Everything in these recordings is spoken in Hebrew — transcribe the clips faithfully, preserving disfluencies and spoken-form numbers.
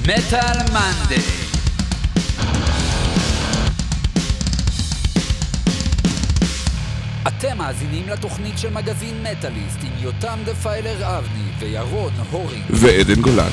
מטל מנדי. אתם מאזינים לתוכנית של מגזין מטאליסט עם יותם דפיילר אבני וירון הורינג ועדן גולן.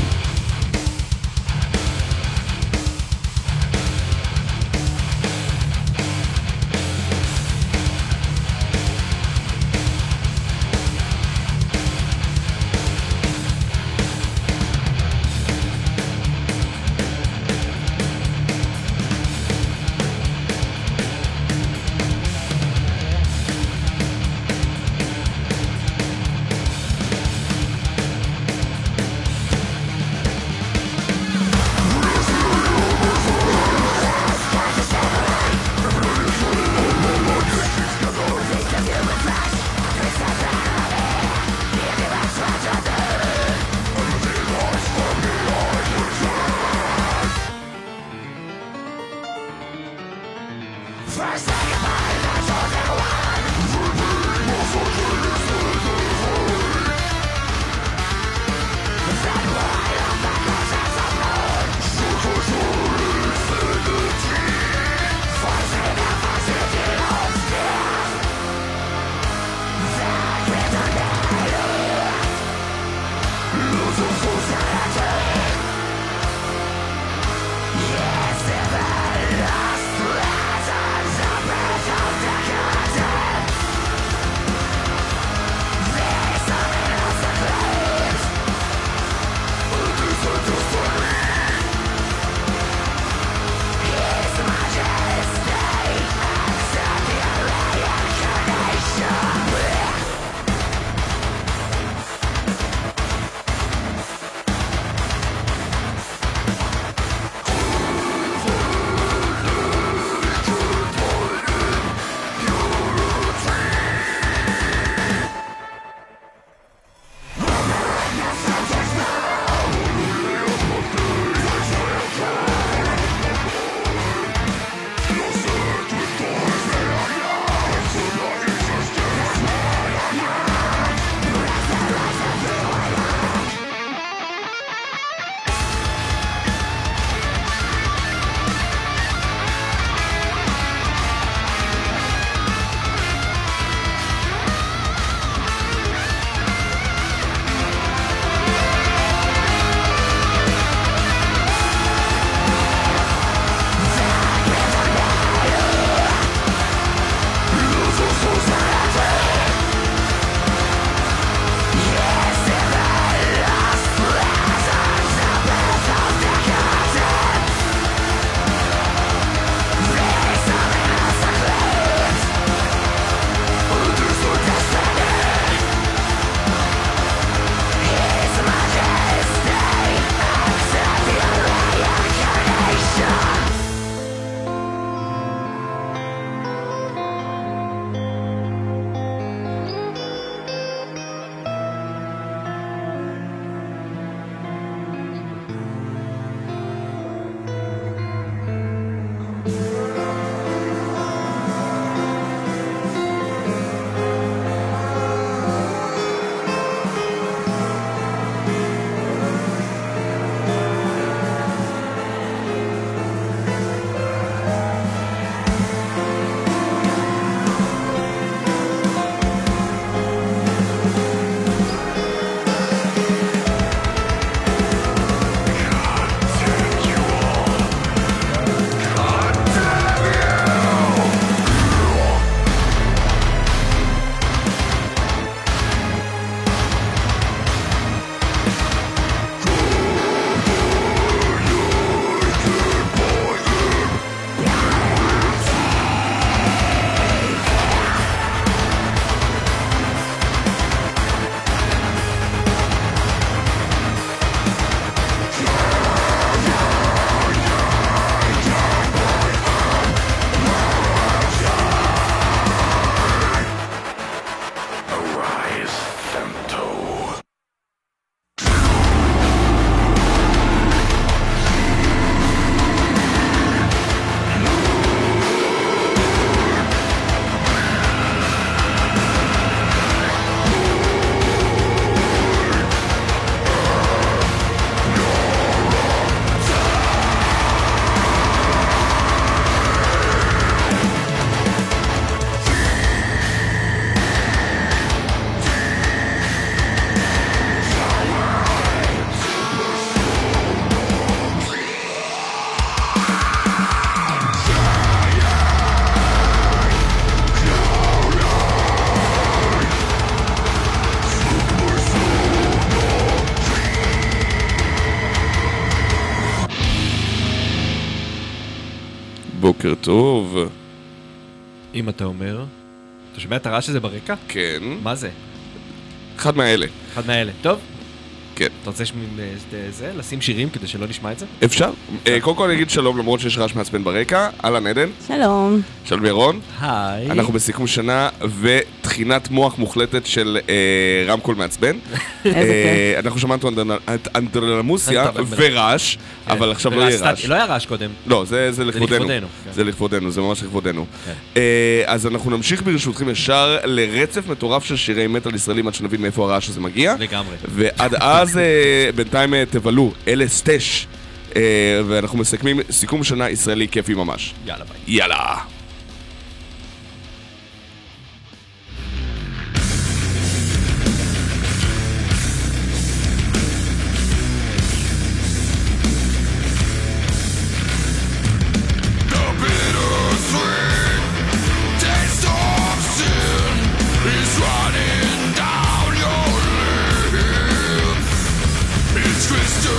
בוקר טוב. אם אתה אומר, אתה שומע את הרעש הזה ברקע? כן. מה זה? אחד מהאלה. אחד מהאלה. טוב? כן. אתה רוצה זה, לשים שירים כדי שלא נשמע את זה? אפשר. קודם כל אני אגיד שלום למרות שיש רעש מעצבן ברקע. אהלן עדן. שלום. שלום ירון. היי. אנחנו בסיכום שנה ותחינת מוח מוחלטת של רמקול מעצבן. אנחנו שמענו את אנדרלמוסיה ורעש, אבל עכשיו לא יהיה רעש. לא היה רעש קודם. לא, זה לכבודנו. לכבודנו. זה לכבודנו, זה ממש לכבודנו. אז אנחנו נמשיך ברשותכם ישר לרצף מטורף של שירי מטל ישראלים עד שנבין מאיפה הרעש הזה מגיע. לגמרי. ועד אז בינתיים תבלו, אלה סטש, ואנחנו מסכמים סיכום שנה ישראלי כיפי ממש. יאללה ביי. יאללה.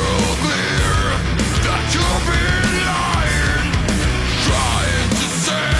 Trying to say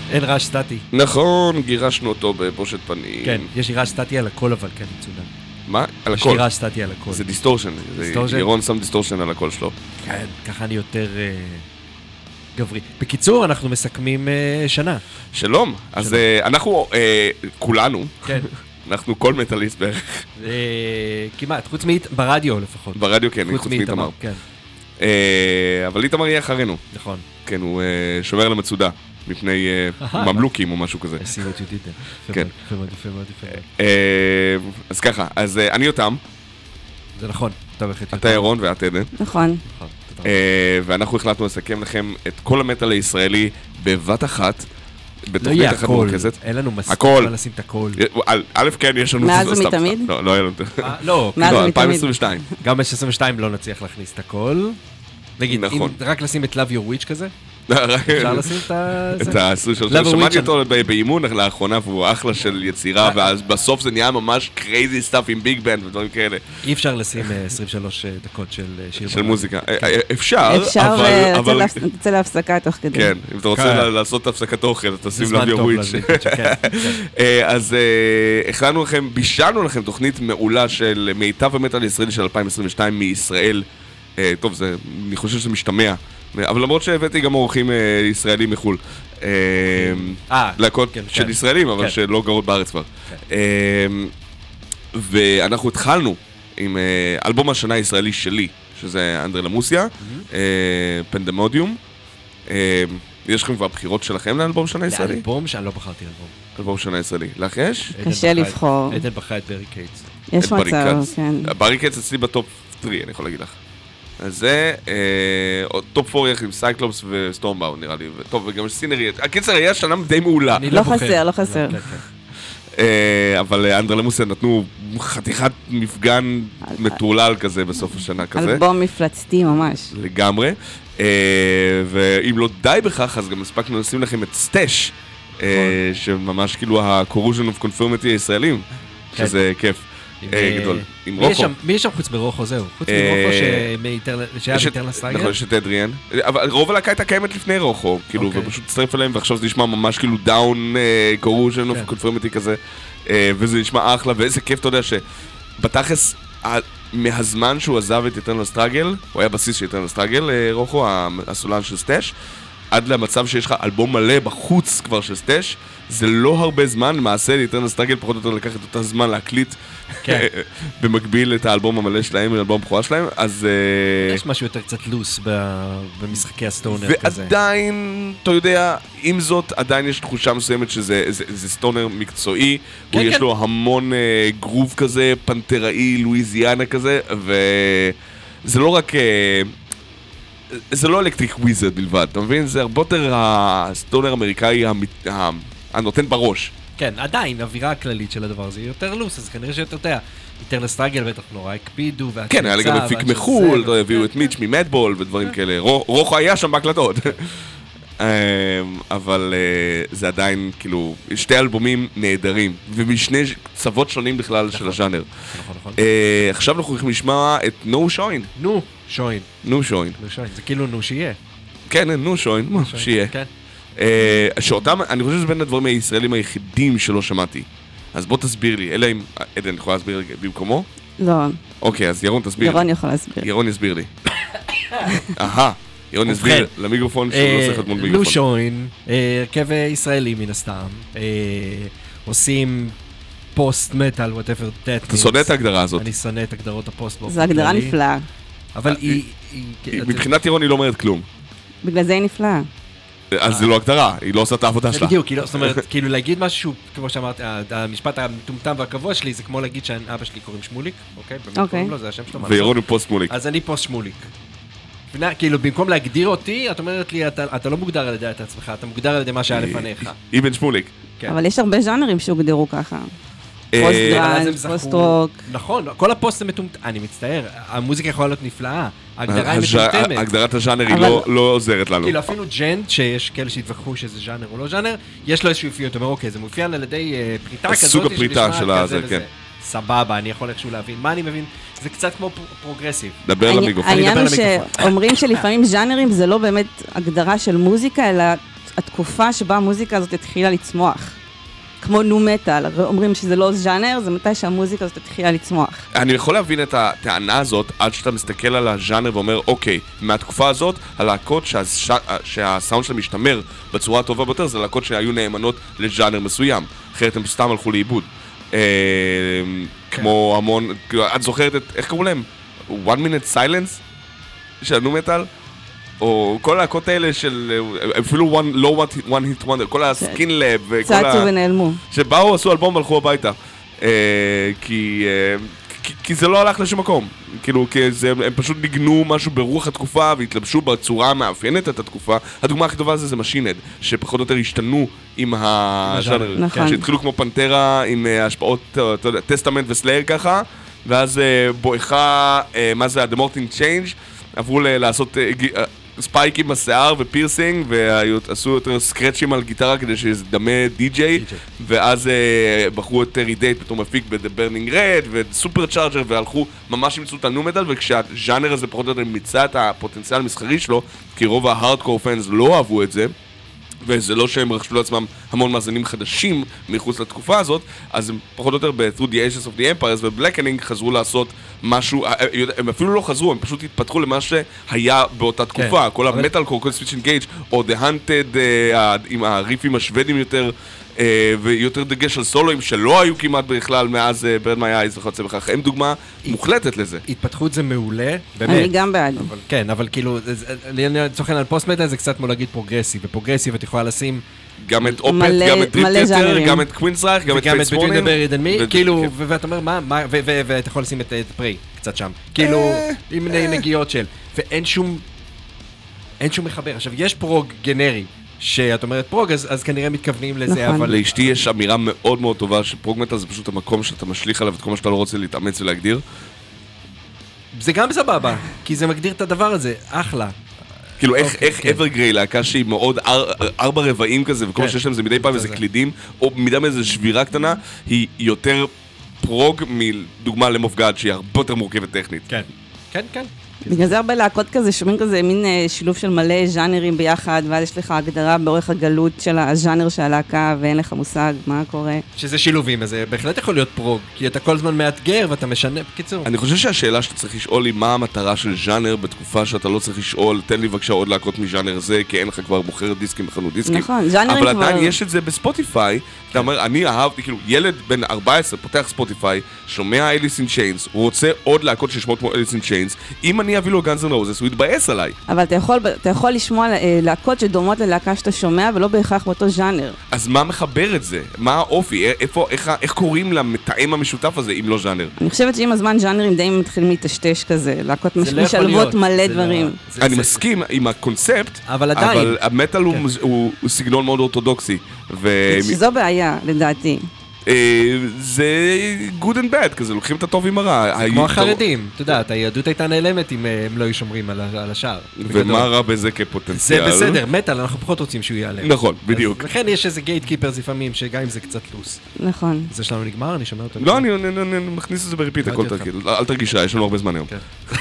אין רעש סטטי. נכון, גירשנו אותו בבושת פנים. כן, יש לי רעש סטטי על הכל, אבל כן, מצוין. מה? על יש הכל? לי רעש סטטי על הכל. זה דיסטורשן. ירון שם דיסטורשן על הכל שלו. כן, ככה אני יותר גברי. בקיצור, אנחנו מסכמים שנה. שלום. אז אנחנו, כולנו, אנחנו כל מטאליסט בערך. כמעט, חוץ מאית, ברדיו לפחות. ברדיו כן, חוץ מאיתמר. אבל איתמר יהיה אחרינו. נכון. כן, הוא שומר למצודה. מפני ממלוקים או משהו כזה. I see what you did there. כן. יפה מאוד, יפה מאוד, יפה מאוד. אז ככה, אז אני יותם. זה נכון. אתה ירון ואת עדן. נכון. ואנחנו החלטנו לסכם לכם את כל המטאל הישראלי בבת אחת. לא יהיה הכל. אין לנו מספיק מה לשים את הכל. א' כן, יש לנו... מאז ומתמיד? לא, לא היה לנו... לא, אלפיים עשרים ושתיים. גם ב-אלפיים עשרים ושתיים לא נצליח להכניס את הכל. נגיד, אם רק לשים את Love Your Witch כזה? אפשר לשים את ה-עשרים ושלוש. שמעתי אותו באימון לאחרונה, והוא אחלה של יצירה, ובסוף זה נהיה ממש קרייזי סטאפ עם ביג בנד ודברים כאלה. אי אפשר לשים עשרים ושלוש דקות של שיר. של מוזיקה. אפשר, אפשר, תצא להפסקה תוך כדי. כן, אם אתה רוצה לעשות הפסקת אוכל, אתה שים Love Your Witch. אז הכנו לכם, בישלנו לכם תוכנית מעולה של מיטב המטאל הישראלי של אלפיים עשרים ושתיים מישראל. טוב, זה, אני חושב שזה משתמע. אבל למרות שהבאתי גם אורחים ישראלים מחול. להקות של ישראלים, אבל שלא גרות בארץ כבר. ואנחנו התחלנו עם אלבום השנה הישראלי שלי, שזה אנדרלמוסיה, פנדמודיום. יש לכם כבר בחירות שלכם לאלבום שנה ישראלי? לאלבום שאני לא בחרתי אלבום. אלבום שנה ישראלי. לך יש? קשה לבחור. עדן בחרה את בריקייטס. יש מצב, כן. בריקייטס אצלי בטופ שלוש, אני יכול להגיד לך. אז זה, טופ ארבע עם סייקלופס וסטורמבאונד נראה לי, טוב, וגם סינרי, הקיצר היה שנה די מעולה. לא חסר, לא חסר. אבל אנדרלמוסיה נתנו חתיכת מפגן מטורלל כזה בסוף השנה כזה. אלבום מפלצתי ממש. לגמרי, ואם לא די בכך, אז גם הספקנו לשים לכם את סטש, שממש כאילו ה-Corrosion of Conformity הישראלים, שזה כיף. גדול, עם רוחו. מי יש שם חוץ ברוחו זהו? חוץ מרוחו שהיה באיטרנל סטרייגר? נכון, יש את אדריאן. אבל רוב הלהקה הייתה קיימת לפני רוחו, כאילו, ופשוט תצטרף אליהם, ועכשיו זה נשמע ממש כאילו דאון קורוז'ן אוף קונפרמיטי כזה, וזה נשמע אחלה, ואיזה כיף, אתה יודע שבתכלס, מהזמן שהוא עזב את איטרנל סטרייגל, הוא היה בסיס של איטרנל סטרייגל, רוחו, הסולן של סטש, עד למצב שיש לך אלבום מלא בחוץ כבר של סטש, זה לא הרבה זמן, למעשה ליטרנל סטרייגל פחות או יותר לקח את אותו זמן להקליט במקביל את האלבום המלא שלהם, האלבום הבכורה שלהם, אז... יש משהו יותר קצת לוס במשחקי הסטונר כזה. ועדיין, אתה יודע, עם זאת, עדיין יש תחושה מסוימת שזה סטונר מקצועי, יש לו המון גרוב כזה, פנטראי, לואיזיאנה כזה, וזה לא רק... זה לא אלקטריק וויזרד בלבד, אתה מבין? זה הרבה יותר הסטונר האמריקאי הנותן בראש. כן, עדיין, האווירה הכללית של הדבר הזה היא יותר לוס, אז כנראה שיותר, אתה יודע, יותר לסטרגל בטח נורא הקפידו, כן, היה לי גם מפיק מחול, הביאו את מיץ' ממדבול ודברים כאלה, רוחו היה שם בהקלטות. אבל זה עדיין, כאילו, שתי אלבומים נהדרים, ומשני צוות שונים בכלל של הז'אנר. נכון, נכון. עכשיו אנחנו יכולים לשמוע את נו שוין. נו שוין. נו שוין. זה כאילו נו שיהיה. כן, נו שוין, שיהיה. שאותם, אני חושב שזה בין הדברים הישראלים היחידים שלא שמעתי. אז בוא תסביר לי, אלא אם עדן יכולה להסביר במקומו? לא. אוקיי, אז ירון תסביר. ירון יכול להסביר. ירון יסביר לי. אהה. ירון יסביר למיקרופון שהוא לא צריך מול מיקרופון. נו שוין, הרכב ישראלי מן הסתם, עושים פוסט מטל, whatever that means. אתה שונא את ההגדרה הזאת. אני שונא את הגדרות הפוסט. זו הגדרה נפלאה. אבל היא... מבחינת ירון היא לא אומרת כלום. בגלל זה היא נפלאה. אז זה לא הגדרה, היא לא עושה את העבודה שלה. בדיוק, זאת אומרת, כאילו להגיד משהו, כמו שאמרתי, המשפט המטומטם והקבוע שלי, זה כמו להגיד שאבא שלי קוראים שמוליק, אוקיי? באמת קוראים לו, זה השם שלו. וירון הוא פוסט שמוליק. אז אני פוסט שמוליק. כאילו, במקום להגדיר אותי, את אומרת לי, אתה לא מוגדר על ידי את עצמך, אתה מוגדר על ידי מה שהיה לפניך. אבן שמוליק. אבל יש הרבה ז'אנרים שהוגדרו ככה. פוסט גראנד, פוסט רוק. נכון, כל הפוסט זה מטומטם, אני מצטער, המוזיקה יכולה להיות נפלאה, ההגדרה היא מטומטמת. הגדרת הז'אנר היא לא עוזרת לנו. כאילו אפילו ג'נד, שיש כאלה שהתווכחו שזה ז'אנר או לא ז'אנר, יש לו איזשהו אפיון, אתה אומר, אוקיי, זה מופיע על ידי פריטה כזאת, סוג הפריטה של הזה, כן. סבבה, אני יכול איכשהו להבין. מה אני מבין? זה קצת כמו פרוגרסיב. דבר למיקרופון. העניין הוא שאומרים שלפעמים ז'אנרים זה לא באמת הגדרה של מוזיקה, אלא התקופה שבה המוזיקה הזאת התחילה לצמוח. כמו נו מטל, אומרים שזה לא ז'אנר, זה מתי שהמוזיקה הזאת התחילה לצמוח. אני יכול להבין את הטענה הזאת עד שאתה מסתכל על הז'אנר ואומר, אוקיי, מהתקופה הזאת, הלהקות שהש... שהסאונד שלהם משתמר בצורה הטובה ביותר, זה להקות שהיו נאמנות לז'אנר מסוים. אחרת הם סתם הלכו לאיבוד. אה... כמו המון, את זוכרת את, איך קראו להם? One Minute Silence? של נו מטל? או כל הלהקות האלה של, אפילו one, לא one hit wonder, כל הסקין לב וכל ה... צעצו ונעלמו. שבאו, עשו אלבום והלכו הביתה. כי, כי, כי זה לא הלך לשום מקום. כאילו, כי זה, הם פשוט ניגנו משהו ברוח התקופה והתלבשו בצורה המאפיינת את התקופה. הדוגמה הכי טובה זה זה משינד, שפחות או יותר השתנו עם הז'אנר. נכון. שהתחילו כמו פנטרה עם השפעות, אתה יודע, טסטמנט וסלייר ככה, ואז בואכה, מה זה, The Morning Change, עברו לעשות ספייקים בשיער ופירסינג, ועשו יותר סקרצ'ים על גיטרה כדי שיזדמה די-ג'יי, ואז בחרו את טרי דייט בתור מפיק ב-The Burning Red וסופר צ'ארג'ר, והלכו ממש ימצאו את הנו מטל, וכשהז'אנר הזה פחות או יותר מיצה את הפוטנציאל המסחרי שלו, כי רוב ההארדקור פאנס לא אהבו את זה, וזה לא שהם רכשו לעצמם המון מאזנים חדשים מחוץ לתקופה הזאת, אז הם פחות או יותר ב-Through the Ages of the Empires ו-Blackening חזרו לעשות משהו, הם אפילו לא חזרו, הם פשוט התפתחו למה שהיה באותה תקופה, כל המטל קור, כל סוויץ' אנגייג' או The Hunted עם הריפים השוודים יותר, ויותר דגש על סולואים שלא היו כמעט בכלל מאז Burn My Eyes וכיוצא בכך, הם דוגמה מוחלטת לזה. התפתחות זה מעולה, באמת. אני גם בעד. כן, אבל כאילו, לצורך על פוסט-מטל זה קצת כמו להגיד פרוגרסיב, ופרוגרסיב את יכולה לשים גם את אופט, גם את דריפטטר, גם את קווינסרייך, גם את פייס מורנינג. וגם את ביטווין דה כאילו, ואתה אומר, מה, ואתה יכול לשים את פריי קצת שם. כאילו, עם נגיעות של, ואין שום, אין שום מחבר. עכשיו, יש פרוג גנרי, שאת אומרת פרוג, אז, אז כנראה מתכוונים לזה, נכון. אבל... לאשתי יש אמירה מאוד מאוד טובה, שפרוג מטל זה פשוט המקום שאתה משליך עליו את כל מה שאתה לא רוצה להתאמץ ולהגדיר. זה גם סבבה, כי זה מגדיר את הדבר הזה, אחלה. כאילו איך, איך אברגריי, להקה שהיא מאוד ארבע רבעים כזה, וכל מה שיש להם זה מדי פעם איזה קלידים, או מדי פעם איזה שבירה קטנה, היא יותר פרוג מדוגמה למופגד, שהיא הרבה יותר מורכבת טכנית. כן, כן, כן. בגלל זה הרבה להקות כזה, שומעים כזה מין שילוב של מלא ז'אנרים ביחד, ואז יש לך הגדרה באורך הגלות של הז'אנר של הלהקה, ואין לך מושג מה קורה. שזה שילובים, אז זה בהחלט יכול להיות פרוג, כי אתה כל הזמן מאתגר ואתה משנה, בקיצור. אני חושב שהשאלה שאתה צריך לשאול היא מה המטרה של ז'אנר בתקופה שאתה לא צריך לשאול, תן לי בבקשה עוד להקות מז'אנר זה, כי אין לך כבר בוחר דיסקים בחנות דיסקים. נכון, ז'אנרים כבר... אבל עדיין יש את זה בספוטיפיי, אתה אומר, אני אהבתי, כאילו, ילד בן ארבע עשרה פותח ספוטיפיי, שומע אליס אין צ'יינס, הוא רוצה עוד להקות ששמות כמו אליס אין צ'יינס, אם אני אביא לו גאנז אנד רוזס, הוא יתבאס עליי. אבל אתה יכול, אתה יכול לשמוע להקות שדומות ללהקה שאתה שומע, ולא בהכרח באותו ז'אנר. אז מה מחבר את זה? מה האופי? איפה, איך, איך קוראים למתאם המשותף הזה, אם לא ז'אנר? אני חושבת שעם הזמן ז'אנרים די מתחילים להתשתש כזה, להקות משלבות מלא דברים. אני מסכים עם הקונספט, אבל עדיין. אבל המטל הוא סגנון מאוד אורתודוקסי. שזו בעיה, לדעתי. זה good and bad, כזה, לוקחים את הטוב עם הרע. זה כמו החרדים, אתה יודע, היהדות הייתה נעלמת אם הם לא היו שומרים על השאר. ומה רע בזה כפוטנציאל? זה בסדר, מטל, אנחנו פחות רוצים שהוא ייעלם. נכון, בדיוק. לכן יש איזה גייט קיפרס לפעמים, שגם אם זה קצת לוס. נכון. זה שלנו נגמר, אני שומע אותו. לא, אני מכניס את זה בריפיט, הכל תרגיל. אל תרגישה, יש לנו הרבה זמן היום.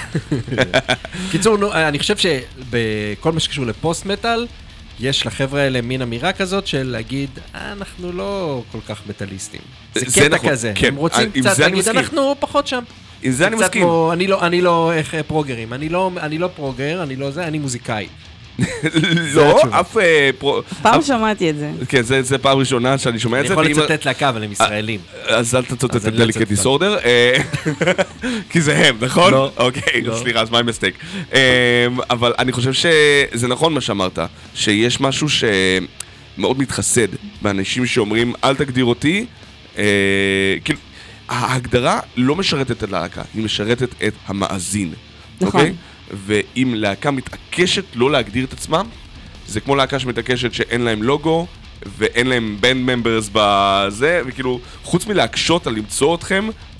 קיצור, אני חושב שבכל מה שקשור לפוסט מטל, יש לחבר'ה האלה מין אמירה כזאת של להגיד, אנחנו לא כל כך מטליסטים. זה קטע כזה. הם רוצים קצת להגיד, אנחנו פחות שם. עם זה אני מסכים. אני לא פרוגרים, אני לא פרוגר, אני לא זה, אני מוזיקאי. לא, אף... פעם שמעתי את זה. כן, זה פעם ראשונה שאני שומע את זה. אני יכול לצטט להקה, אבל הם ישראלים. אז אל תצטט את דליקט דיסורדר. כי זה הם, נכון? לא. אוקיי, סליחה, אז מה מסטייק. אבל אני חושב שזה נכון מה שאמרת, שיש משהו שמאוד מתחסד באנשים שאומרים, אל תגדיר אותי, כאילו, ההגדרה לא משרתת את הלהקה, היא משרתת את המאזין. נכון. ואם להקה מתעקשת לא להגדיר את עצמם, זה כמו להקה שמתעקשת שאין להם לוגו, ואין להם בנד ממברס בזה, וכאילו, חוץ מלהקשות על למצוא אתכם,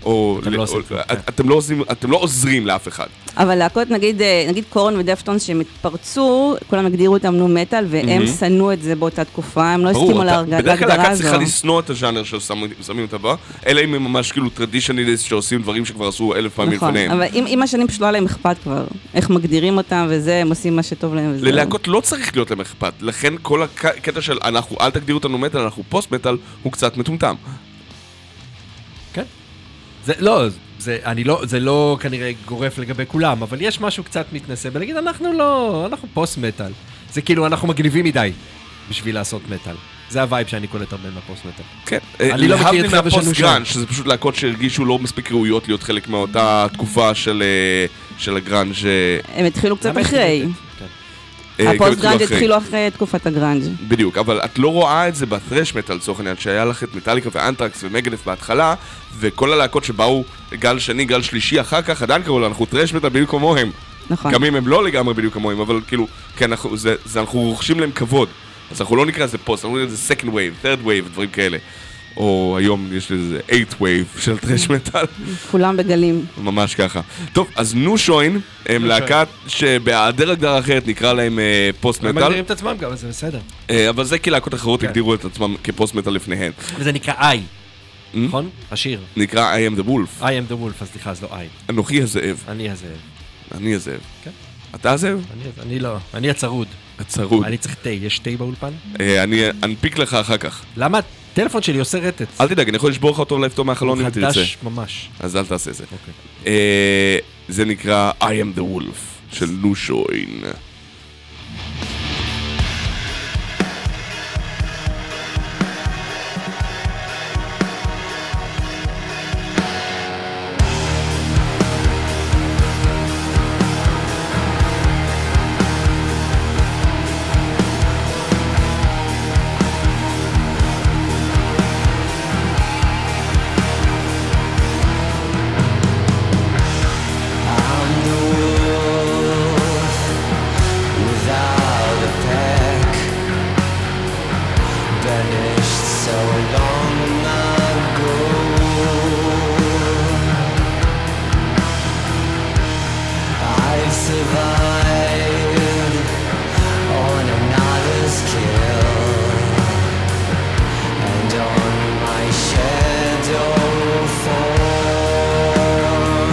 או... אתם לא עושים כלום, כן. אתם לא עוזרים- אתם לא עוזרים לאף אחד. אבל להקות, נגיד, אה, נגיד קורן ודפטונס שהם התפרצו, כולם הגדירו אותם נו מטל, והם שנאו את זה באותה תקופה, הם לא הסכימו ברור, אתה- להרג- בדרך כלל להגדרה להקה הזו. צריכה לשנוא את הז'אנר ששמים אותה בה, אלא אם הם ממש כאילו טרדישנליסט שעושים דברים שכבר עשו אלף פעמים נכון, לפניהם. אבל עם עם השנים פשוט לא היה להם אכפת כבר, איך מגדירים אותם וזה, הם עושים מה שטוב להם וזה. ללהקות לא צריך להיות להם אכפת, לכן כל הקטע של אנחנו, אל תגדירו אותנו מטל, אנחנו פוסט מטל, הוא קצת מטומטם. כן. זה לא, זה, אני לא, זה לא כנראה גורף לגבי כולם, אבל יש משהו קצת מתנשא בלהגיד, אנחנו לא, אנחנו פוסט מטל. זה כאילו, אנחנו מגניבים מדי בשביל לעשות מטל. זה הווייב שאני קולט הרבה מהפוסט מטל. כן. אני לא מכיר את חבר'ה של מהפוסט נושן. גראנג', שזה פשוט להקות שהרגישו לא מספיק ראויות להיות חלק מאותה תקופה של אה, של הגראנג'. הם התחילו קצת למה אחרי. התחילתם? כן. אה, הפוסט כאילו גראנג' אחרי. התחילו אחרי תקופת הגראנג'. בדיוק, אבל את לא רואה את זה בטרש מטל, לצורך העניין, שהיה לך את מטאליקה ואנטרקס ומגדף בהתחלה, וכל הלהקות שבאו גל שני, גל שלישי אחר כך, עדיין קראו לה, אנחנו טרש מטל בדיוק כמוהם. נכון. גם אם הם לא לגמרי בדיוק כמוהם, אבל כאילו, כן, אנחנו, זה, זה, אנחנו רוכשים להם כבוד. אז אנחנו לא נקרא לזה פוסט, אנחנו נקרא לזה second wave, third wave, דברים כאלה. או היום יש לזה eighth wave של טרש מטל. כולם בגלים. ממש ככה. טוב, אז נו שוין הם להקה שבהיעדר הגדרה אחרת נקרא להם אה, פוסט הם מטל, מגדירים את עצמם גם, אז זה בסדר. אה, אבל זה כי להקות אחרות כן. הגדירו את עצמם כפוסט מטל לפניהן. וזה נקרא I, נכון? השיר. נקרא I am the wolf. I am the wolf, אז סליחה, אז לא I. אנוכי הזאב. אני הזאב. אני הזאב. כן. אתה הזאב? אני- אני לא, אני הצרוד. הצרוד. אני צריך תה, יש תה באולפן? אה, אני אנפיק לך אחר כך. למה? הטלפון שלי עושה רטט. אל תדאג, אני יכול לשבור לך אותו ולהפתור מהחלון אם תרצה. חדש ממש. אז אל תעשה זה. אוקיי. אה, זה נקרא I am the wolf של נו שוין. Without a pack, vanished so long ago. I've survived on another's kill, and on my shadow form.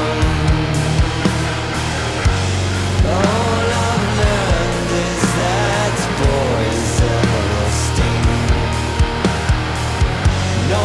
All I've learned is that poison will sting. No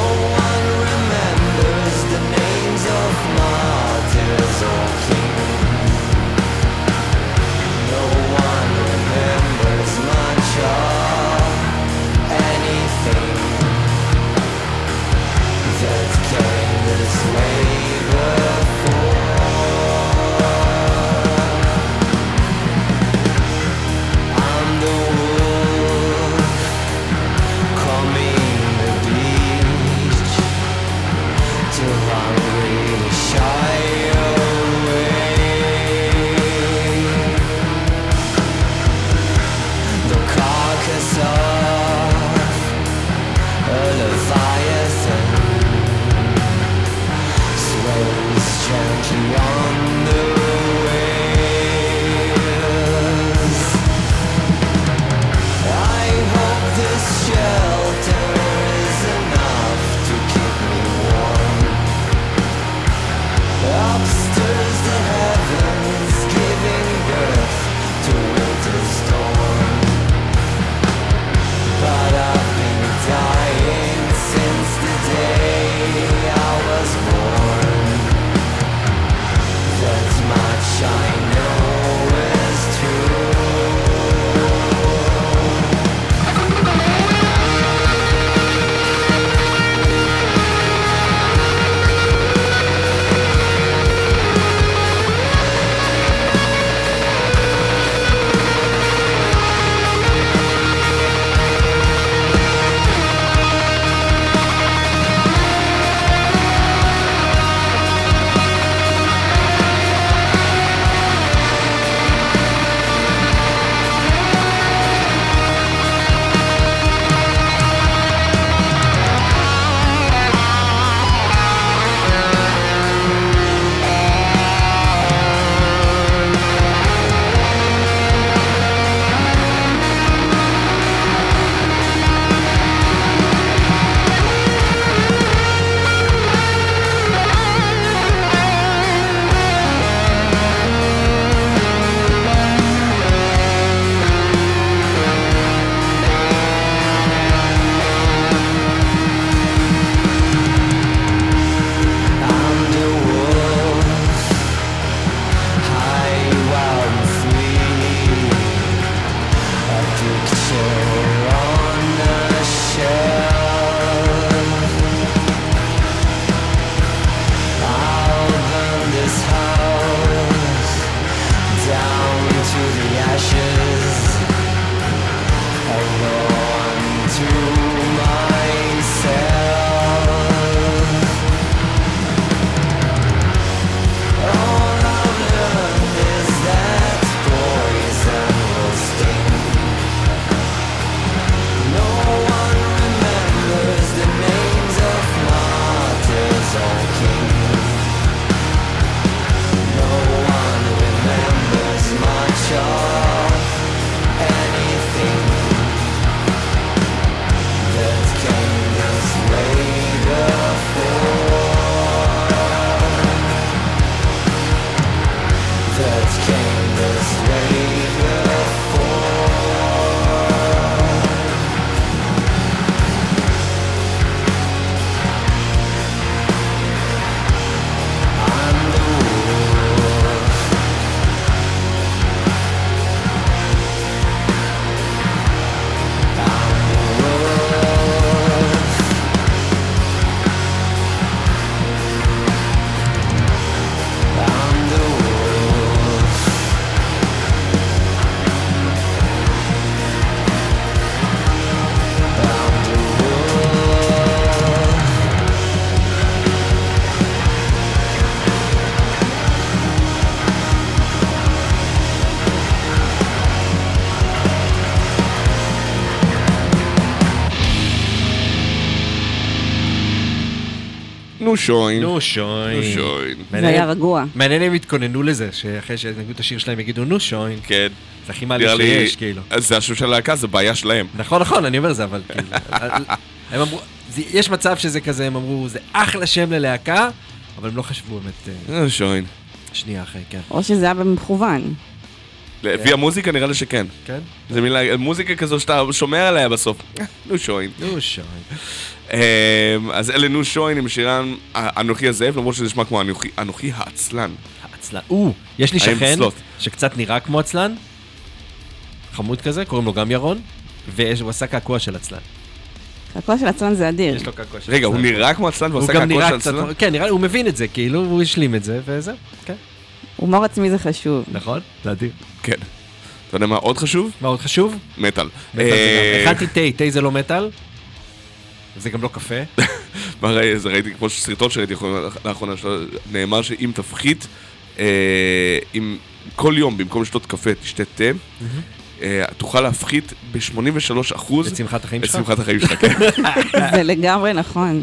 נו שוין. נו נו שוין. שוין. זה היה רגוע. מעניין אם התכוננו לזה, שאחרי שנגעו את השיר שלהם יגידו נו שוין. כן. זה הכי מעלה נראה לי- שיש, כאילו. אז זה השם של הלהקה, זה בעיה שלהם. נכון, נכון, אני אומר זה, אבל כאילו... הם אמרו, זה- יש מצב שזה כזה, הם אמרו, זה אחלה שם ללהקה, אבל הם לא חשבו באמת... אה, נו שוין. שנייה אחרי, כן. או שזה היה במכוון. לפי המוזיקה נראה לי שכן. כן? זה מילה, מוזיקה כזו שאתה שומע עליה בסוף. נו שוין. נו שוין. אמ, אז אלה נו שוין עם שירן אנוכי הזאב, למרות שזה נשמע כמו אנוכי- אנוכי העצלן. עצלן. או, יש לי האם שכן סלוט? שקצת נראה כמו עצלן, חמוד כזה, קוראים לו גם ירון, והוא עשה קעקוע של עצלן. הקול של עצלן זה אדיר. יש לו קעקוע של רגע, הוא עצלן. נראה כמו עצלן הוא ועושה גם קעקוע נראה של קצת, עצלן? כן, נראה, הוא מבין את זה, כאילו, הוא השלים את זה, וזהו, כן. הומור עצמי זה חשוב. נכון? זה אדיר. כן. אתה יודע מה עוד חשוב? מה עוד חשוב? מטאל. מטאל זה אה, גם. הכנתי תה, תה זה לא מטאל. זה גם לא קפה. מה ראי- זה ראיתי כמו סרטון שראיתי לאחרונה, שלו, נאמר שאם תפחית, אה, אם כל יום במקום לשתות קפה תשתה תה, אה, תוכל להפחית ב-שמונים ושלושה אחוז את שמחת החיים את שלך? שמחת החיים שלך, כן. זה לגמרי נכון.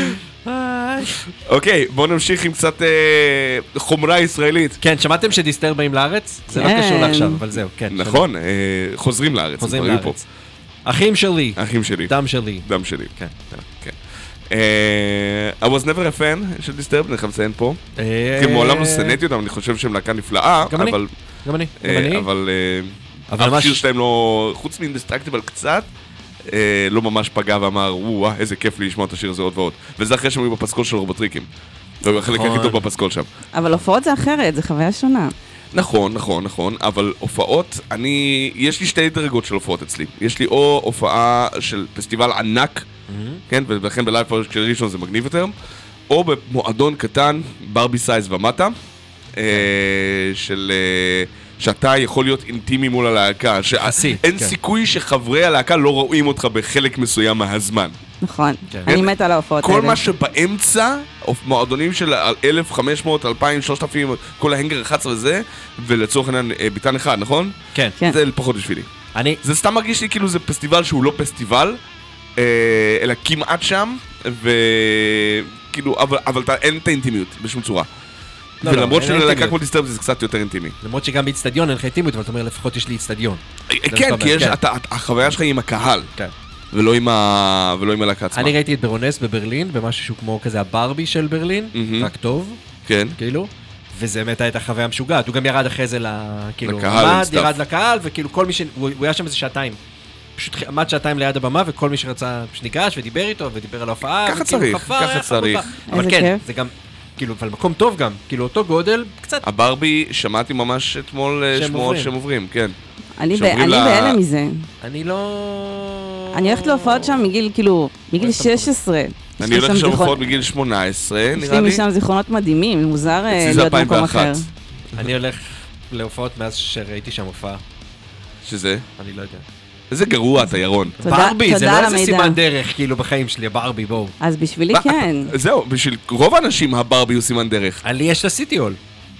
אוקיי, בואו נמשיך עם קצת אה, חומרה ישראלית. כן, שמעתם שדיסטר באים לארץ? זה לא כן. קשור לעכשיו, אבל זהו, כן. נכון, אה, חוזרים לארץ. חוזרים הם היו לארץ. אחים שלי, פה. אחים שלי. דם שלי. דם שלי. כן. כן. אה, I was never a fan של דיסטרב, אני חייב לציין פה. אה, כי מעולם לא שנאתי אותם, אני חושב שהם להקה נפלאה, גם אני. אבל... גם אני, גם אה, אני. אבל... אה, אבל אף ממש- שיר שלהם לא... חוץ מאינדסטרקטיבל קצת, אה, לא ממש פגע ואמר, וואו, איזה כיף לי לשמוע את השיר הזה עוד ועוד. וזה אחרי שהם היו בפסקול של רובוטריקים. והחלק הכי טוב בפסקול שם. אבל הופעות זה אחרת, זה חוויה שונה. נכון, נכון, נכון, אבל הופעות, אני... יש לי שתי דרגות של הופעות אצלי. יש לי או הופעה של פסטיבל ענק, כן, ולכן בלייב פארק של ראשון זה מגניב יותר, או במועדון קטן, ברבי סייז ומטה, אה, של... אה, שאתה יכול להיות אינטימי מול הלהקה, יחסית, שאין כן. סיכוי שחברי הלהקה לא רואים אותך בחלק מסוים מהזמן. נכון. כן. אני מתה על ההופעות האלה. כל מה שבאמצע, או מועדונים של אלף וחמש מאות, אלפיים, שלושת אלפים, כל ההנגר אחת עשרה וזה, ולצורך העניין אה, ביטן אחד, נכון? כן. כן. זה פחות בשבילי. אני, זה סתם מרגיש לי כאילו זה פסטיבל שהוא לא פסטיבל, אה, אלא כמעט שם, וכאילו, אבל, אבל אתה, אין את האינטימיות בשום צורה. לא, לא, ולמרות אין שללהקה אינטימיות. כמו דיסטרב זה קצת יותר אינטימי. למרות שגם באצטדיון אין לך אינטימיות, אבל אתה אומר לפחות יש לי אצטדיון. אה, מה כן, שאתה כי אומר, יש, כן. אתה, אתה- החוויה שלך היא עם הקהל, כן. ולא עם ה- ולא עם הלהקה עצמה. אני ראיתי את ברונס בברלין, במשהו שהוא כמו כזה הברבי של ברלין, מהמם. רק טוב, כן. כאילו. וזה באמת הייתה חוויה משוגעת, הוא גם ירד אחרי זה ל... כאילו, לקהל, עמד, לסטאפ. ירד לקהל, וכאילו כל מי ש... הוא הוא היה שם איזה שעתיים. פשוט עמד שעתיים ליד הבמה, וכל מי שרצה שניגש ודיבר איתו, ודיבר על ההופעה. ככה וכאילו צריך, חפר, ככה היה חמוד צריך. בה. אבל איזה כן, כיף. זה גם, כאילו, אבל מקום טוב גם, כאילו אותו גודל, קצת. הברבי, שמעתי ממש אתמול אה, שהם שמועות עוברים. שהם עוברים, כן. אני ב- שעוברים אני ל- בהלם מזה. אני לא... אני הולכת להופעות שם מגיל, כאילו, מגיל שש עשרה. יש אני לי הולך שם עכשיו זיכרון- הופעות בגיל שמונה עשרה, יש נראה לי לי. משם זיכרונות מדהימים, מוזר אה, אצלי זה להיות במקום אלפיים אחר. ואחת. אני הולך להופעות מאז שראיתי שם הופעה, שזה? אני לא יודע. איזה גרוע אתה, ירון. תודה- ברבי, זה תודה לא על איזה המידע. סימן דרך, כאילו, בחיים שלי, ברבי, בואו. אז בשבילי כן. זהו, בשביל רוב האנשים הברבי הוא סימן דרך. לי יש את הסיטי הול.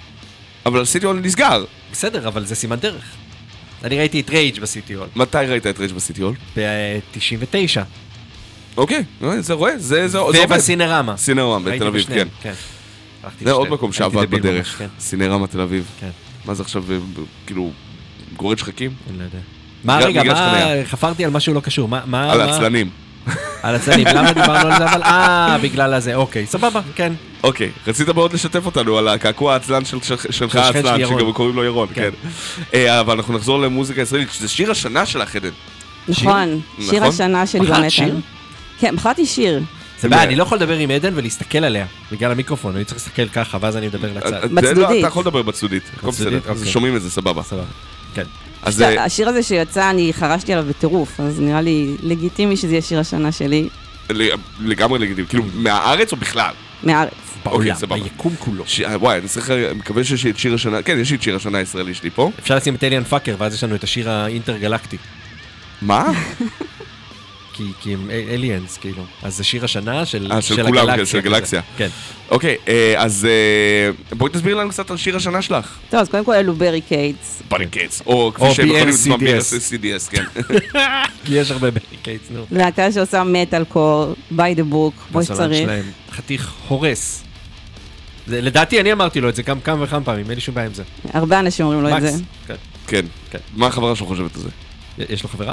אבל הסיטי הול נסגר. בסדר, אבל זה סימן דרך. אני ראיתי את רייג' בסיטי הול, מתי ראית את רייג' בסיטי הול? ב-תשעים ותשע. אוקיי, זה רואה, זה זה עובד. ובסינרמה. סינרמה בתל אביב, כן. הלכתי זה עוד לשניהם. מקום הייתי שעבד דביל בדרך. ממש, כן, סינרמה תל אביב. כן, מה זה עכשיו, אה, כאילו, גורד שחקים? אני לא יודע. מה בגלל- רגע, בגלל מה, שחניה. חפרתי על משהו לא קשור, מה, מה, על מה- העצלנים. על הצלנים, למה דיברנו על זה, אבל, אה, בגלל הזה, אוקיי, סבבה, כן. אוקיי, רצית מאוד לשתף אותנו על הקעקוע העצלן של- של- שלך של שכן העצלן, שלי, ירון. שגם קוראים לו ירון, כן. כן. אה, אבל אנחנו נחזור למוזיקה ישראלית, שזה שיר השנה של החדן. נכון, שיר נכון? השנה שלי בחרת במטאל. שיר? כן, בחרתי שיר. זה בעיה, אני לא יכול לדבר עם עדן ולהסתכל עליה, בגלל המיקרופון, אני צריך להסתכל ככה, ואז אני אדבר לצד. אה, בצדודית. לא, אתה יכול לדבר בצדודית, הכל בצדודית, בסדר, אז אוקיי. שומעים את זה, סבבה. סבבה, כן. אז אה, השיר הזה שיצא, אני חרשתי עליו בטירוף, אז נראה לי לגיטימי שזה יהיה שיר השנה שלי, לגמרי לגיטימי, כאילו, מהארץ או בכלל? מהארץ. אוקיי, בעולם, סבבה. ביקום כולו. ש- וואי, אני צריך, אני מקווה שיש לי את שיר השנה, כן, יש לי את שיר השנה הישראלי שלי פה. אפשר לשים את אליאן פאקר, ואז יש לנו את השיר האינטרגלקטי. מה? כי, כי הם אליאנס, כאילו. אז זה שיר השנה של, אה, של של כולם, הגלקסיה. של גלקסיה. כן. אוקיי, אה, אז אה, בואי תסביר לנו קצת על שיר השנה שלך. טוב, אז קודם כל אלו בריקייטס. בריקייטס, או כפי או שהם יכולים בי אל לצמא סי די אס. בי אל סי די אס, כן. כי יש הרבה בריקייטס, נו. להקה שעושה מטאל קור, by the book, כמו הסולן שצריך. שלהם חתיך הורס. זה, לדעתי, אני אמרתי לו את זה כמה, כמה וכמה פעמים, אין לי שום בעיה עם זה. הרבה אנשים אומרים לו את זה. מקס, כן. כן. כן. מה החברה שלך חושבת על זה? יש לו חברה?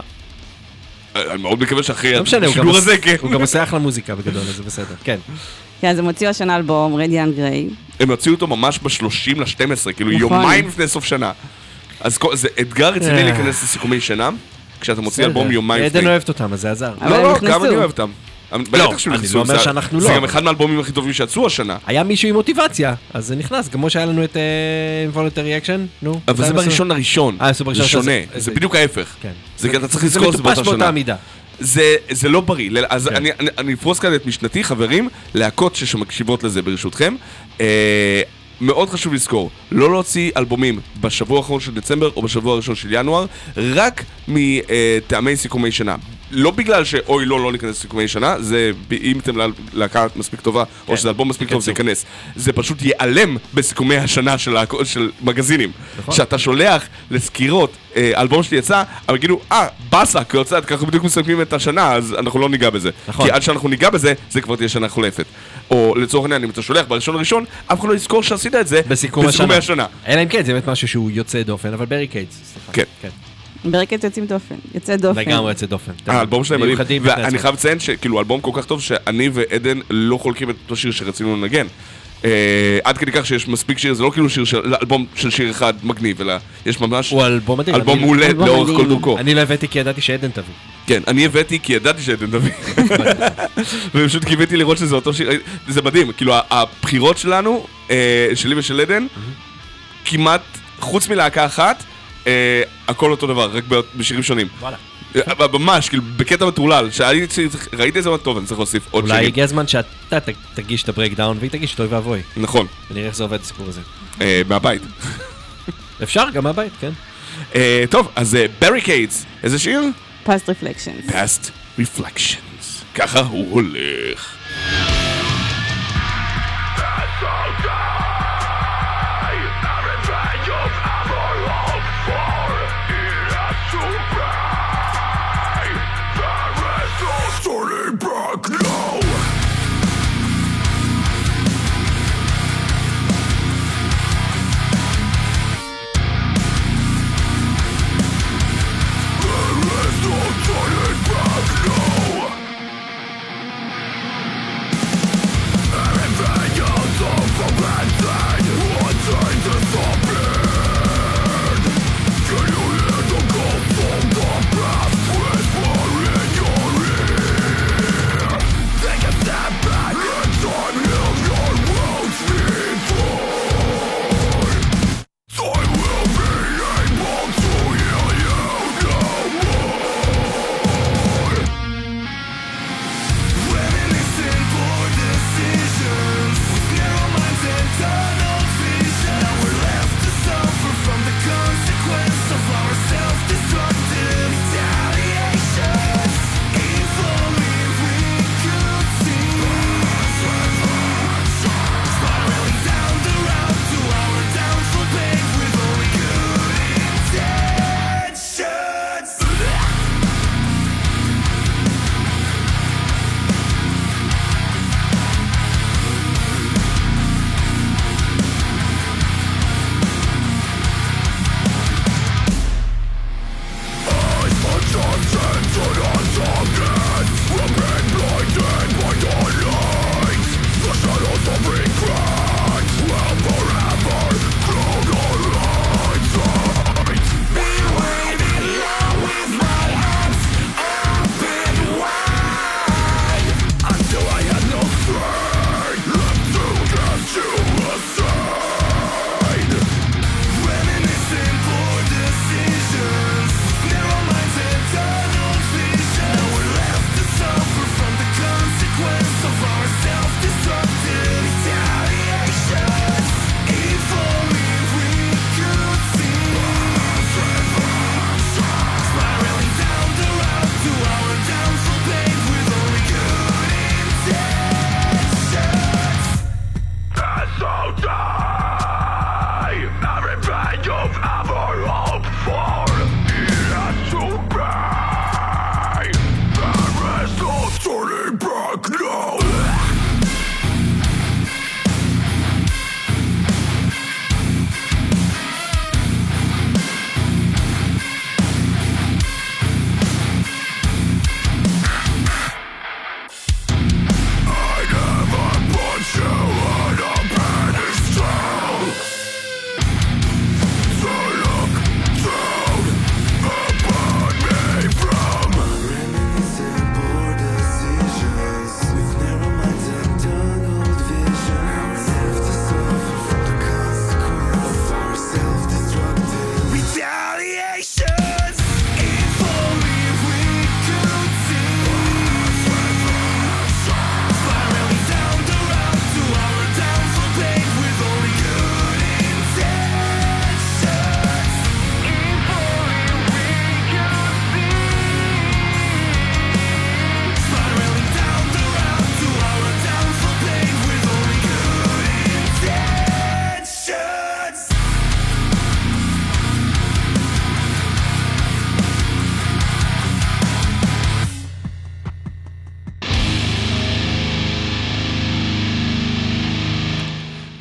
אני מאוד מקווה שאחרי לא משנה, הוא גם השידור עוש- הזה, כן. הוא גם עושה אחלה מוזיקה בגדול, אז זה בסדר. כן. כן, אז הם הוציאו השנה אלבום, רדיאן גריי. הם הוציאו אותו ממש ב-שלושים ל-שתים עשרה, כאילו נכון. יומיים לפני סוף שנה. אז כל- זה אתגר רציני אה. להיכנס לסיכומי שנה, כשאתה מוציא אלבום יומיים עדן לפני. אוהבת אותם, אז זה עזר. אבל לא, הם לא, נכנסו. גם אני אוהב אותם. בטח שהם אני נכנסו, לא אומר זה- שאנחנו זה לא, גם אבל- אחד מהאלבומים הכי טובים שיצאו השנה. היה מישהו עם מוטיבציה, אז זה נכנס, כמו שהיה לנו את Involuntary Action, נו. אבל זה מתי הם בראשון לראשון. אה, זה בראשון זה שונה, לראשון. זה בדיוק ההפך. כן. זה כי אתה צריך זה לזכור שזה מטופש באותה באותה שנה. מידה. זה, זה לא בריא, ל- אז כן. אני, אני, אני אפרוס כאן את משנתי, חברים, להקות שמקשיבות לזה ברשותכם. אה, מאוד חשוב לזכור, לא להוציא אלבומים בשבוע האחרון של דצמבר או בשבוע הראשון של ינואר, רק מטעמי סיכומי שנה. לא בגלל שאוי לא, לא ניכנס לסיכומי שנה, זה ב- אם אתם לה- להקה מספיק טובה, כן. או שזה אלבום מספיק טוב, זה ייכנסו. ייכנס. זה פשוט ייעלם בסיכומי השנה של, להקות- של מגזינים. נכון. שאתה שולח לסקירות, אה, אלבום שלי יצא, אבל יגידו, אה, באסה, כי יוצא, ככה בדיוק מסכמים את השנה, אז אנחנו לא ניגע בזה. נכון. כי עד שאנחנו ניגע בזה, זה כבר תהיה שנה חולפת. או לצורך העניין, אם אתה שולח בראשון הראשון, אף אחד לא יזכור שעשית את זה בסיכום בסיכומי השנה. השנה. אלא אם כן, זה באמת משהו שהוא יוצא דופן, אבל בריקייטס, סליחה. כן. כן. בריקייטס יוצאים דופן, יוצא דופן. לגמרי יוצא דופן. האלבום שלהם מדהים, מיוחדים בפני ואני עצמם. חייב לציין שכאילו אלבום כל כך טוב שאני ועדן לא חולקים את אותו שיר שרצינו לנגן. אה, עד כדי כך שיש מספיק שיר, זה לא כאילו שיר של אלבום של שיר אחד מגניב, אלא יש ממש הוא אלבום מדהים. אלבום אני- מעולה אלבום לאורך כל מדהים. דרכו. אני לא הבאתי כי ידעתי שעדן תביא. כן, אני הבאתי כי ידעתי שעדן תביא. ופשוט קיוויתי לראות שזה אותו שיר, זה מדהים, כאילו הבחירות שלנו, אה, שלי ושל עדן, כמעט, חוץ מלהקה אחת, אה, הכל אותו דבר, רק בשירים שונים. וואלה. אה, ממש, כאילו, בקטע מטורלל, שראיתי איזה מה טוב, אני צריך להוסיף עוד אולי שירים. הגיע הזמן שאתה ת- תגיש את הברייקדאון והיא תגיש את אוי ואבוי. נכון, ונראה איך זה עובד הסיפור הזה. אה, מהבית. אפשר, גם מהבית, כן. אה, טוב, אז בריקיידס, איזה שיר? past reflections. Past Reflections. ככה הוא הולך.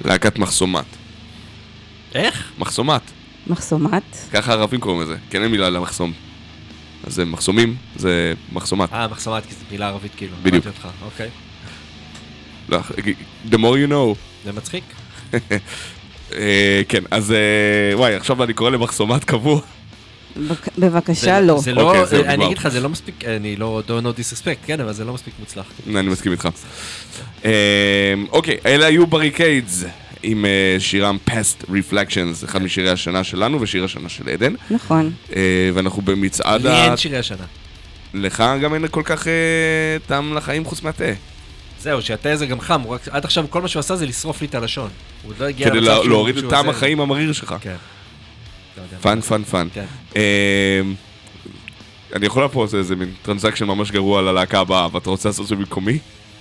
להקת מחסומת. איך? מחסומת. מחסומת. ככה הערבים קוראים לזה, כן אין מילה למחסום. אז זה מחסומים, זה מחסומת. אה, מחסומת, כי זו מילה ערבית כאילו. בדיוק. אותך. אוקיי. לא, the more you know. זה מצחיק. אה, כן, אז אה, וואי, עכשיו אני קורא למחסומת קבוע. בק- בבקשה, זה- לא. זה לא, אוקיי, זהו, אני נגמר. אגיד לך, זה לא מספיק, אני לא, don't know disrespect, כן, אבל זה לא מספיק מוצלח. אני מסכים איתך. אה, אוקיי, אלה היו בריקיידס עם אה, שירם Past Reflections, אחד משירי השנה שלנו ושיר השנה של עדן. נכון. אה, ואנחנו במצעד לי ה... אין שירי השנה. לך גם אין כל כך אה, טעם לחיים חוץ מהתה. זהו, שהתה זה גם חם, הוא רק, עד עכשיו כל מה שהוא עשה זה לשרוף לי את הלשון. הוא עוד לא הגיע כדי למצב לה- שהוא- להוריד את שהוא טעם עוזר. החיים המריר שלך. כן. לא יודע. פאן, פאן, פאן. כן. אה, אני יכול לעשות איזה מין טרנזקשן ממש גרוע ללהקה הבאה, ואתה רוצה לעשות את זה במקומי?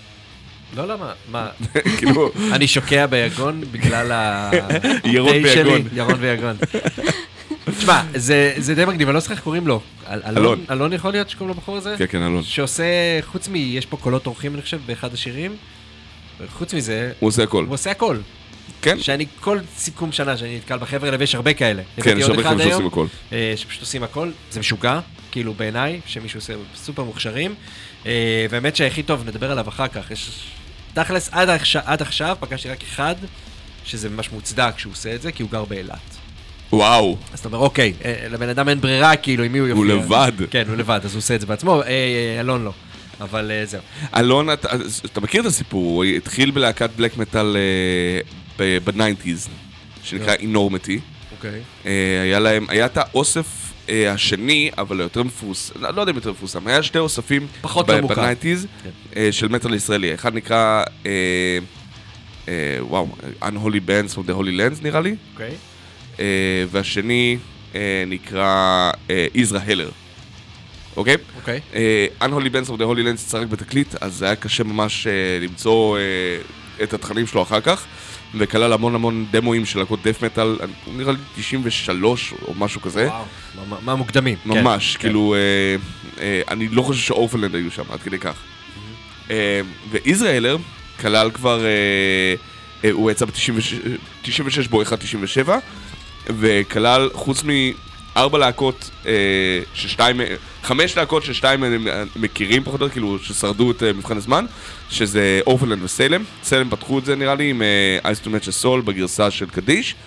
לא, למה? מה? כאילו, אני שוקע ביגון בגלל ה... ירון תה ויגון. שלי, ירון ויגון. תשמע, זה זה די מגניב, אני לא צריך איך קוראים לו. אל- אלון. אלון יכול להיות שקוראים לו בחור הזה? כן, כן, אלון. שעושה, חוץ מ... יש פה קולות אורחים, אני חושב, באחד השירים. חוץ מזה, הוא עושה הכל. הוא עושה הכל. כן, שאני, כל סיכום שנה שאני נתקל בחבר'ה האלה, ויש הרבה כאלה. כן, הבאתי יש עוד הרבה אחד חבר'ה שעושים היום, הכל. אה, שפשוט עושים הכל. זה משוגע, כאילו בעיניי, שמישהו עושה סופר מוכשרים. אה, והאמת שהכי טוב, נדבר עליו אחר כך. יש... תכלס, עד עכשיו, עד עכשיו פגשתי רק אחד, שזה ממש מוצדק שהוא עושה את זה, כי הוא גר באילת. וואו, אז אתה אומר, אוקיי, אה, לבן אדם אין ברירה, כאילו, עם מי הוא יופיע. הוא לבד. כן, הוא לבד, אז הוא עושה את זה בעצמו. אה, אה, אלון לא. אבל אה, זהו. אלון, אתה, אתה מכיר את הסיפור, הוא התחיל בלהקת בלק מטל ב-ניינטיז, שנקרא אינורמיטי. אוקיי. היה להם, היה את האוסף אה, השני, אבל היותר מפורסם, לא, לא יודע אם יותר מפורסם, היה שתי אוספים פחות לא מוכר. ב-ניינטיז כן. של מטל ישראלי. אחד נקרא, אה, אה, וואו, Unholy Bands from the Holy Lands נראה לי, אוקיי. אה, והשני אה, נקרא אה, Isra Heller. אוקיי? אוקיי. אה, Unholy Bands of the Holy Lands צרק בתקליט, אז זה היה קשה ממש אה, למצוא אה, את התכנים שלו אחר כך, וכלל המון המון דמואים של להקות דף מטל, נראה לי תשעים ושלוש או משהו כזה. וואו. מה- מה מוקדמים. ממש, כן, כאילו, אה, אה, אני לא חושב שאורפלנד היו שם, עד כדי כך. אה, ויזראלר כלל כבר, אה, אה, הוא יצא ב-תשעים ושש בואכה תשעים ושבע, וכלל, חוץ מארבע להקות, אה, ששתיים, חמש להקות ששתיים הם מכירים פחות או יותר, כאילו, ששרדו את אה, מבחן הזמן, שזה אורפלנד וסלם. סלם פתחו את זה נראה לי עם אה, Ice to Match a Soul בגרסה של קדיש,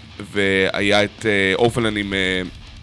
והיה את אה, אורפלנד עם... אה,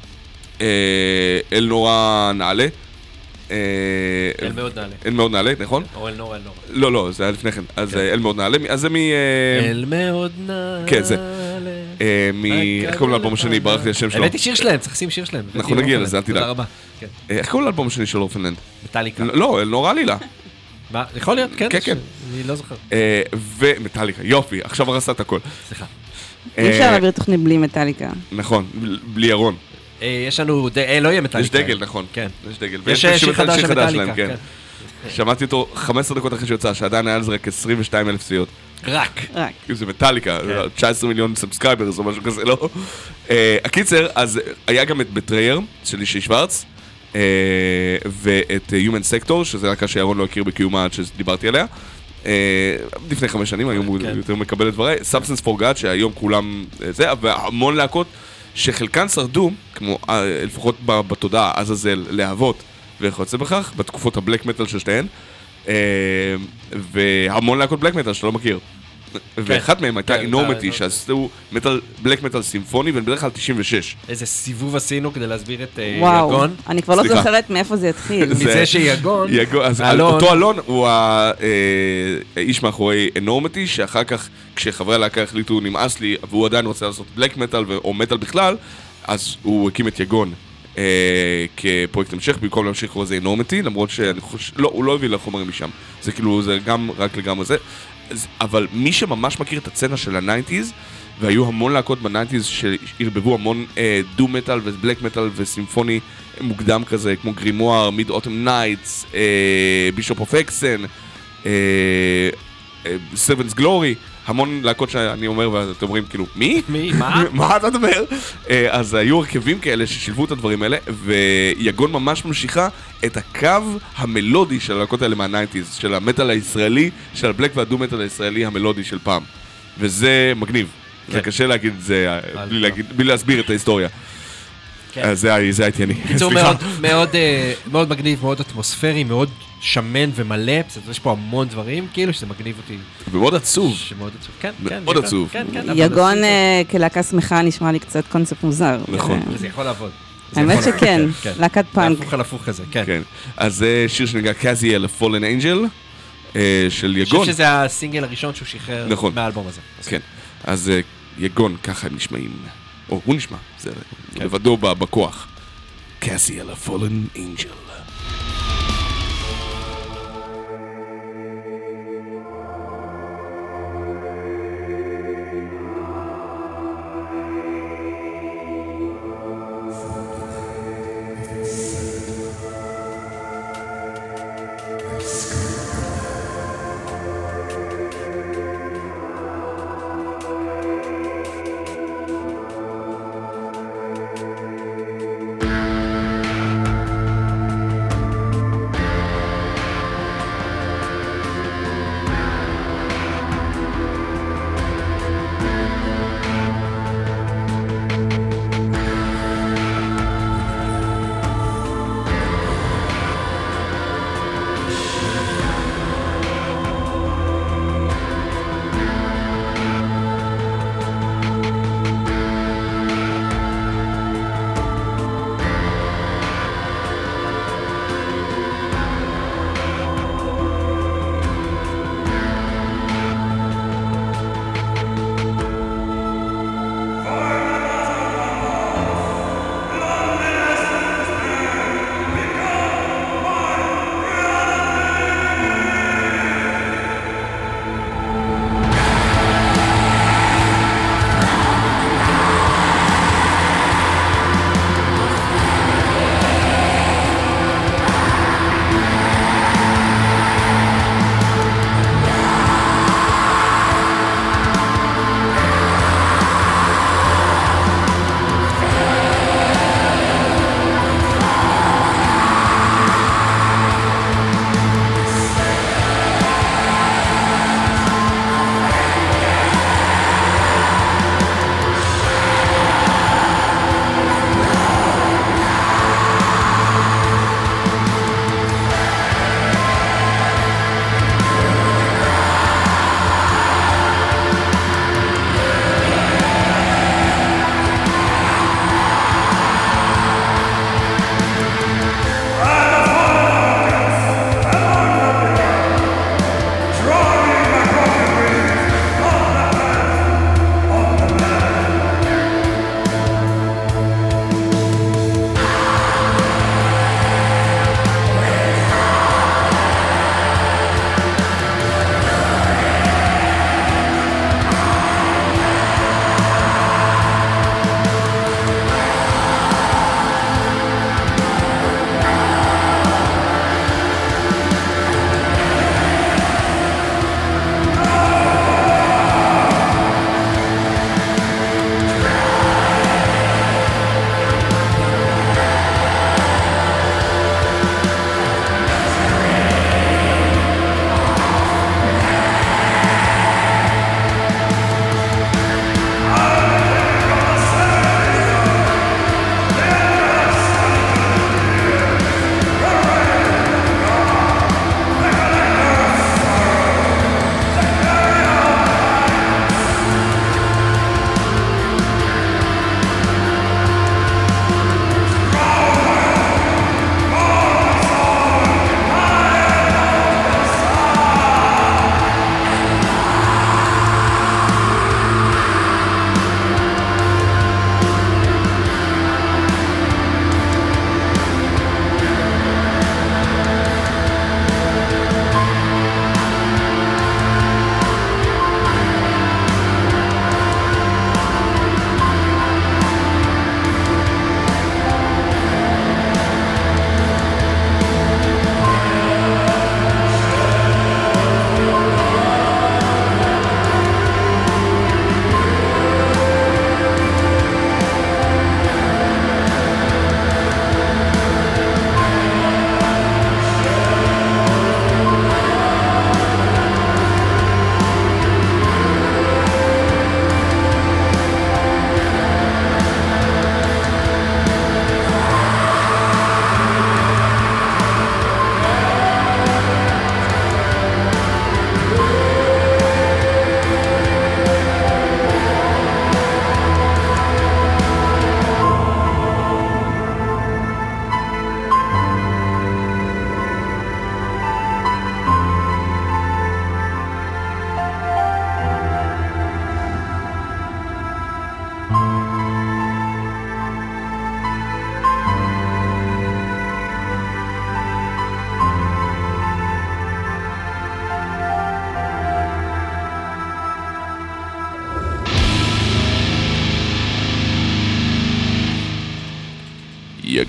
אה, אל נורא נעלה. אה, אל מאוד נעלה. אל מאוד נעלה, נכון? או אל נורא, אל נורא. לא, לא, זה היה לפני כן. אז כן. אה, אל מאוד נעלה. אז זה מ... אה, אל מאוד נעלה. כן, זה. אה, מ... איך קוראים לאלבום השני? ברחתי לשם שלו. הבאתי שיר שלהם, צריך לשים שיר שלהם. אנחנו נגיע לזה, אל תדאג. תודה רבה. כן. אה, איך קוראים לאלבום השני של אורפלנד? מטאליקה. לא, אל נורא עלילה. מה? יכול להיות, כן? כן, כן. אני לא זוכר. אה, ומטאליקה, יופי, עכשיו הרסת הכל. סליחה. אי אפשר אה, להעביר תוכנית בלי מטאליקה. נכון, ב- בלי ירון. אה, יש לנו, ד- אה, לא יהיה מטאליקה. יש דגל, נכון. כן. יש דגל. יש ויש שיר חדש של מטאליקה. שלהם, כן. שמעתי אותו חמש עשרה דקות אחרי שיוצא, שעדיין היה לזה רק עשרים ושתיים אלף צפיות. רק. רק. כאילו זה מטאליקה, תשע עשרה מיליון סאבסקרייברס או משהו כזה, לא? אה, הקיצר, אז היה גם את בטרייר של אישי שוורץ, אה, ואת Human Sector, שזה להקה שירון לא הכיר בקיומה עד שדיברתי עליה. אה, לפני חמש שנים, היום הוא כן. יותר מקבל את דבריי. Substance for God, שהיום כולם אה, זה, והמון להקות שחלקן שרדו, כמו אה, לפחות ב- בתודעה, עזאזל, להבות, וכיוצא בכך, בתקופות הבלק מטל של שתיהן, אה, והמון להקות בלק מטל שאתה לא מכיר. ואחת מהם הייתה כן, אינורמיטי, אה, שעשו מטל, בלק מטל סימפוני, ובדרך כלל תשעים ושש. איזה סיבוב עשינו כדי להסביר את אה, וואו, יגון. אני כבר לא סליחה. זוכרת מאיפה זה התחיל. זה- מזה שיגון, יגו- אז אלון. אותו אלון הוא ה- אה, האיש מאחורי אינורמיטי, שאחר כך, כשחברי הלהקה החליטו נמאס לי, והוא עדיין רוצה לעשות בלק מטל או מטל בכלל, אז הוא הקים את יגון אה, כפרויקט המשך, במקום להמשיך לקרוא לזה אינורמיטי, למרות שאני חושב, לא, הוא לא הביא לחומרים משם. זה כאילו, זה גם רק לגמרי זה. אז- אבל מי שממש מכיר את הצצנה של הניינטיז, והיו המון להקות בניינטיז שהרבבו המון דו מטל ובלק מטל וסימפוני מוקדם כזה, כמו גרימואר, מיד אוטם נייטס, בישופ אוף אקסן, סרבנס גלורי, המון להקות שאני אומר ואתם אומרים כאילו, מי? מי? מה? מה אתה מדבר? אה, אז היו הרכבים כאלה ששילבו את הדברים האלה, ויגון ממש ממשיכה את הקו המלודי של הלהקות האלה מהניינטיז, של המטל הישראלי, של הבלק והדו מטל הישראלי המלודי של פעם. וזה מגניב. זה קשה להגיד את זה בלי להגיד- בלי להסביר את ההיסטוריה. אז זה היה- זה הייתי אני. בקיצור, סליחה. מאוד, מאוד, אה, מאוד מגניב, מאוד אטמוספרי, מאוד שמן ומלא, בסדר, יש פה המון דברים, כאילו שזה מגניב אותי. ומאוד עצוב. שמאוד עצוב, כן, כן. מאוד יגון, עצוב. כן, כן, אבל יגון עשו אה, כלהקה שמחה נשמע לי קצת קונספט מוזר. נכון. את זה- זה. זה יכול לעבוד. זה האמת יכול שכן, לעבוד, כן. להקת פאנק. הפוך על הפוך כזה, כן. כן. אז זה שיר שנקרא קזיאל, פולן אנג'ל, של אני יגון. חושב שזה הסינגל הראשון שהוא שחרר נכון. מהאלבום הזה. כן. אז אה, יגון, ככה הם נשמעים. או, הוא נשמע. זה כן. לבדו ב- בכוח. קזיאל, פולן אנג'ל. I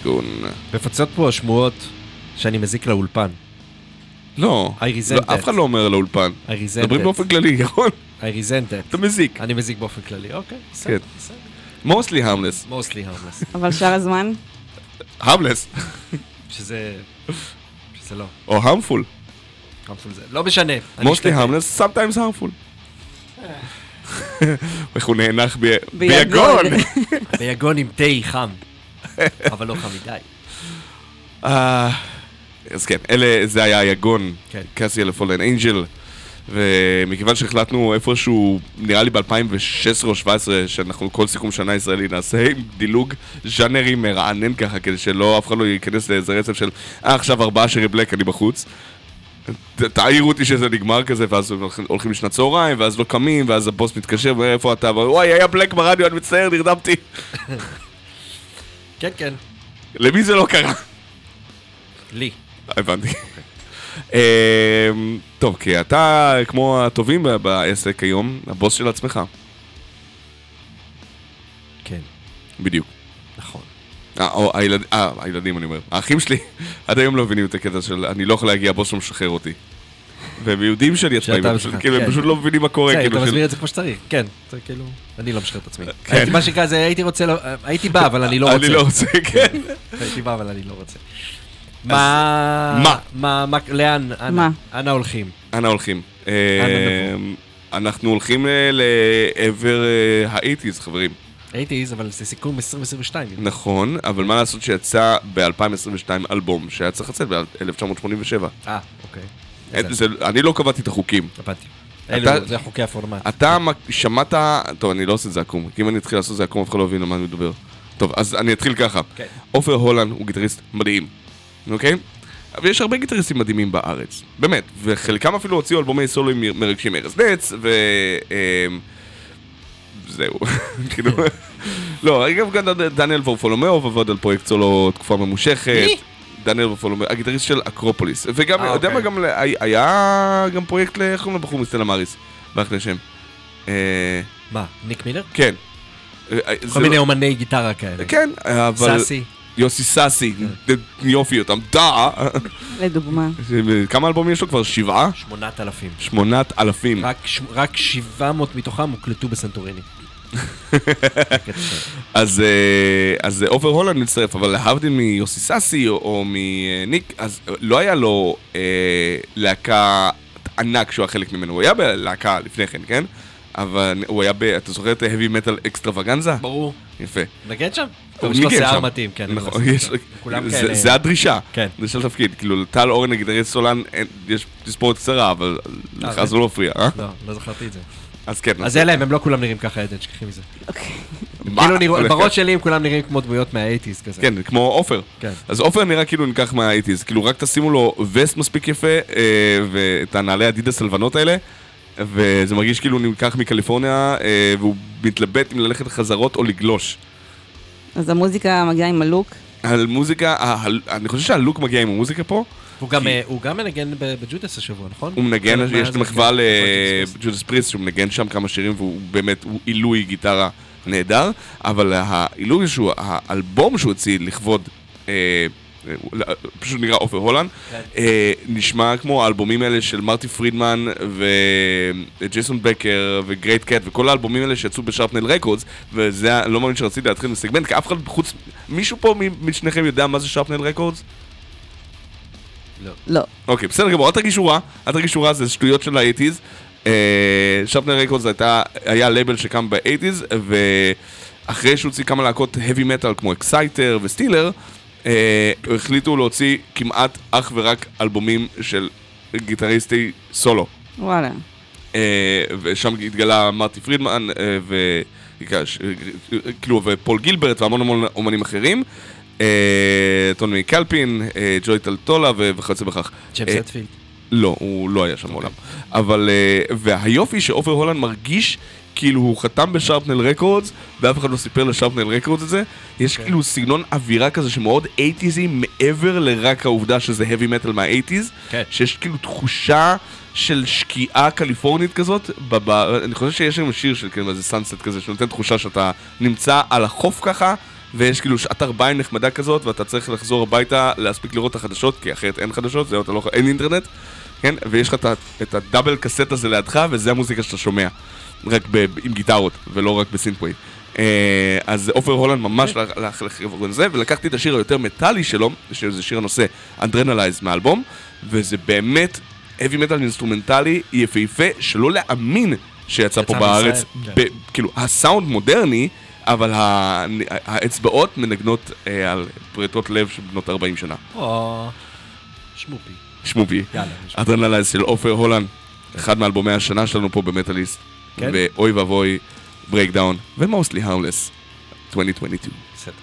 יגון. מפצות פה השמועות שאני מזיק לאולפן. לא, I resent לא, אף אחד it. לא אומר לאולפן. I resent מדברים it. באופן כללי, נכון? I resent it. אתה מזיק. אני מזיק באופן כללי, אוקיי. כן. mostly harmless. mostly harmless. אבל שאר הזמן? harmless. שזה... שזה לא. או harmful. harmful זה. לא משנה. אני mostly אשתדל. harmless, sometimes harmful. איך הוא נאנח ב- ביגון. ביגון. ביגון עם תה חם. אבל לא חם מדי. אה, אז כן, אלה, זה היה היגון, כן. קאסיה לפולן אנג'ל, ומכיוון שהחלטנו איפשהו, נראה לי ב-אלפיים ושש עשרה או שבע עשרה, שאנחנו כל סיכום שנה ישראלי נעשה עם דילוג ז'אנרי מרענן ככה, כדי שלא, אף אחד לא ייכנס לאיזה רצף של, אה, עכשיו ארבעה שירי בלק, אני בחוץ. ת- תעירו אותי שזה נגמר כזה, ואז הולכים- הולכים לשנת צהריים, ואז לא קמים, ואז הבוס מתקשר, ואומר, איפה אתה? וואי, היה בלק ברדיו, אני מצטער, נרדמתי. כן, כן. למי זה לא קרה? לי. הבנתי. אמ, טוב, כי אתה, כמו הטובים ב- בעסק היום, הבוס של עצמך. כן. בדיוק. נכון. אה, או הילד- אה, הילדים, אני אומר. האחים שלי עד היום לא מבינים את הקטע של אני לא יכול להגיע, הבוס לא משחרר אותי. והם יודעים שאני עצמאי, שאתה והם פשוט- משחרר, כאילו, הם כן. פשוט לא מבינים מה קורה. זה, כאילו, אתה של- מסביר את זה כמו שצריך. כן. זה כאילו... אני לא משחרר את עצמי. כן. הייתי- מה שנקרא, זה הייתי רוצה... לא- הייתי בא, אבל אני לא רוצה. אני לא רוצה, כן. הייתי בא, אבל אני לא רוצה. מה... מה? מה? מה? לאן? אנה? מה? אנה הולכים? אנה הולכים? אנה אמ, אנחנו הולכים אה, לעבר אה, ה-שמונים, חברים. הייתי, אבל זה סיכום עשרים עשרים ושתיים. נכון, אבל מה לעשות שיצא ב-אלפיים עשרים ושתיים אלבום שהיה צריך לצאת ב-אלף תשע מאות שמונים ושבע. אה, אוקיי. אין- זה- אני לא קבעתי את החוקים. הבנתי. אתה- אלו, זה חוקי הפורמט. אתה מ- שמעת... טוב, אני לא עושה את זה עקום, כי אם אני אתחיל לעשות את זה עקום, אף אחד לא יבין על מה אני מדבר. טוב, אז אני אתחיל ככה. כן. עופר הולנד הוא גיטריסט מדהים, אוקיי? אבל יש הרבה גיטריסטים מדהימים בארץ, באמת, וחלקם אפילו הוציאו אלבומי סולוים מ- מרגשים, ארז נץ, ו... אמ, זהו, כאילו... לא, גם גם דניאל וורפולומאו עבד על פרויקט סולו תקופה ממושכת. מי? דניאל וורפולומאו, הגיטריסט של אקרופוליס. וגם, אה, יודע מה, אוקיי. גם ל- היה גם פרויקט ל... איך קוראים לבחור מסטלה מאריס? באחלה שם. אה, מה, ניק מילר? כן. אה, אה, זה כל מיני לא- אומני גיטרה כאלה. כן, אבל... סאסי. יוסי סאסי, יופי אותם, דא! לדוגמה. כמה אלבומים יש לו כבר? שבעה? שמונת אלפים. שמונת אלפים. רק ש- רק שבע מאות מתוכם הוקלטו בסנטוריני. אז אה, אז עופר הולנד מצטרף, אבל להבדיל מיוסי סאסי או- או מניק, אז לא היה לו אה, להקה ענק שהוא היה חלק ממנו, הוא היה בלהקה לפני כן, כן? אבל הוא היה ב... אתה זוכר את heavy metal אקסטרווגנזה? ברור. יפה. נגד שם? הוא יש לו ניגן שיער שם. מתאים, כן. אני נכון, מסכים. יש- כולם זה- כאלה. זה הדרישה. כן. דרישה לתפקיד. כאילו, טל אורן הגיטריסט סולן, אין- יש תספורת קצרה, אבל לך אה, זה לא מפריע, אה? לא, לא זכרתי את זה. אז כן. אז אלה הם, הם לא כולם נראים ככה, עדן, שכחי מזה. אוקיי. מה? כאילו נראו- הולך בראש כאן? שלי הם כולם נראים כמו דמויות מה-שמונים כזה. כן, כמו עופר. כן. אז עופר נראה כאילו ניקח מה-שמונים, כאילו רק תשימו לו וסט מספיק יפה, אה, ואת הנעלי אדידס הלבנות האלה, וזה מרגיש כאילו הוא ניקח מקליפורניה, אה, והוא מתלבט אם ללכת חזרות או לגלוש. אז המוזיקה מגיעה עם הלוק. על מוזיקה, ה- ה- אני חושב שהלוק מגיע עם המוזיקה פה, הוא גם, כי- אה, הוא גם מנגן ב- בג'ודס השבוע, נכון? הוא מנגן, חלק יש מה- את זה המחווה כן, ג'ודס פריסט. לג'ודס פריסט, שהוא מנגן שם כמה שירים, והוא באמת, הוא עילוי גיטרה נהדר, אבל העילוי שהוא, האלבום שהוא הוציא לכבוד, אה, אה, פשוט נראה עופר הולנד, כן. אה, נשמע כמו האלבומים האלה של מרטי פרידמן וג'ייסון בקר וגרייט קאט וכל האלבומים האלה שיצאו בשרפנל רקורדס, וזה ה- לא מאמין שרציתי להתחיל מסגמנט, כי אף אחד חוץ, מישהו פה מ- משניכם יודע מה זה שרפנל רקורדס? לא. אוקיי, בסדר גמור, אל תרגישו רע, אל תרגישו רע, זה שטויות של ה-שמונים. שרפנל רקורדס היה לייבל שקם ב-שמונים, ואחרי שהוא הוציא כמה להקות heavy metal כמו אקסייטר וסטילר, אה, החליטו להוציא כמעט אך ורק אלבומים של גיטריסטי סולו. וואלה. אה, ושם התגלה מרטי פרידמן, אה, ו... כאילו, ופול גילברט והמון המון אומנים אחרים. אה, טוני קלפין, אה, ג'וי טלטולה ו- וכיוצא בכך. ג'יימס אה, הטפילד. לא, הוא לא היה שם מעולם. אבל, אה, והיופי שעופר הולנד מרגיש כאילו הוא חתם בשרפנל רקורדס, ואף אחד לא סיפר לשרפנל רקורדס את זה. יש כאילו סגנון אווירה כזה שמאוד אייטיזי, מעבר לרק העובדה שזה heavy metal מה-אייטיז, כן. שיש כאילו תחושה של שקיעה קליפורנית כזאת. ב- ב- אני חושב שיש שם שיר של כאילו איזה סאנסט כזה, שנותן תחושה שאתה נמצא על החוף ככה, ויש כאילו שעת ארבעים נחמדה כזאת, ואתה צריך לחזור הביתה, להספיק לראות את החדשות, כי אחרת אין חדשות, זהו, אתה לא, אין אינטרנט, כן? ויש לך את הדאבל קסט הזה לידך, וזה המוזיקה שאתה שומע, רק ב, עם גיטרות, ולא רק בסינתווייב. אז עופר הולנד ממש הלך לכיוון הזה, ולקחתי את השיר היותר מטאלי שלו, שזה שיר הנושא אנדרנלייז מהאלבום, וזה באמת heavy metal אינסטרומנטלי יפהפה, שלא להאמין שיצא פה בארץ, כאילו הסאונד מודרני, אבל האצבעות מנגנות על פריטות לב של בנות ארבעים שנה. או, שמופי. שמופי. אנדרנלייז של עופר הולנד, אחד מאלבומי השנה שלנו פה במטאליסט, ואוי ואבוי, Breakdown, ו-Mostly Harmless, עשרים עשרים ושתיים. בסדר.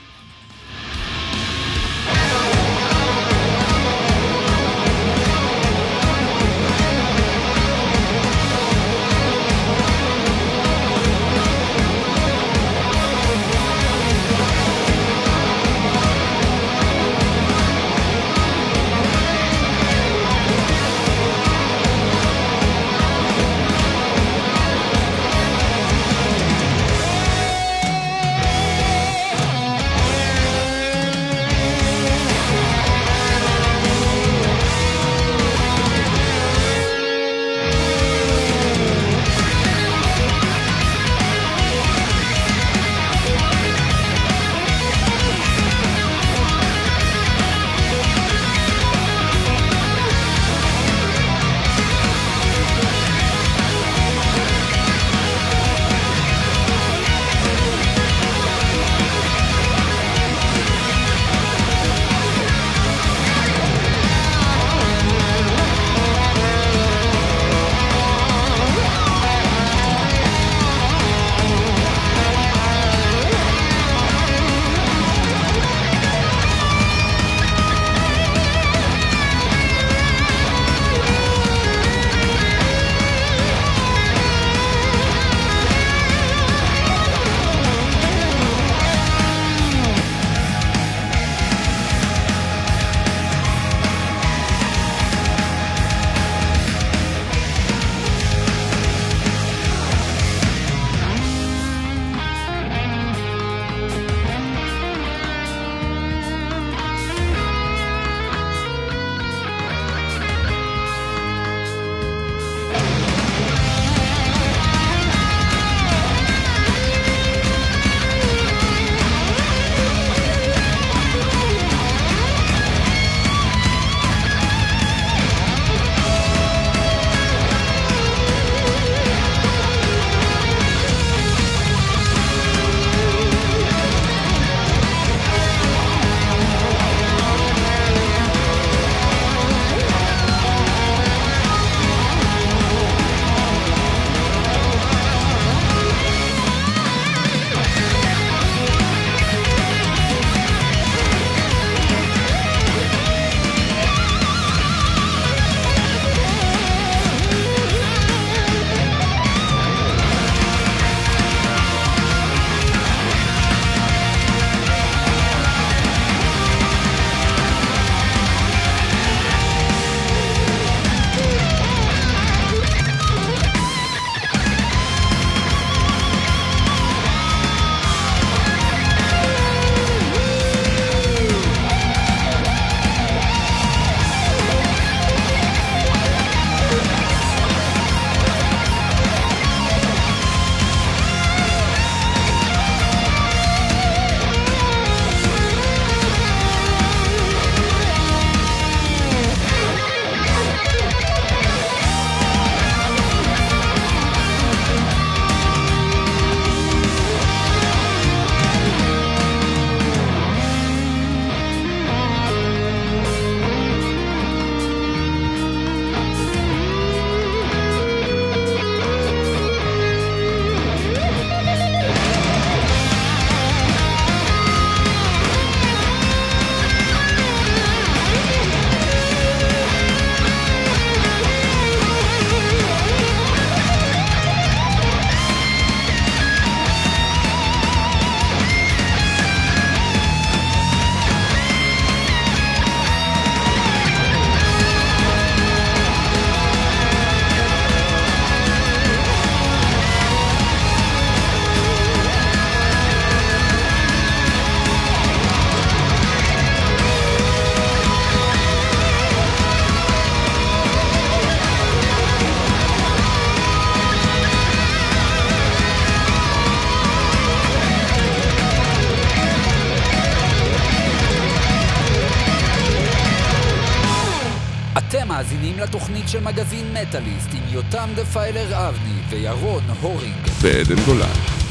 לתוכנית של מגזין מטאליסט עם יותם דפיילר אבני וירון הורינג בעדן גולן.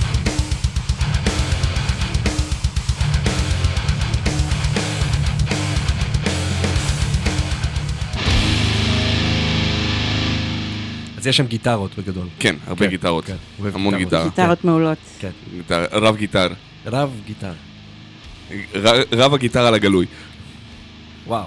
אז יש שם גיטרות בגדול. כן, הרבה כן, גיטרות. כן, המון גיטרות. גיטרה. גיטרות מעולות. כן. גיטר, רב גיטר. רב גיטר. ר, רב הגיטר על הגלוי. וואו.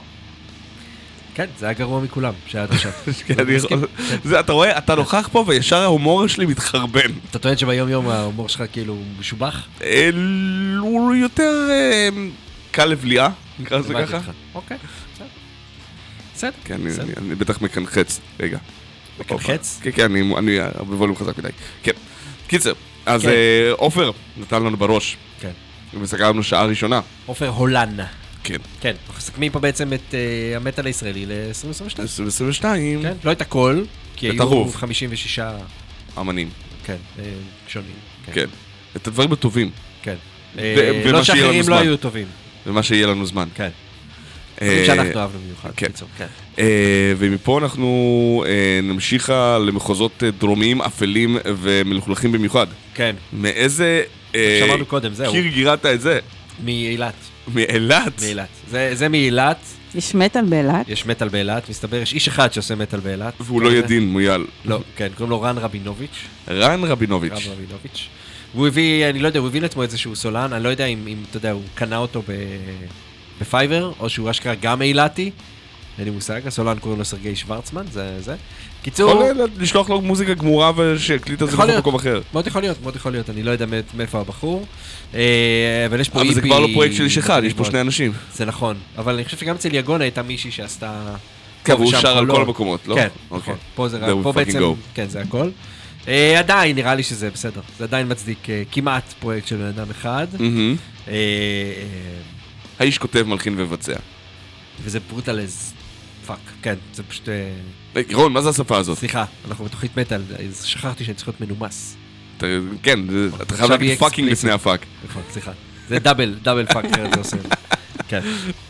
כן, זה היה גרוע מכולם שהיה עד עכשיו. כן, אני יכול- זה, אתה רואה, אתה נוכח פה וישר ההומור שלי מתחרבן. אתה טוען שביום יום ההומור שלך כאילו משובח? אה, הוא יותר אה, קל לבליעה, נקרא לזה הבנתי ככה. אותך. אוקיי, בסדר. בסדר. כן, אני- בסדר. אני אני בטח מקנחץ. רגע. מקנחץ? כן, כן, אני- אני בווליום חזק מדי. כן. קיצר, אז כן. אה, עופר נתן לנו בראש, כן. וסגרנו שעה ראשונה. עופר הולן. כן. כן, אנחנו מסכמים פה בעצם את אה, המטאל הישראלי ל-עשרים עשרים ושתיים. עשרים עשרים ושתיים, כן, לא את הכל, כי את היו הרוב. חמישים ושש, אמנים. כן, אה, שונים. כן. את הדברים הטובים, כן. ו- אה, ומה לא שיהיה לנו שאחרים לא זמן. היו טובים. ומה שיהיה לנו זמן. כן. אה, דברים שאנחנו אהבנו במיוחד. כן. בקיצור, כן. אה, ומפה אנחנו אה, נמשיכה למחוזות אה, דרומיים, אפלים ומלוכלכים במיוחד. כן, מאיזה אה, שמענו קודם, זהו. קיר גירת את זה? מאילת. מאילת? מאילת. זה זה מאילת, יש מטאל באילת. יש מטאל באילת, מסתבר, יש איש אחד שעושה מטאל באילת. והוא לא כזה. ידין, מויאל. לא, כן, קוראים לו רן רבינוביץ'. רן רבינוביץ'. רן רבינוביץ'. והוא הביא, אני לא יודע, הוא הביא לעצמו איזשהו סולן, אני לא יודע אם, אם אתה יודע, הוא קנה אותו ב... בפייבר, או שהוא אשכרה גם אילתי. אין לי מושג, הסולן קוראים לו סרגי שוורצמן, זה זה. קיצור, יכול לשלוח לו מוזיקה גמורה ושהקליט את זה יכול בכל להיות. מקום אחר. מאוד יכול להיות, מאוד יכול להיות, אני לא יודע מאיפה- מאיפה הבחור. אה, אבל יש פה אבל זה איפי... כבר לא פרויקט של איש אחד, יש פה מאוד. שני אנשים. זה נכון, אבל אני חושב שגם אצל יגונה הייתה מישהי שעשתה... כן, פה והוא ושם שר על חולות. כל המקומות, לא? כן, אוקיי. נכון. פה זה There רק, we פה fucking בעצם... go. כן, זה הכל. אה, עדיין, נראה לי שזה בסדר. זה עדיין מצדיק אה, כמעט פרויקט של בן אדם אחד. מהמם. אה, אה, האיש כותב, מלחין ומבצע. וזה ברוטל אז פאק. כן, זה פשוט... אה, היי, רון, מה זה השפה הזאת? סליחה, אנחנו בתוכנית מטאל, אז שכחתי שאני צריך להיות מנומס. אתה- כן, זה- אתה חייב עכשיו להגיד יהיה פאקינג explicit. לפני הפאק. נכון, סליחה. זה דאבל, דאבל פאק, אחרת זה עושה... כן.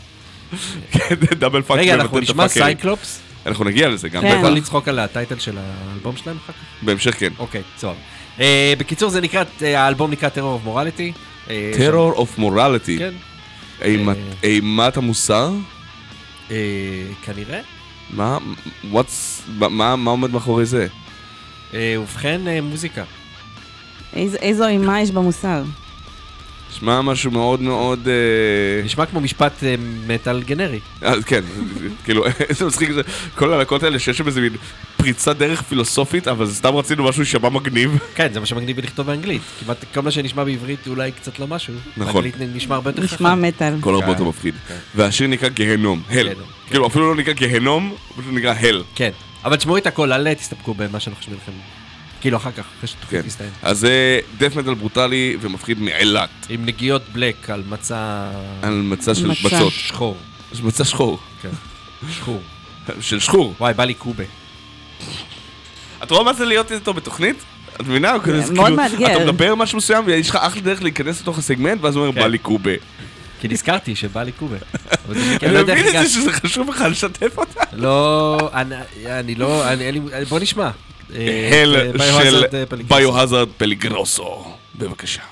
כן, דאבל פאק. רגע, מבטל אנחנו את נשמע הפאקרים. סייקלופס? אנחנו נגיע לזה גם כן. אתה יכול בטח. לצחוק על הטייטל של האלבום שלהם אחר כך? בהמשך כן. אוקיי, סבבה. אה, בקיצור, זה נקרא, אה, האלבום נקרא Terror of Morality. אה, Terror of Morality. שם- כן. אימת- אה. אימת המוסר? אה, כנראה. מה? what's- מה מה עומד מאחורי זה? אה, ובכן, אה, מוזיקה. איזו- איזו אימה יש במוסר. נשמע משהו מאוד מאוד... אה, נשמע כמו משפט אה, מטאל גנרי. אז כן, כאילו, איזה מצחיק זה, כל הלהקות האלה שיש שם איזה מין פריצת דרך פילוסופית, אבל זה סתם רצינו משהו שישמע מגניב. כן, זה מה שמגניב לכתוב באנגלית. כמעט כל מה שנשמע בעברית אולי קצת לא משהו. נכון. באנגלית נשמע הרבה יותר נשמע חכם. מטאל. כל הרבה כן, יותר מפחיד. כן. והשיר נקרא גהנום, הל. גהנום, כן. כאילו, אפילו לא נקרא גהנום, פשוט נקרא הל. כן, אבל תשמעו את הכל, אל תסתפקו במה שאנחנו חושבים לכם. כאילו אחר כך, אחרי שתוכנית כן. תסתיים. אז זה דף מטל ברוטלי ומפחיד מאילת. עם נגיעות בלק על מצע על מצע של מצע. מצות. שחור. יש מצע שחור. כן, שחור. של שחור. וואי, בא לי קובה. את רואה מה זה להיות איתו בתוכנית? את מבינה? מאוד כאילו, מאתגר. אתה מדבר משהו מסוים ויש לך אחלה דרך להיכנס לתוך הסגמנט ואז הוא אומר כן. בא לי קובה. כי נזכרתי שבא לי קובה. אבל זה כי אני לא יודע מבין איך את זה הגעתי. שזה חשוב לך לשתף אותה. לא, אני- אני לא, אני- אין לי- בוא נשמע. אה, הל את, אה, של Biohazard, אה, פליגרוסו. ביו-הזארד פליגרוסו. בבקשה.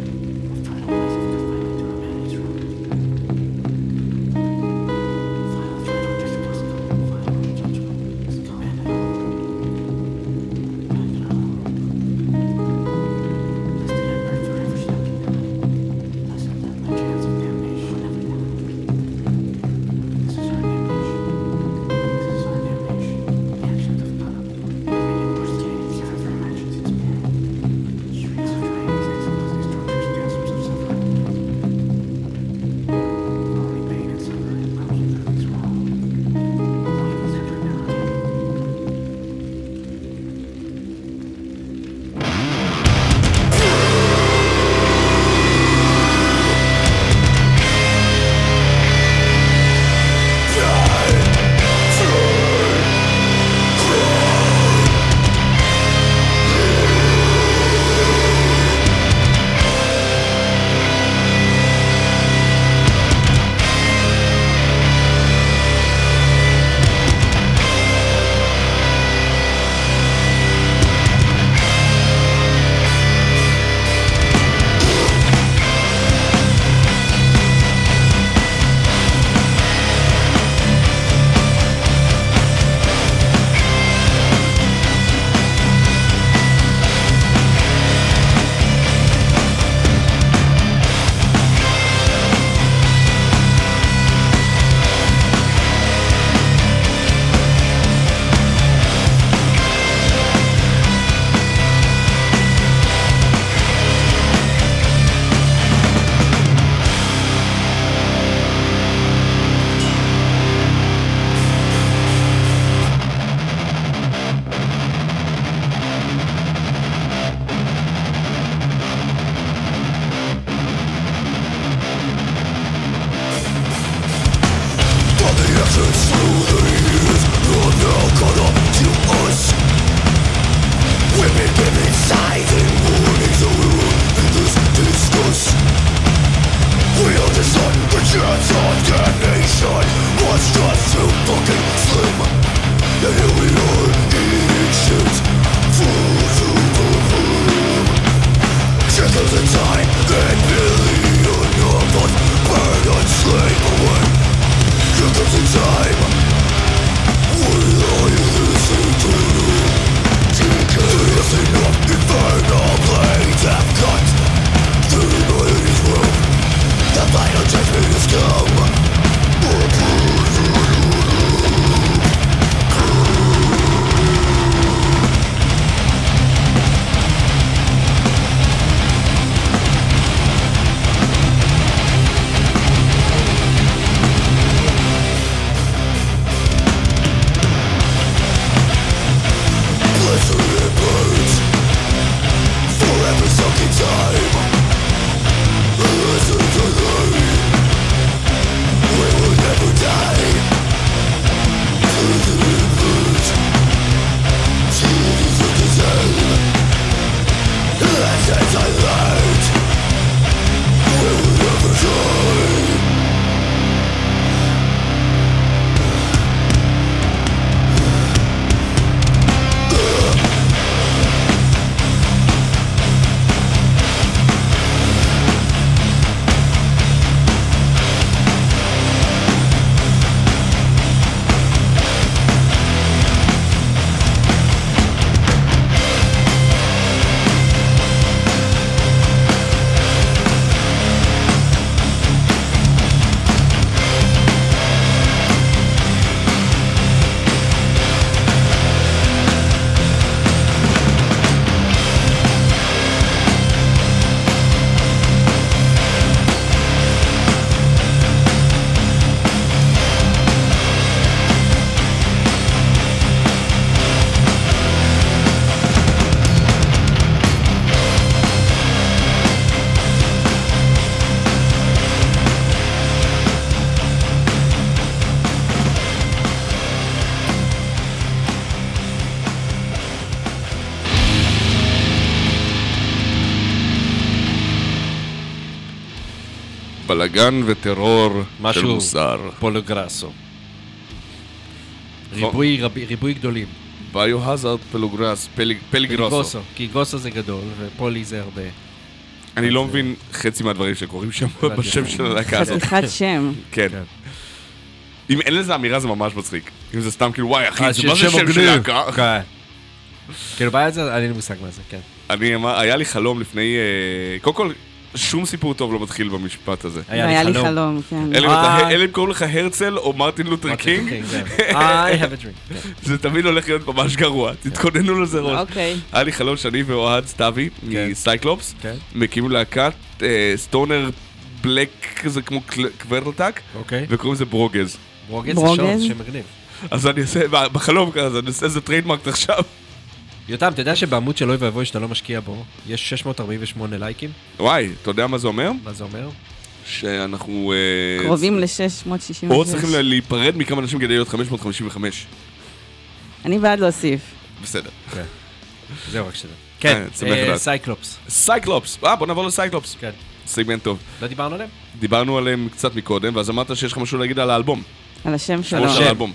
Final בלגן וטרור של משהו מוסר. פולוגרסו. ריבוי, רבי, ריבוי גדולים. ביו-הזארד פלוגרס, פליג, פליגרוסו. פליגרוסו, כי גוסו זה גדול, ופולי זה הרבה. אני לא מבין חצי מהדברים שקוראים שם בשם של הלהקה הזאת. חתיכת שם. כן. כן. אם אין לזה אמירה זה ממש מצחיק. אם זה סתם כאילו, וואי אחי, אה, זה של מה זה שם שם של מגניב. להקה? כן. כאילו, בעיה את זה, אין לי מושג מה זה, כן. אני, אמר- היה לי חלום לפני... אה, קודם כל, שום סיפור טוב לא מתחיל במשפט הזה. היה לי חלום, כן. אלה אה. אלה הם קוראים לך הרצל או מרטין לותר קינג, I have a dream. כן. זה תמיד הולך להיות ממש גרוע, תתכוננו לזה ראש. אוקיי. היה לי חלום שאני ואוהד סטאבי כן. מסייקלופס, כן. מקימים להקת אה, סטונר בלק כזה כמו קוורטלטק, אוקיי. וקוראים לזה ברוגז. ברוגז זה ברוגז? שוב, שם מגניב. אז אני אעשה, בחלום כזה, אני אעשה איזה טריידמרק עכשיו. יותם, אתה יודע שבעמוד של אוי ואבוי שאתה לא משקיע בו, יש שש מאות ארבעים ושמונה לייקים? וואי, אתה יודע מה זה אומר? מה זה אומר? שאנחנו... אה, קרובים ל-שש מאות שישים ושש. או צריכים לה- להיפרד מכמה אנשים כדי להיות חמש מאות חמישים וחמש. אני בעד להוסיף. בסדר. כן. זהו רק שתדע. כן, שמח אה, לדעת. סייקלופס. סייקלופס, אה בוא נעבור לסייקלופס. כן. סגמנט טוב. לא דיברנו עליהם? דיברנו עליהם קצת מקודם, ואז אמרת שיש לך משהו להגיד על האלבום. על השם שלו. על השם. האלבום.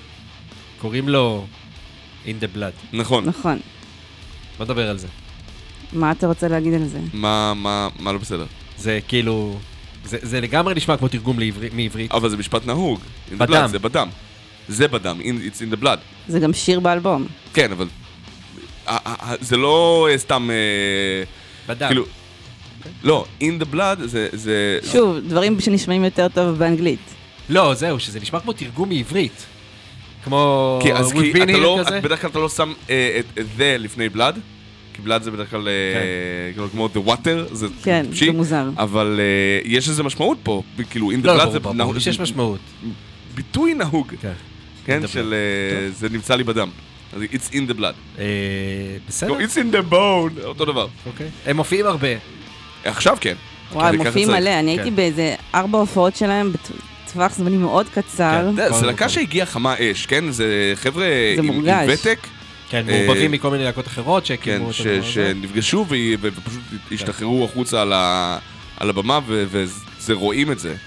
קוראים לו In the Blood. נכון. נכון. בוא נדבר על זה. מה אתה רוצה להגיד על זה? מה, מה, מה לא בסדר? זה כאילו... זה, זה לגמרי נשמע כמו תרגום לעברי, מעברית. אבל זה משפט נהוג. In the בדם. blood, זה בדם. זה בדם, in- it's in the blood. זה גם שיר באלבום. כן, אבל... אה, אה, אה, זה לא אה, סתם... אה, בדם. כאילו... לא, in the blood זה... זה... שוב, דברים שנשמעים יותר טוב באנגלית. לא, זהו, שזה נשמע כמו תרגום מעברית. כמו... כי, אז We've כי been אתה here לא, כזה. בדרך כלל אתה לא שם אה, את את זה לפני בלאד, כי בלאד זה בדרך כלל אה, כאילו כמו the water, זה כן, פשי, זה מוזר. אבל אה, יש איזה משמעות פה, כאילו in the לא, blood לא, זה ברור, נהוג- ברור שיש משמעות. ביטוי נהוג, כן. כן, In the של אה, זה נמצא לי בדם, אז it's in the blood, אה, בסדר. לא, it's in the bone, אותו דבר, אוקיי. הם מופיעים הרבה. עכשיו כן, וואי, כי הם ככה מופיעים צריך. מלא. אני כן. הייתי באיזה ארבע הופעות שלהם בטווח זמנים מאוד קצר. אתה יודע, זה כל להקה מקום. שהגיעה חמה אש, כן, זה חבר'ה זה עם עם מורגש. ותק, כן, אה, מעורבבים מכל מיני להקות אחרות כן, שהקימו ש- אותו דבר הזה. שנפגשו ו- ופשוט השתחררו החוצה על ה- על הבמה ו- וזה רואים את זה. כן.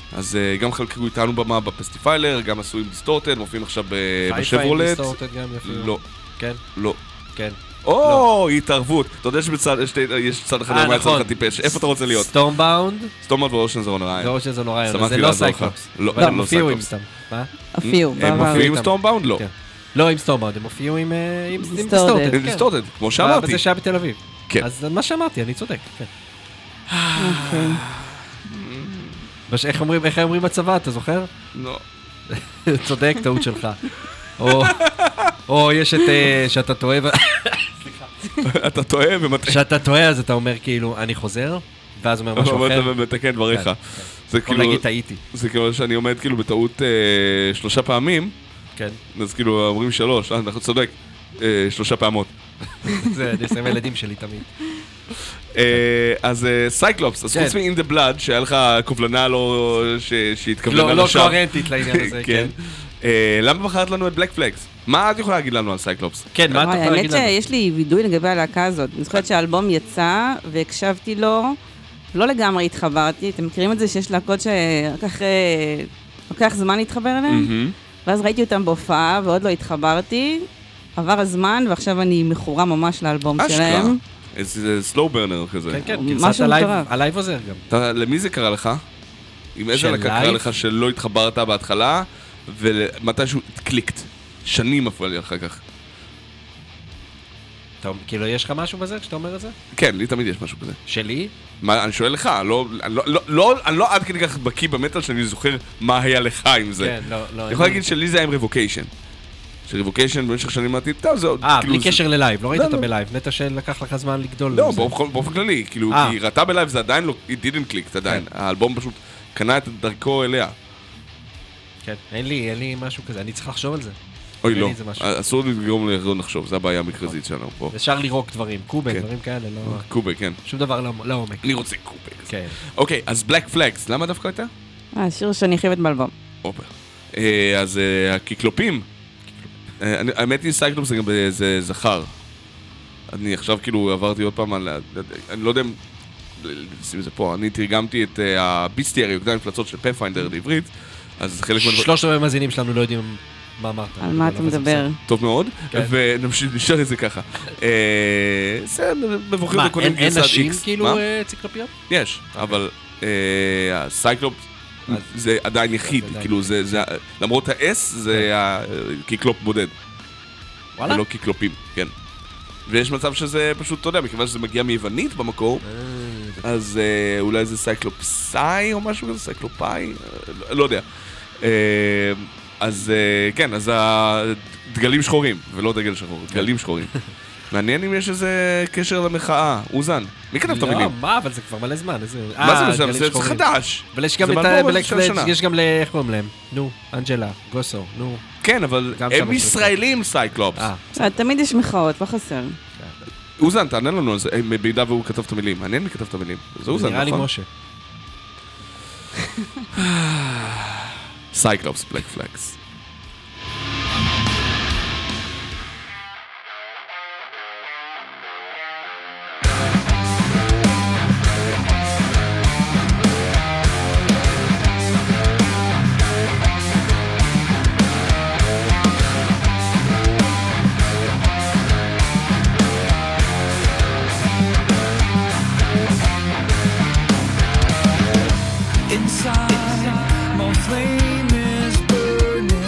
אז uh, גם חלקו איתנו במה בפסטיפיילר, גם עשו עם דיסטורטד, מופיעים עכשיו בשברולט. דיסטורטד גם יפה. לא. כן? לא. כן. או, התערבות. אתה יודע שיש צד אחד אה, ומה נכון. צד אחד טיפש. איפה אתה רוצה להיות? סטורמבאונד? סטורמבאונד ואושנס און זה אושנס און אוריון, שמחתי זה לא לעזור לך. סייקלופס. לא, אבל לא הם הופיעו עם סייקלופס. סתם. מה? הופיעו, הם בעבר. מופיעים עם איתם. סטורמבאונד? לא. כן. לא עם סטורמבאונד, הם הופיעו עם אה, עם Distorted. דיסטורטד. עם כן. דיסטורטד, כמו שאמרתי. וזה שהיה בתל אביב. כן. אז מה שאמרתי, אני צודק. כן. אוקיי. בש- איך אומרים, איך אומרים בצבא, אתה זוכר? לא. צודק, טעות שלך. או, או יש את, אה, שאתה טועה, ו- אתה טועה ומתקן. שאתה טועה, אז אתה אומר כאילו, אני חוזר, ואז אומר משהו אחר. מתקן דבריך. כן, זה יכול כאילו, להגיד, טעיתי. זה כאילו שאני עומד כאילו בטעות אה, שלושה פעמים, כן. אז כאילו אומרים שלוש, אה, אנחנו צודק, אה, שלושה פעמות. זה, אני עושה עם הילדים שלי תמיד. אה, אז אה, סייקלופס, אז כן. חוץ מ-In the Blood, שהיה לך קובלנה לא... ש- שהתכווננה לא, לא לשווא. קוהרנטית לעניין הזה, כן. אה, למה בחרת לנו את בלק פלגס? מה את יכולה להגיד לנו על סייקלופס? כן, מה אתה וואי, יכול להגיד האמת לנו? שיש לי וידוי לגבי הלהקה הזאת. אני זוכרת שהאלבום יצא והקשבתי לו, לא לגמרי התחברתי. אתם מכירים את זה שיש להקות שרק אחרי... לוקח זמן להתחבר אליהם? מהמם. ואז ראיתי אותם בהופעה ועוד לא התחברתי. עבר הזמן ועכשיו אני מכורה ממש לאלבום אשכרה. שלהם. איזה סלואו ברנר כזה. כן, כן, משהו גרסת הלייב- מטורף. הלייב עוזר גם. אתה, למי זה קרה לך? עם איזה של להקה קרה לייב? לך שלא התחברת בהתחלה, ומתישהו קליקט. שנים אפילו לי אחר כך. אתה, כאילו, יש לך משהו בזה כשאתה אומר את זה? כן, לי תמיד יש משהו כזה. שלי? מה, אני שואל לך, לא, אני לא, לא, לא, אני לא עד כדי כך בקיא במטל שאני זוכר מה היה לך עם זה. כן, לא, לא. אני יכול להגיד שלי זה היה עם ריבוקיישן. שריבוקיישן במשך שנים אמרתי, טוב, זהו, אה, כאילו בלי זה- קשר ללייב, לא ראית לא, אותה לא. בלייב, נטע שלקח לך זמן לגדול. לא, עם זה. באופן באופן כללי, כאילו, אה. כי ראתה בלייב זה עדיין לא, it didn't click עדיין. האלבום פשוט קנה את דרכו אליה. כן, אין לי, אין לי משהו כזה, אני צריך לחשוב על זה. אוי, אין לא, לי איזה משהו. אסור לגרום לא נחשוב, זה הבעיה המרכזית שלנו פה. אפשר לירוק דברים, קובה, כן. דברים כאלה, לא... קובה, כן. שום דבר לא- לעומק. אני רוצה קובה. כן. אוקיי, אז בלק פלגס, למה דווקא הייתה? אה, שיר שאני חייבת באלבום. אופה. אה, אז אה, הקיקלופים, אה, אני- האמת היא סייקלופס זה גם זה זכר. אני עכשיו כאילו עברתי עוד פעם על... אני לא יודע אם... נשים את זה פה, אני תרגמתי את אה, הביסטיארי, יוקדם המפלצות של פאת'פיינדר לעברית, אז חלק מהדברים... שלושת המאזינים שלנו לא יודעים מה אמרת. על מה אתה אבל זה מדבר? בסדר. טוב מאוד, כן. ונשאר את זה ככה. אה, זה מבוכים מה, וקונים אין אין גרסת נשים X. כאילו מה? אה, ציקלופיות? יש, אבל אה, הסייקלופס אז- זה עדיין יחיד, עדיין כאילו זה, זה, למרות ה-S זה הקיקלופ בודד, וואלה? ולא קיקלופים, כן. ויש מצב שזה פשוט, אתה יודע, מכיוון שזה מגיע מיוונית במקור, אז אה, אולי זה סייקלופסאי או משהו כזה, סייקלופאי, אה, לא יודע. אה, אז אה, כן, אז הדגלים שחורים, ולא דגל שחור, דגלים שחורים. מעניין אם יש איזה קשר למחאה. אוזן, מי כתב את המילים? לא, מה, אבל זה כבר מלא זמן, איזה... מה אה, זה זה? דגלים זה שחורים. חדש. אבל יש גם זה את באלבום בלק של פלאג', השנה. יש גם ל... איך קוראים להם? נו, אנג'לה, גוסו, נו. כן, אבל גם שם הם יש ישראלים סייקלופס. אה, אה, תמיד יש מחאות, לא חסר. אוזן, תענה לנו על זה, אה, במידה והוא כתב את המילים. מעניין מי כתב את המילים. זה אוזן, נראה לי נכון? משה. סייקלופס, בלק פלגס. Inside, my flame is burning.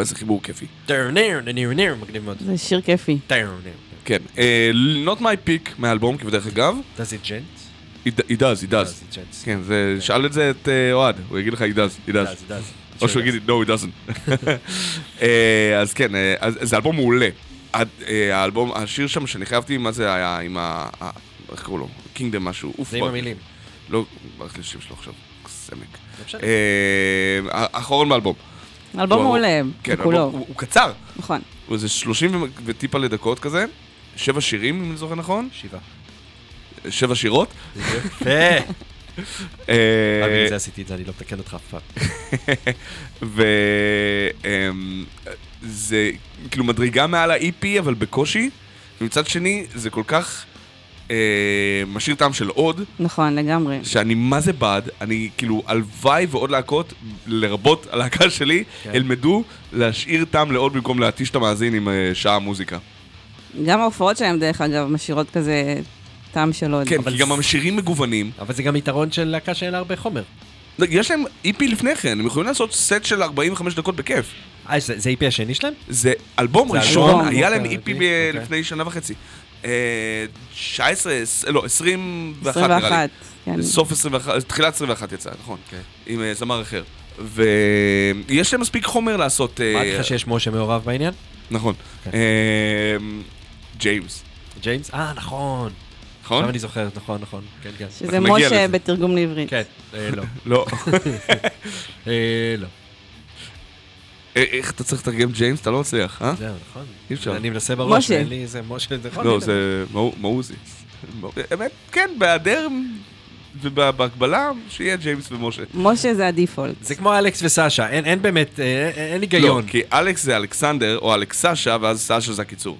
וואו, איזה חיבור כיפי. טרנר, ניר, ניר, מגניב מאוד. זה שיר כיפי. טרנר. כן. אה, Not my pick מהאלבום, כבדרך אגב. does it gent? He does, he does. does it gent? כן, זה, שאל את זה את אה, אוהד, הוא יגיד לך he does, he does. does, does. או שהוא יגיד, no, he doesn't. אה, אז כן, אה, אז, זה אלבום מעולה. הד- אה, האלבום, השיר שם שאני חייבתי, מה זה היה עם ה... ה- איך קראו לו? קינגדם משהו. אוף, זה עם ברק. המילים. לא, ברח לי השם שלו עכשיו. סמק. לא משנה. אה, האחרון באלבום. אלבום הוא- מעולה, כן, כולו. אלבום- הוא הוא קצר. נכון. הוא איזה שלושים ו- וטיפה לדקות כזה. שבע שירים, אם אני זוכר נכון. שבעה. שבע שירות. יפה. אה, בגלל זה עשיתי את זה, אני לא מתקן אותך אף פעם. וזה כאילו מדרגה מעל ה-אי פי, אבל בקושי. ומצד שני, זה כל כך אה, משאיר טעם של עוד, נכון, לגמרי. שאני מה זה בעד, אני כאילו, הלוואי ועוד להקות, לרבות הלהקה שלי, כן. ילמדו להשאיר טעם לעוד במקום להתיש את המאזין עם אה, שעה מוזיקה. גם ההופעות שלהם, דרך אגב, משאירות כזה טעם של עוד. כן, אבל כי גם זה- השירים מגוונים. אבל זה גם יתרון של להקה שאין לה הרבה חומר. לא, יש להם אי פי לפני כן, הם יכולים לעשות סט של ארבעים וחמש דקות בכיף. אה, זה זה אי פי השני שלהם? זה אלבום זה ראשון, אלבום, היה להם אוקיי, אי פי אוקיי. לפני שנה וחצי. אה, תשע עשרה, לא, עשרים ואחת עשרים נראה לי. ואחת, כן. סוף עשרים ואחת, תחילת עשרים ואחת יצא, נכון. אוקיי. עם אה, זמר אחר. ויש להם מספיק חומר לעשות... אה, אמרתי לך שיש משה מעורב בעניין? נכון. כן. אה, ג'יימס, ג'יימס? אה, נכון. נכון? עכשיו אני זוכר, נכון, נכון. כן, כן. שזה אנחנו נגיע משה לזה. בתרגום לעברית. כן, אה, לא. לא. אה, לא. אה, איך אתה צריך לתרגם ג'יימס? אתה לא מצליח, אה? זהו, נכון. אי אפשר. אני מנסה בראש, משה. ואין לי איזה משה, נכון? לא, הנה. זה מו- מוזיס. באמת, כן, בהיעדר ובהקבלה, שיהיה ג'יימס ומשה. משה זה הדיפולט. זה כמו אלכס וסשה, אין אין באמת, אה, אין אין היגיון. לא, כי אלכס זה אלכסנדר, או אלכסשה, ואז סשה זה הקיצור.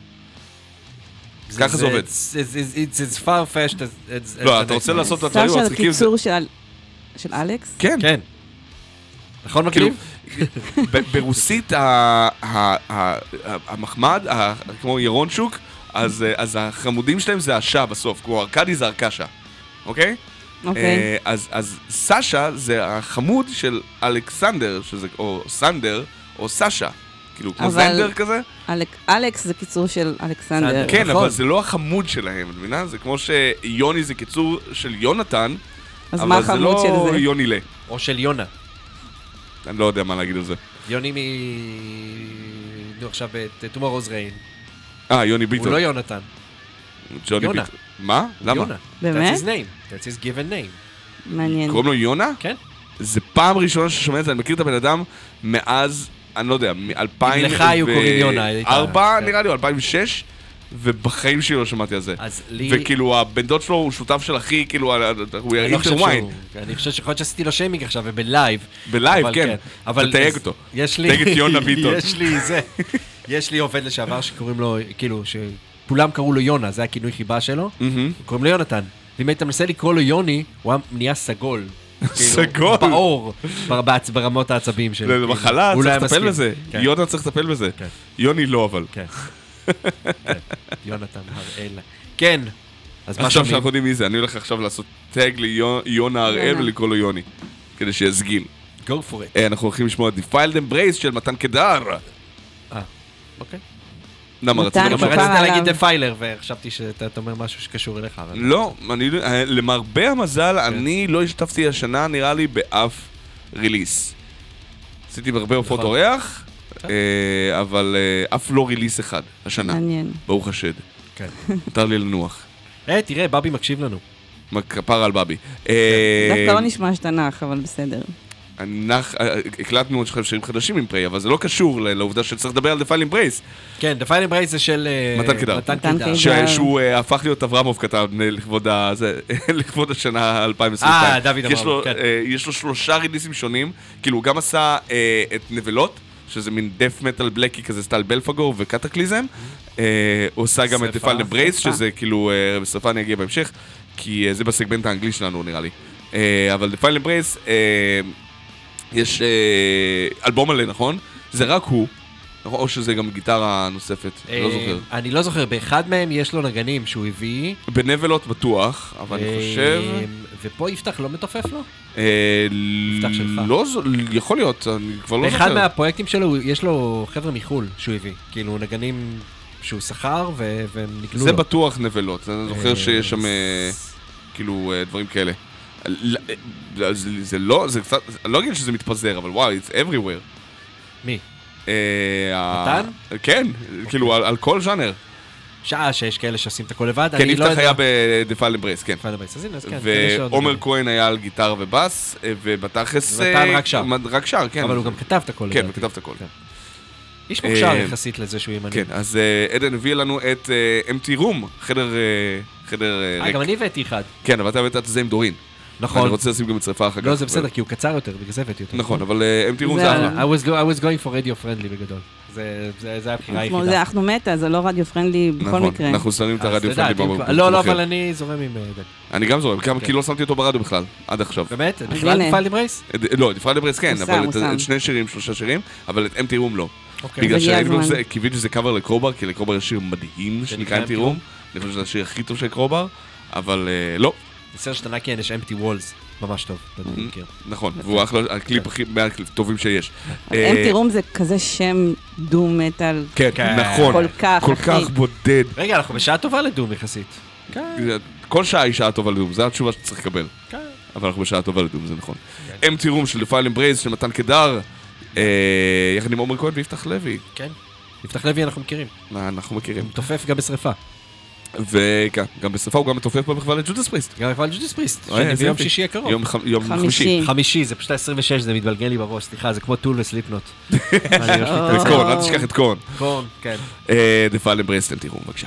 ככה זה עובד. It's it's- it's as far fetched as... as- לא, as אתה the רוצה next לעשות את one. הדברים סשה זה המצחיקים. זה- קיצור של של אלכס? כן, כן. נכון כאילו, מגניב? ב- ברוסית ה- ה- ה- המחמד, ה- כמו ירונצ'וק, אז אה, אז החמודים שלהם זה השע בסוף, כמו ארקדי זה ארקשה, אוקיי? אוקיי. אה, אז אז סשה זה החמוד של אלכסנדר, שזה או סנדר, או סשה. כאילו, כמו אבל- זנדר כזה? אלק- אלכס זה קיצור של אלכסנדר. סנדר. כן, נכון. אבל זה לא החמוד שלהם, את מבינה? זה כמו שיוני זה קיצור של יונתן, אז מה אבל זה החמוד לא של זה? יוני לה. או של יונה. אני לא יודע מה להגיד על זה. יוני מ... נו, עכשיו את Tomorrow's Rain. אה, יוני הוא ביטון. לא יונתן. ג'וני יונה. ביטון. מה? למה? יונה. באמת? That's his name. That's his given name. מעניין. קוראים לו יונה? כן. זה פעם ראשונה ששומע את זה, אני מכיר את הבן אדם מאז, אני לא יודע, מ-אלפיים אם לך היו קוראים יונה, היית- ארבע כן. נראה לי, או אלפיים ושש, ובחיים שלי לא שמעתי על זה. אז לי... וכאילו, הבן דוד שלו הוא שותף של אחי, כאילו, הוא אני לא חושב יאיר וויין. שהוא... אני חושב שיכול להיות שעשיתי לו שיימינג עכשיו, ובלייב. בלייב, אבל כן. אבל תתייג אז אותו. יש לי... תתייג את יונה ביטון. יש לי זה. יש לי עובד לשעבר שקוראים לו, כאילו, שכולם קראו לו יונה, זה הכינוי חיבה שלו. מהמם. קוראים לו יונתן. ואם היית מנסה לקרוא לו יוני, הוא היה נהיה סגול. כאילו, סגול? בעור, בר- בעצ- ברמות העצבים שלו. זה כאילו. מחלה, הוא לא היה צריך לטפל מסכים. בזה. כן, יונה צריך לטפל בזה. כן. יוני לא, אבל. כן. כן. יונתן הראל. כן. אז מה עכשיו שומעים? שאנחנו יודעים מי זה, אני הולך עכשיו לעשות טאג ליונה הראל יונה. ולקרוא לו יוני. כדי שיסגין. Go for it. אה, אנחנו הולכים לשמוע Defiled Embrace של מתן קדר. אה, אוקיי. למה, מתן, רצית אבל לומר? כפרה רצית להגיד עליו. דפיילר, וחשבתי שאתה אתה אומר משהו שקשור אליך. אבל- לא, אני, אה, למרבה המזל, כן. אני לא השתתפתי השנה, נראה לי, באף ריליס. עשיתי בהרבה הופעות נכון. אורח, כן. אה, אבל אה, אף לא ריליס אחד השנה. מעניין. ברוך השד. כן. מותר לי לנוח. אה, תראה, בבי מקשיב לנו. מה, כפרה על בבי. אה, דווקא לא נשמע שאתה נח, אבל בסדר. אני נח, אה, הקלטנו עוד שירים חדשים עם פריי, אבל זה לא קשור ל- לעובדה שצריך לדבר על Defiled Embrace. כן, דפיילר ברייס זה של... אה, מתן קדר. מתן מתן קדר. קדר. ש- שהוא אה, הפך להיות אברמוב כתב אה, לכבוד ה- זה, לכבוד השנה אלפיים עשרים ושתיים. אה, דוד כי יש לו, אברמוב, כן. אה, יש לו שלושה ריליסים שונים, כאילו הוא גם עשה אה, את נבלות, שזה מין דף מטל בלקי כזה סטייל בלפגור וקטקליזם. אה, הוא עשה גם את שריפה. Defiled Embrace, שריפה. שזה כאילו, אה, בשרפה אני אגיע בהמשך, כי אה, זה בסגמנט האנגלי שלנו נראה לי. אה, אבל Defiled Embrace, אה, יש אה, אלבום מלא, נכון? זה רק הוא, או שזה גם גיטרה נוספת, לא זוכר. אני לא זוכר, באחד מהם יש לו נגנים שהוא הביא. בנבלות בטוח, אבל אני חושב... ופה יפתח לא מתופף לו? יפתח שלך. לא, יכול להיות, אני כבר לא זוכר. באחד מהפרויקטים שלו יש לו חבר'ה מחול שהוא הביא, כאילו נגנים שהוא שכר והם נקנו לו. זה בטוח נבלות, אני זוכר שיש שם כאילו דברים כאלה. זה לא, זה קצת, אני לא אגיד שזה מתפזר, אבל וואו, it's everywhere. מי? מתן? כן, כאילו על כל ז'אנר. שעה שיש כאלה שעושים את הכל לבד, כן, יפתח היה ב-Defile Embrace, כן. ועומר כהן היה על גיטר ובאס, ובתכלס... ומתן רק שר. רק שר, כן. אבל הוא גם כתב את הכל. כן, הוא כתב את הכל. איש מוכשר יחסית לזה שהוא ימני. כן, אז עדן הביא לנו את Empty Room, חדר ריק. אה, גם אני הבאתי אחד. כן, אבל אתה הבאת את זה עם דורין. נכון. אני רוצה לשים גם את שריפה אחר כך. לא, זה בסדר, כי הוא קצר יותר, בגלל זה הבאתי אותו. נכון, אבל Empty Room זה אחלה. I was going for radio friendly בגדול. זה הבחירה היחידה. זה אנחנו מתה, זה לא רדיו פרנדלי בכל מקרה. נכון, אנחנו שמים את הרדיו פרנדלי במקום אחר. לא, לא, אבל אני זורם עם... אני גם זורם, כי לא שמתי אותו ברדיו בכלל, עד עכשיו. באמת? בכלל Defile Embrace? לא, Defile Embrace כן, אבל את שני שירים, שלושה שירים, אבל את Empty Room לא. בגלל שהייתי קיוויתי שזה קאבר לקרובר, כי לקרובר יש שיר מדהים שנקרא Empty Room. אני חושב שזה השיר הכי טוב של קרובר, אבל לא. בסדר שתנה כן, יש Empty Walls. ממש טוב, אתה מכיר. נכון, והוא אחלה, הקליפ הכי טובים שיש. Empty Room זה כזה שם דום מטל. כן, נכון. כל כך, כל כך בודד. רגע, אנחנו בשעה טובה לדום יחסית. כל שעה היא שעה טובה לדום, זו התשובה שצריך לקבל. אבל אנחנו בשעה טובה לדום, זה נכון. Empty Room של Defile Embrace, של מתן קדר, יחד עם עומר כהן ויפתח לוי. כן, יפתח לוי אנחנו מכירים. אנחנו מכירים. הוא תופף גם בשריפה. וכן, גם בשפה הוא גם מתופף במחווה לג'ודס פריסט. גם במחווה לג'ודס פריסט, שאני ביום שישי הקרוב. יום חמישי. חמישי, זה פשוט ה-עשרים ושש, זה מתבלגן לי בראש, סליחה, זה כמו טול וסליפנוט. קורן, אל תשכח את קורן. קורן, כן. Defile Embrace, תראו, בבקשה.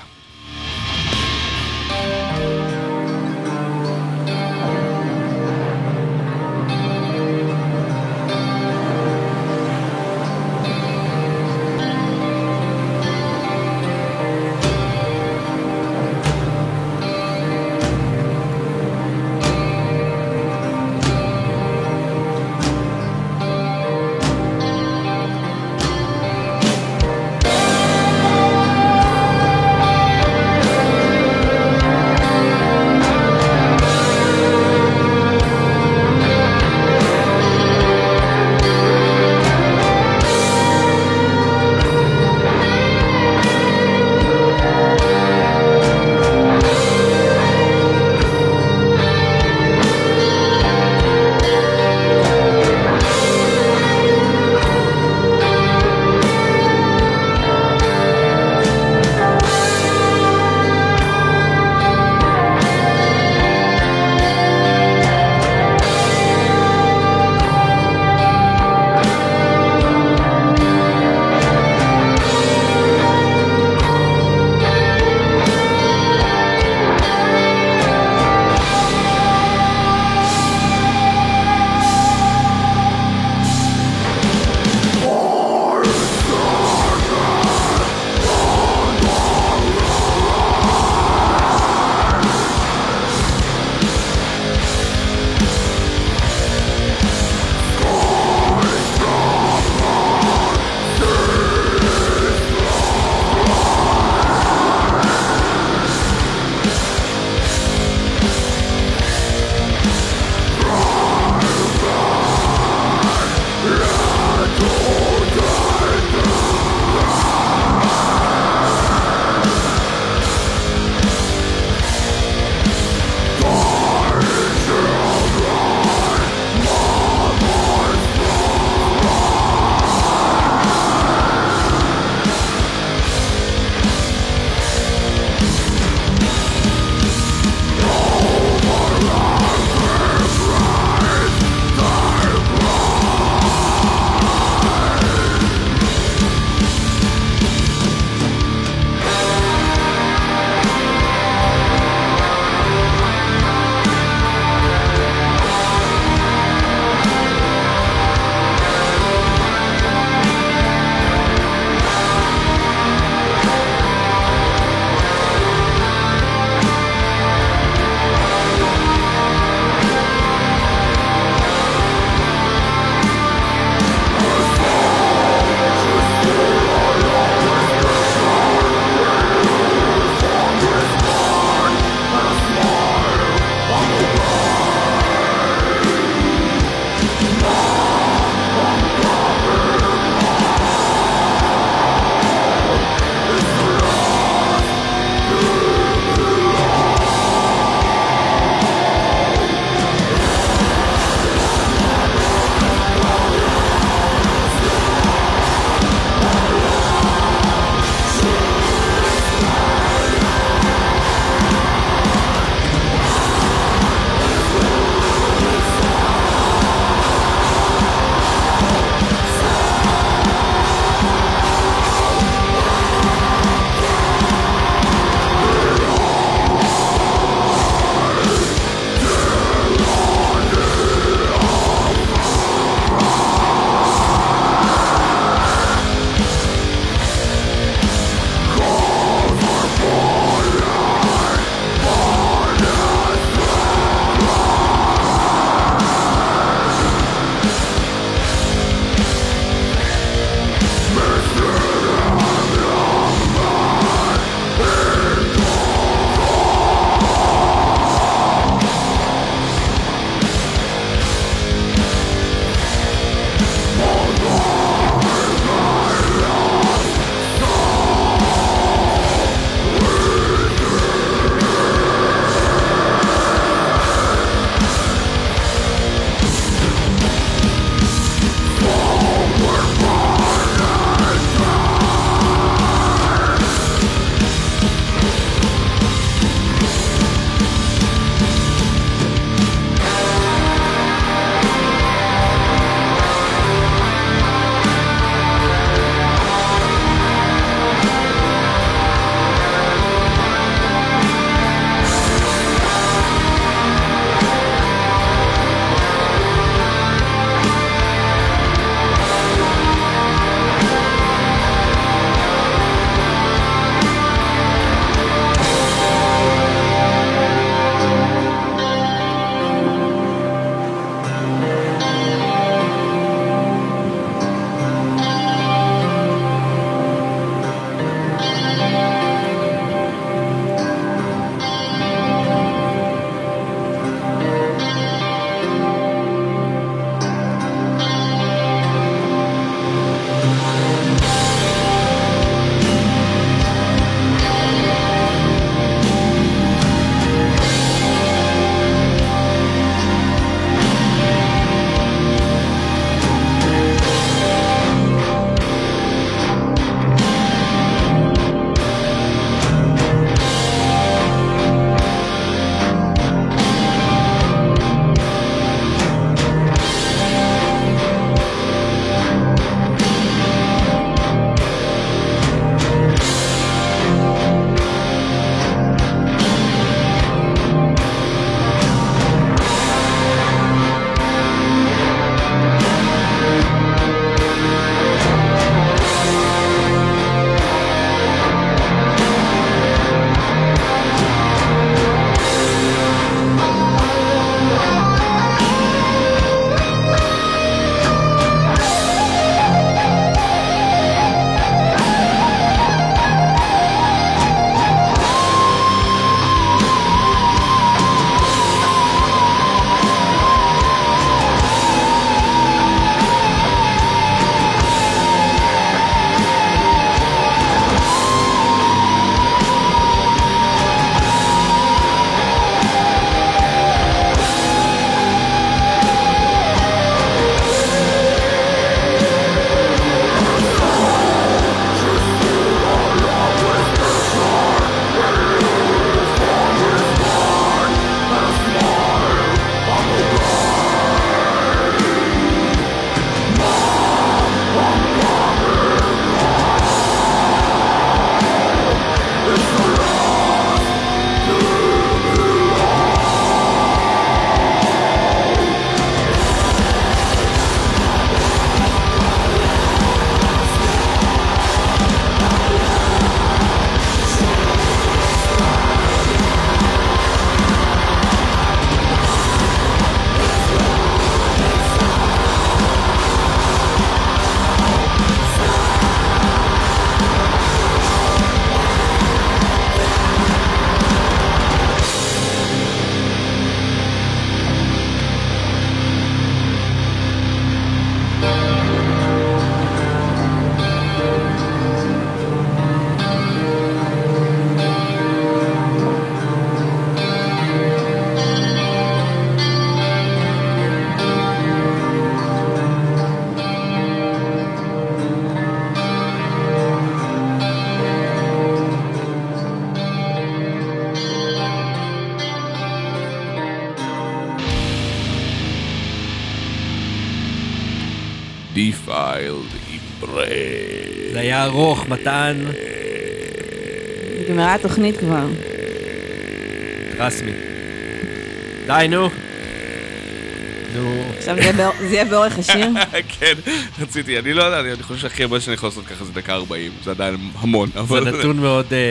Defiled Embrace. זה היה ארוך, מתן. נגמרה התוכנית כבר. רסמי. די, נו. נו. עכשיו זה יהיה באור- זה יהיה באורך השיר? כן, רציתי, אני לא יודע, אני חושב שהכי הרבה שאני יכול לעשות ככה זה דקה ארבעים, זה עדיין המון, זה אבל... נתון מאוד... אה,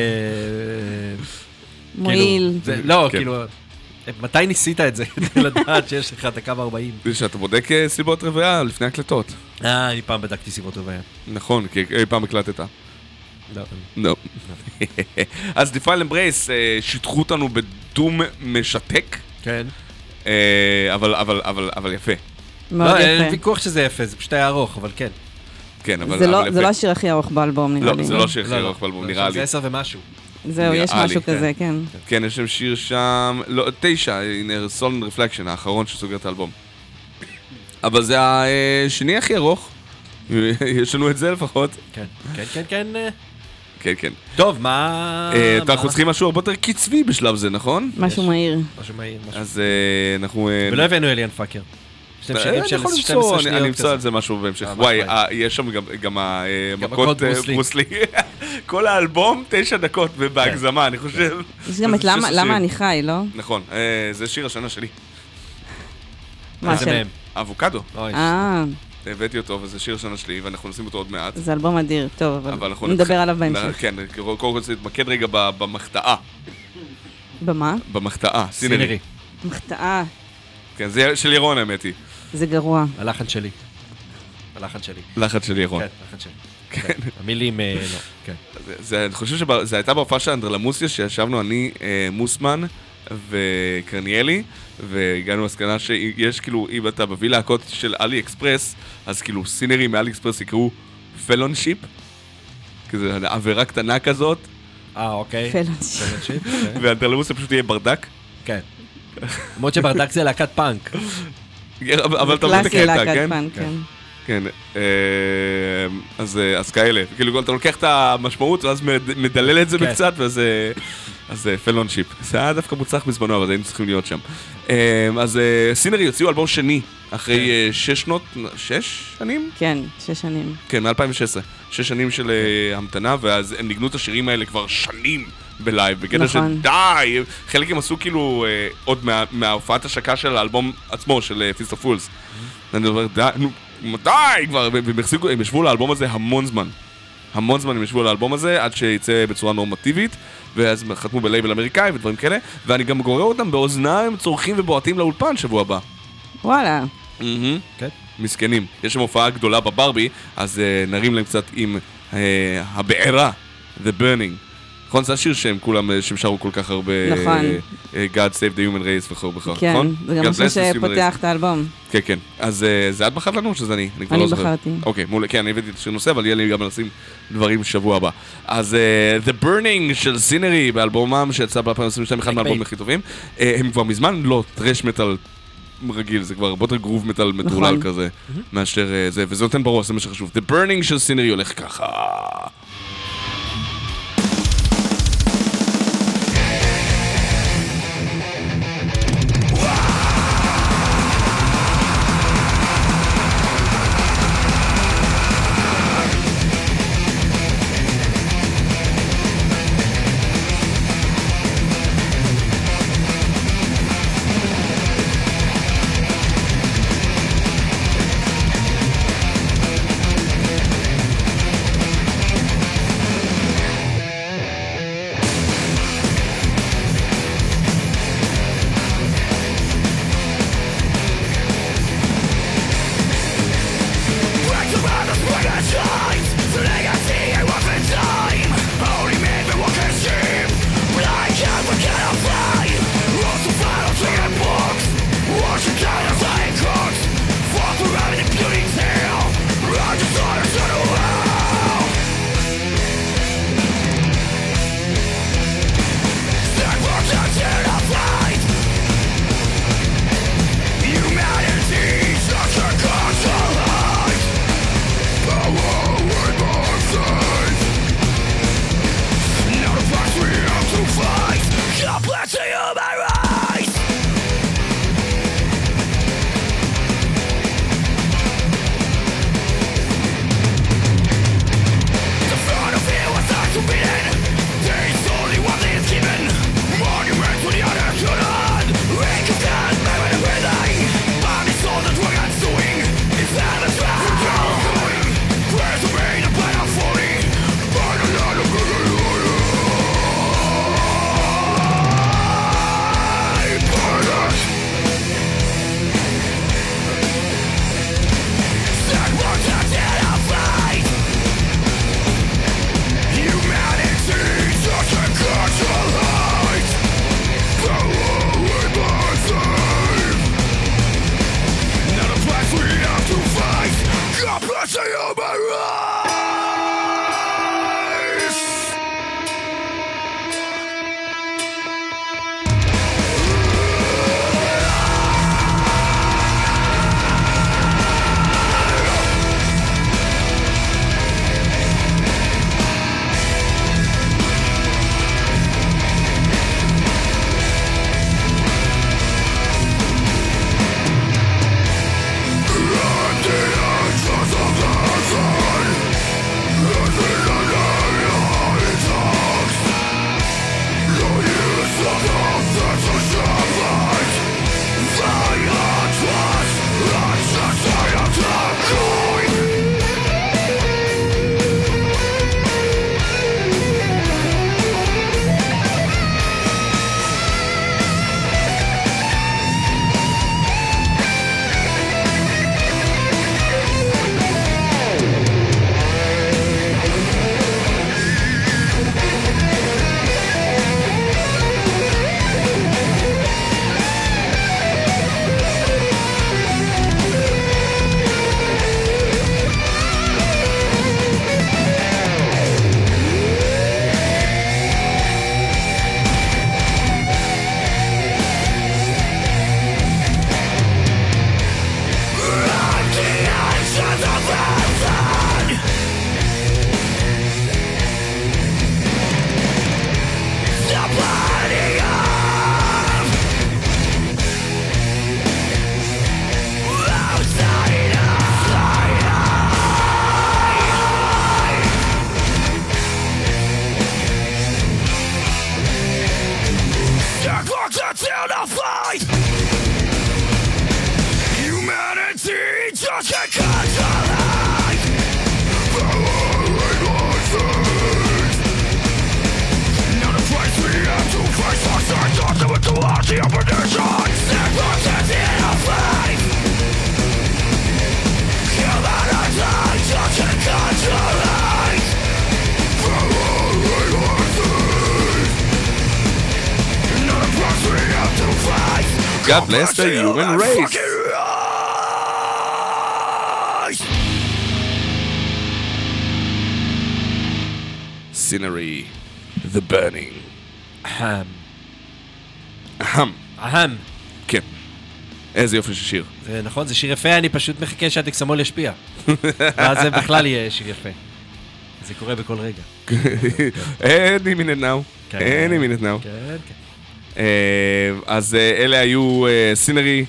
מועיל. כאילו, זה- לא, כן. כאילו... מתי ניסית את זה? לדעת שיש לך דקה וארבעים. זה שאתה בודק אה, סיבות רביעה לפני הקלטות. אה, אני פעם בדקתי סיבות רבייה. נכון, כי אי פעם הקלטת. לא. לא. אז Defiled Embrace אה, שיתחו אותנו בדום משתק, כן. אה, אבל, אבל, אבל, אבל יפה. מאוד לא, אין יפה. ויכוח שזה יפה, זה פשוט היה ארוך, אבל כן. כן, אבל, זה אבל לא- יפה. זה לא השיר הכי ארוך באלבום, נראה לא, לי. זה לא שיר הכי ארוך באלבום, נראה לי. זה עשר ומשהו. זהו, יש נראה לי, משהו כן. כזה, כן. כן, יש שם שיר שם, לא, תשע, הנה, Solemn Reflection, האחרון שסוגר את האלבום. אבל זה השני הכי ארוך. יש לנו את זה לפחות. כן, כן, כן, כן. אה. כן, כן. טוב, מה... אה, מה- אנחנו צריכים משהו הרבה יותר קצבי בשלב זה, נכון? משהו מהיר. משהו מהיר, משהו. אז אה, אנחנו... אה, ולא הבאנו אליאן פאקר. יש להם אה, שירים אני של יכול שתים למצוא, עשרה אני- שניות אני אמצא כזה. על זה משהו בהמשך. אה, וואי, מה אה, יש שם גם- גם גם המכות מכות ברוסלי. ברוסלי. כל האלבום, תשע דקות, ובהגזמה, אני חושב. יש גם את זה למה שש למה שירים. אני חי, לא? נכון, אה, זה שיר השנה שלי. מה איזה של... מהם? אבוקדו. אוי, אה, הבאתי אותו, וזה שיר השנה שלי, ואנחנו נשים אותו עוד מעט. זה אלבום אדיר, טוב, אבל אבל אנחנו נדבר נתחיל- עליו בהמשך. כן, קודם כל רוצה להתמקד רגע ב- במחטאה. במה? במחטאה, סינרי. סינרי. מחטאה. כן, זה של ירון האמת היא. זה גרוע. הלחן שלי. הלחן שלי. לחץ של ירון. כן, הלחן שלי. כן. המילים, אה, לא. כן. זה- זה- אני חושב שזה הייתה בהופעה של אנדרלמוסיה, שישבנו אני, אה, מוסמן וקרניאלי, והגענו למסקנה שיש כאילו, אם אתה מביא להקות של אלי אקספרס, אז כאילו סינרי מאלי אקספרס יקראו פלונשיפ, כזה עבירה קטנה כזאת, אה, אוקיי. פלונשיפ. פלונשיפ, אוקיי. ואנדרלמוסיה פשוט יהיה ברדק. כן. למרות שברדק זה להקת פאנק. אבל אתה מבין את קלאסי הקטע, להקת כן? פאנק, כן. כן, אה, אז, אה, אז כאלה, כאילו אתה לוקח את המשמעות ואז מד- מדלל את זה כן. בקצת, ואז אה, אז פלונשיפ. זה היה דווקא מוצלח בזמנו, אבל היינו צריכים להיות שם. אה, אז אה, סינרי יוציאו אלבום שני, אחרי אה, שש שנות, שש שנים? כן, שש שנים. כן, מ-אלפיים ושש עשרה. שש שנים של אה, המתנה, ואז הם ניגנו את השירים האלה כבר שנים בלייב, בקטע נכון. שדי, חלק הם עשו כאילו אה, עוד מה- מההופעת השקה של האלבום עצמו, של פיסט אוף פולס. ואני אומר, די, נו, מתי כבר? והם החזיקו- הם ישבו לאלבום הזה המון זמן. המון זמן הם ישבו על האלבום הזה, עד שיצא בצורה נורמטיבית, ואז הם חתמו בלייבל אמריקאי ודברים כאלה, ואני גם גורר אותם באוזניים צורכים ובועטים לאולפן שבוע הבא. וואלה. מהמם. כן. מסכנים. יש שם הופעה גדולה בברבי, אז uh, נרים להם קצת עם uh, הבעירה, The Burning. נכון, זה השיר שהם כולם, uh, שהם שרו כל כך הרבה... נכון. Uh, God Save the Human Race וכו' וכו', כן, נכון? זה גם God השיר bless the human שפותח race. את האלבום. כן, כן. אז uh, זה את בחרת לנו או שזה אני? כבר אני לא זוכר. בחרתי. אוקיי, מעולה. כן, אני הבאתי את השיר נושא, אבל יהיה לי גם לשים דברים בשבוע הבא. אז uh, The Burning של סינרי, באלבומם שיצא ב-אלפיים עשרים ושתיים, אחד מהאלבומים הכי טובים. Uh, הם כבר מזמן לא טרש מטל רגיל, זה כבר הרבה יותר גרוב מטל מטורלל נכון. כזה, מאשר uh, זה, וזה נותן בראש, זה מה שחשוב. The Burning של סינרי הולך ככה. I of life. Humanity doesn't come to life. Not a price we have to face for such ultimate duality of perdition. Simplicity of life. Humanity doesn't come to life. Not a price we have to face. God bless the human race. Scenery, The Burning. אהם. אהם. אהם. כן. איזה יופי של שיר. זה נכון, זה שיר יפה, אני פשוט מחכה שהדקסמול ישפיע. ואז זה בכלל יהיה שיר יפה. זה קורה בכל רגע. Any minute now. כן. Any minute now. כן, כן. אה, אז אה, אלה היו סינרי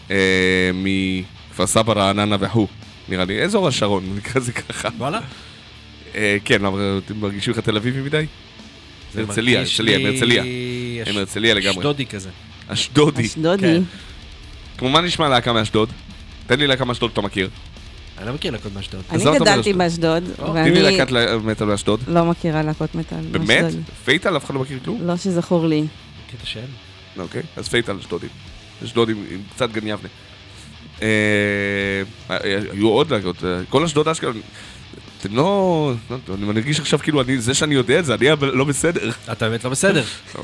מכפר סבא, רעננה והוא. נראה לי, אזור השרון, נקרא זה ככה. וואלה? אה, כן, אבל אתם מרגישים לך תל אביבי מדי? זה הרצליה, מרגיש הרצליה, לי מהרצליה. אש- הם הרצליה לגמרי. אשדודי כזה. אשדודי. אשדודי. כן. כמו מה נשמע להקה מאשדוד? תן לי להקה מאשדוד שאתה מכיר. אני לא מכיר להקות מאשדוד. אני אז למה אתה גדלתי אומר באשדוד, תן לי ואני להקת מטאל מאשדוד. לא מכירה להקות מטאל. באמת? באשדוד. פייטל? אף אחד לא מכיר כלום? לא שזכור לי. קטע שם. אוקיי, אז פייטל אשדודים. אשדודים עם קצת גן יבנה. אה, היו עוד להקות, אה, כל אשדוד אשכנז. אתם לא... לא, אני מרגיש עכשיו כאילו אני- זה שאני יודע את זה, אני לא בסדר. אתה באמת לא בסדר.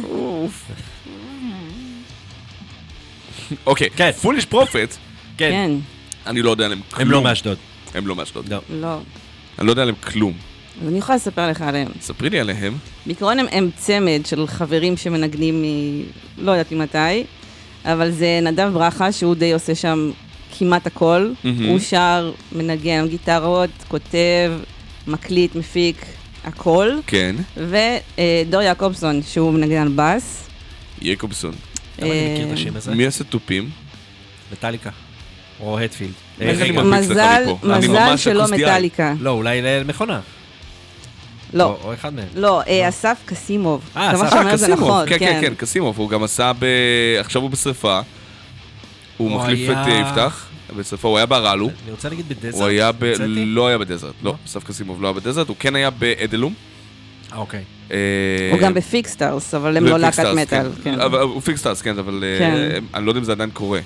אוקיי, כן. פוליש פרופט, כן. כן, אני לא יודע עליהם כלום. הם לא מאשדוד. הם לא מאשדוד. לא. לא. אני לא יודע עליהם כלום. אז אני יכולה לספר לך עליהם. ספרי לי עליהם. בעיקרון הם, הם צמד של חברים שמנגנים מ... לא יודעת ממתי, אבל זה נדב ברכה שהוא די עושה שם כמעט הכל. מהמם. הוא שר, מנגן גיטרות, כותב, מקליט, מפיק, הכל. כן. ודור יעקובסון שהוא מנגן על בס. יקובסון. למה אני מכיר את השם הזה? מי עושה תופים? מטליקה. או הטפילד. איך אה, אני רגע. מרביץ לך מזל, מפה? אני מזל ממש שלא אקוסטיאי. מטליקה. לא, אולי למכונה. לא, או- או אחד מהם. לא, אה, אסף קסימוב. אה, אתה מה אסף שאומר זה קסימוב, נכון, כן, כן, כן, קסימוב, הוא גם עשה ב... עכשיו הוא בשריפה. הוא הוא מחליף את היה- אה, יפתח. בשריפה, הוא היה ברלו. אני רוצה להגיד בדזרט. הוא היה ב... המצאתי? לא היה בדזרט, לא, אסף קסימוב לא היה בדזרט, הוא כן היה באדלום. אה, אוקיי. אה, הוא גם בפיקסטארס, אבל הם לא להקת ופיקסטארס, מטאל. כן. כן. אבל הוא פיקסטארס, כן, אבל אה, כן. אני לא יודע אם זה עדיין קורה.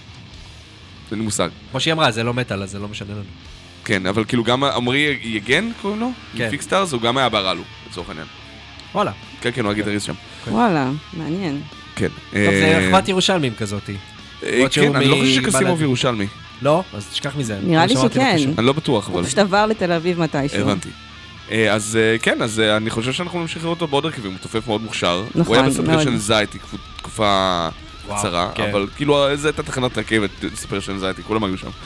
אין לי מושג. כמו שהיא אמרה, זה לא מטאל, אז זה לא משנה לנו. כן, אבל כאילו גם עמרי יגן, קוראים לו? כן. פיקסטארס, הוא גם היה ברלו, לצורך העניין. וואלה. כן, כן, הוא הגיטריסט שם. וואלה, מעניין. כן. טוב, זה אחוות ירושלמים כזאתי. אה, למרות שהוא כן, אני לא חושב מבל"ד. שקסימוב ירושלמי. לא? אז תשכח מזה. נראה לי כמו שאמרתי שכן. לפני. אני לא בטוח, אבל... הוא פשוט עבר לתל אביב מתישהו. הבנתי. אה, אז אה, כן, אז אה, אני חושב שאנחנו נמשיך לראות אותו בעוד הרכבים, הוא תופף מאוד מוכשר. נכון, הוא היה בספר מאוד. של זייטי תקופה וואו, קצרה, כן. אבל כאילו זה הייתה תחנת רכבת, ספר של זייטי, כולם היו שם.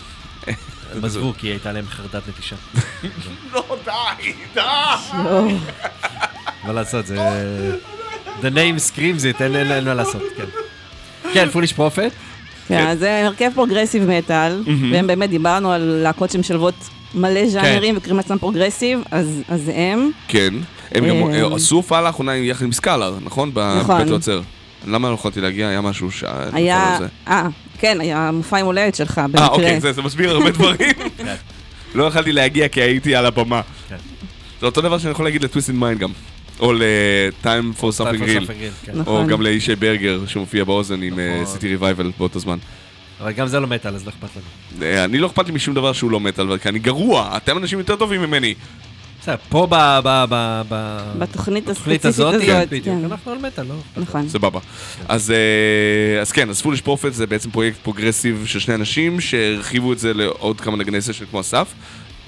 הם עזבו, כי הייתה להם חרדת נטישה. לא, די, די! יואו. מה לעשות, זה... The name screams it, אין אין- אין מה לעשות, כן. כן, פוליש פרופט. כן, אז זה הרכב פרוגרסיב מטאל, והם באמת דיברנו על להקות שמשלבות מלא ז'אנרים וקוראים לעצמם פרוגרסיב, אז אז הם. כן, הם גם אה, אה, עשו הופעה לאחרונה יחד עם סקאלר, נכון? נכון. בבית היוצר. למה לא יכולתי להגיע? היה משהו ש... היה, אה, כן, היה מופע עם הולדת שלך, אה, במקרה. אוקיי, זה זה מסביר הרבה דברים. לא יכולתי להגיע כי הייתי על הבמה. כן. זה אותו דבר שאני יכול להגיד ל-Twisted Mind גם. או ל-Time for Something Real. כן. או נכון. גם לאישי ברגר שמופיע באוזן עם נכון. סיטי ריבייבל באותו זמן. אבל גם זה לא מטאל, אז לא אכפת לנו. אה, אני לא אכפת לי משום דבר שהוא לא מטאל, כי אני גרוע, אתם אנשים יותר טובים ממני. בסדר, פה ב... ב... ב... ב... בתוכנית בתוכנית הספציפית הזאת, הזאת, בדיוק. כן. אנחנו על מטאל, לא? נכון. סבבה. אז אה, אז כן, אז פוליש פרופט זה בעצם פרויקט פרוגרסיב של שני אנשים שהרחיבו את זה לעוד כמה נגני סשן כמו אסף. אה,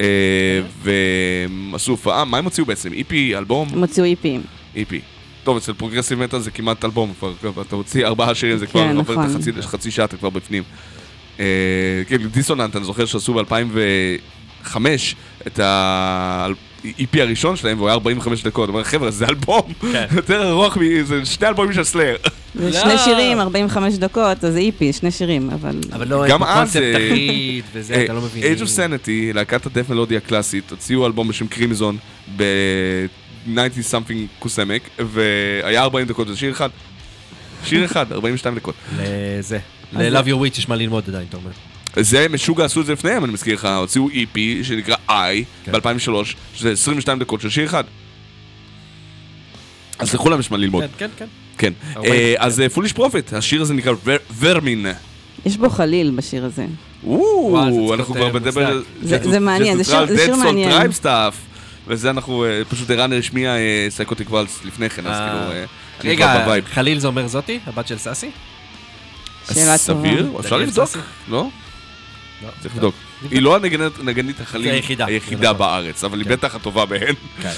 והם עשו הופעה, מה הם הוציאו בעצם? איפי, אלבום? הם הוציאו איפים. איפי. טוב, אצל פרוגרסיב מטאל זה כמעט אלבום, כבר, כבר, אתה הוציא ארבעה שירים, זה כבר כן, עובר את נכון. החצי, חצי שעה, אתה כבר בפנים. אה, כאילו, דיסוננט, אני זוכר שעשו ב-אלפיים וחמש את ה-איפי הראשון שלהם, והוא היה ארבעים וחמש דקות. הוא אומר, חבר'ה, זה אלבום כן. יותר ארוך, מ- זה שני אלבומים של סלאר. לא. זה שני שירים, ארבעים וחמש דקות, אז זה איפי, שני שירים, אבל... אבל לא, גם יש פה אז, קונספט אה, אחיד, וזה, אתה לא מבין. Age of Sanity, להקת הדף מלודי הקלאסית, הוציאו אלבום בשם קרימזון ב-תשעים something קוסמק, והיה ארבעים דקות, זה שיר אחד. שיר אחד, ארבעים ושתיים דקות. לזה. ל-Love Your Witch יש מה ללמוד עדיין, אתה אומר. זה משוגע עשו את זה לפניהם, אני מזכיר לך, הוציאו אי פי שנקרא I ב-אלפיים ושלוש, שזה עשרים ושתיים דקות של שיר אחד. אז לכולם יש מה ללמוד. כן, כן, כן. כן. אז Foolish Prophet, השיר הזה נקרא ורמין. יש בו חליל בשיר הזה. וואו, אנחנו כבר מדבר... זה מעניין, זה שיר מעניין. וזה אנחנו, פשוט ערן השמיע סייקוטיק וואלס לפני כן, אז כאילו... רגע, חליל זה אומר זאתי? הבת של סאסי? שאלה טובה. סביר? אפשר לבדוק? לא? צריך לבדוק. היא לא הנגנית החליל היחידה בארץ, אבל היא בטח הטובה בהן.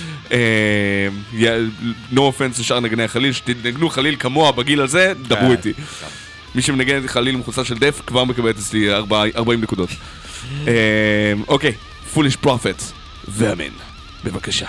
no offense לשאר נגני החליל, שתנגנו חליל כמוה בגיל הזה, דברו איתי. מי שמנגן את חליל מחוצה של דף, כבר מקבלת אצלי ארבעים נקודות. אוקיי, Foolish Prophet, ורמין, בבקשה.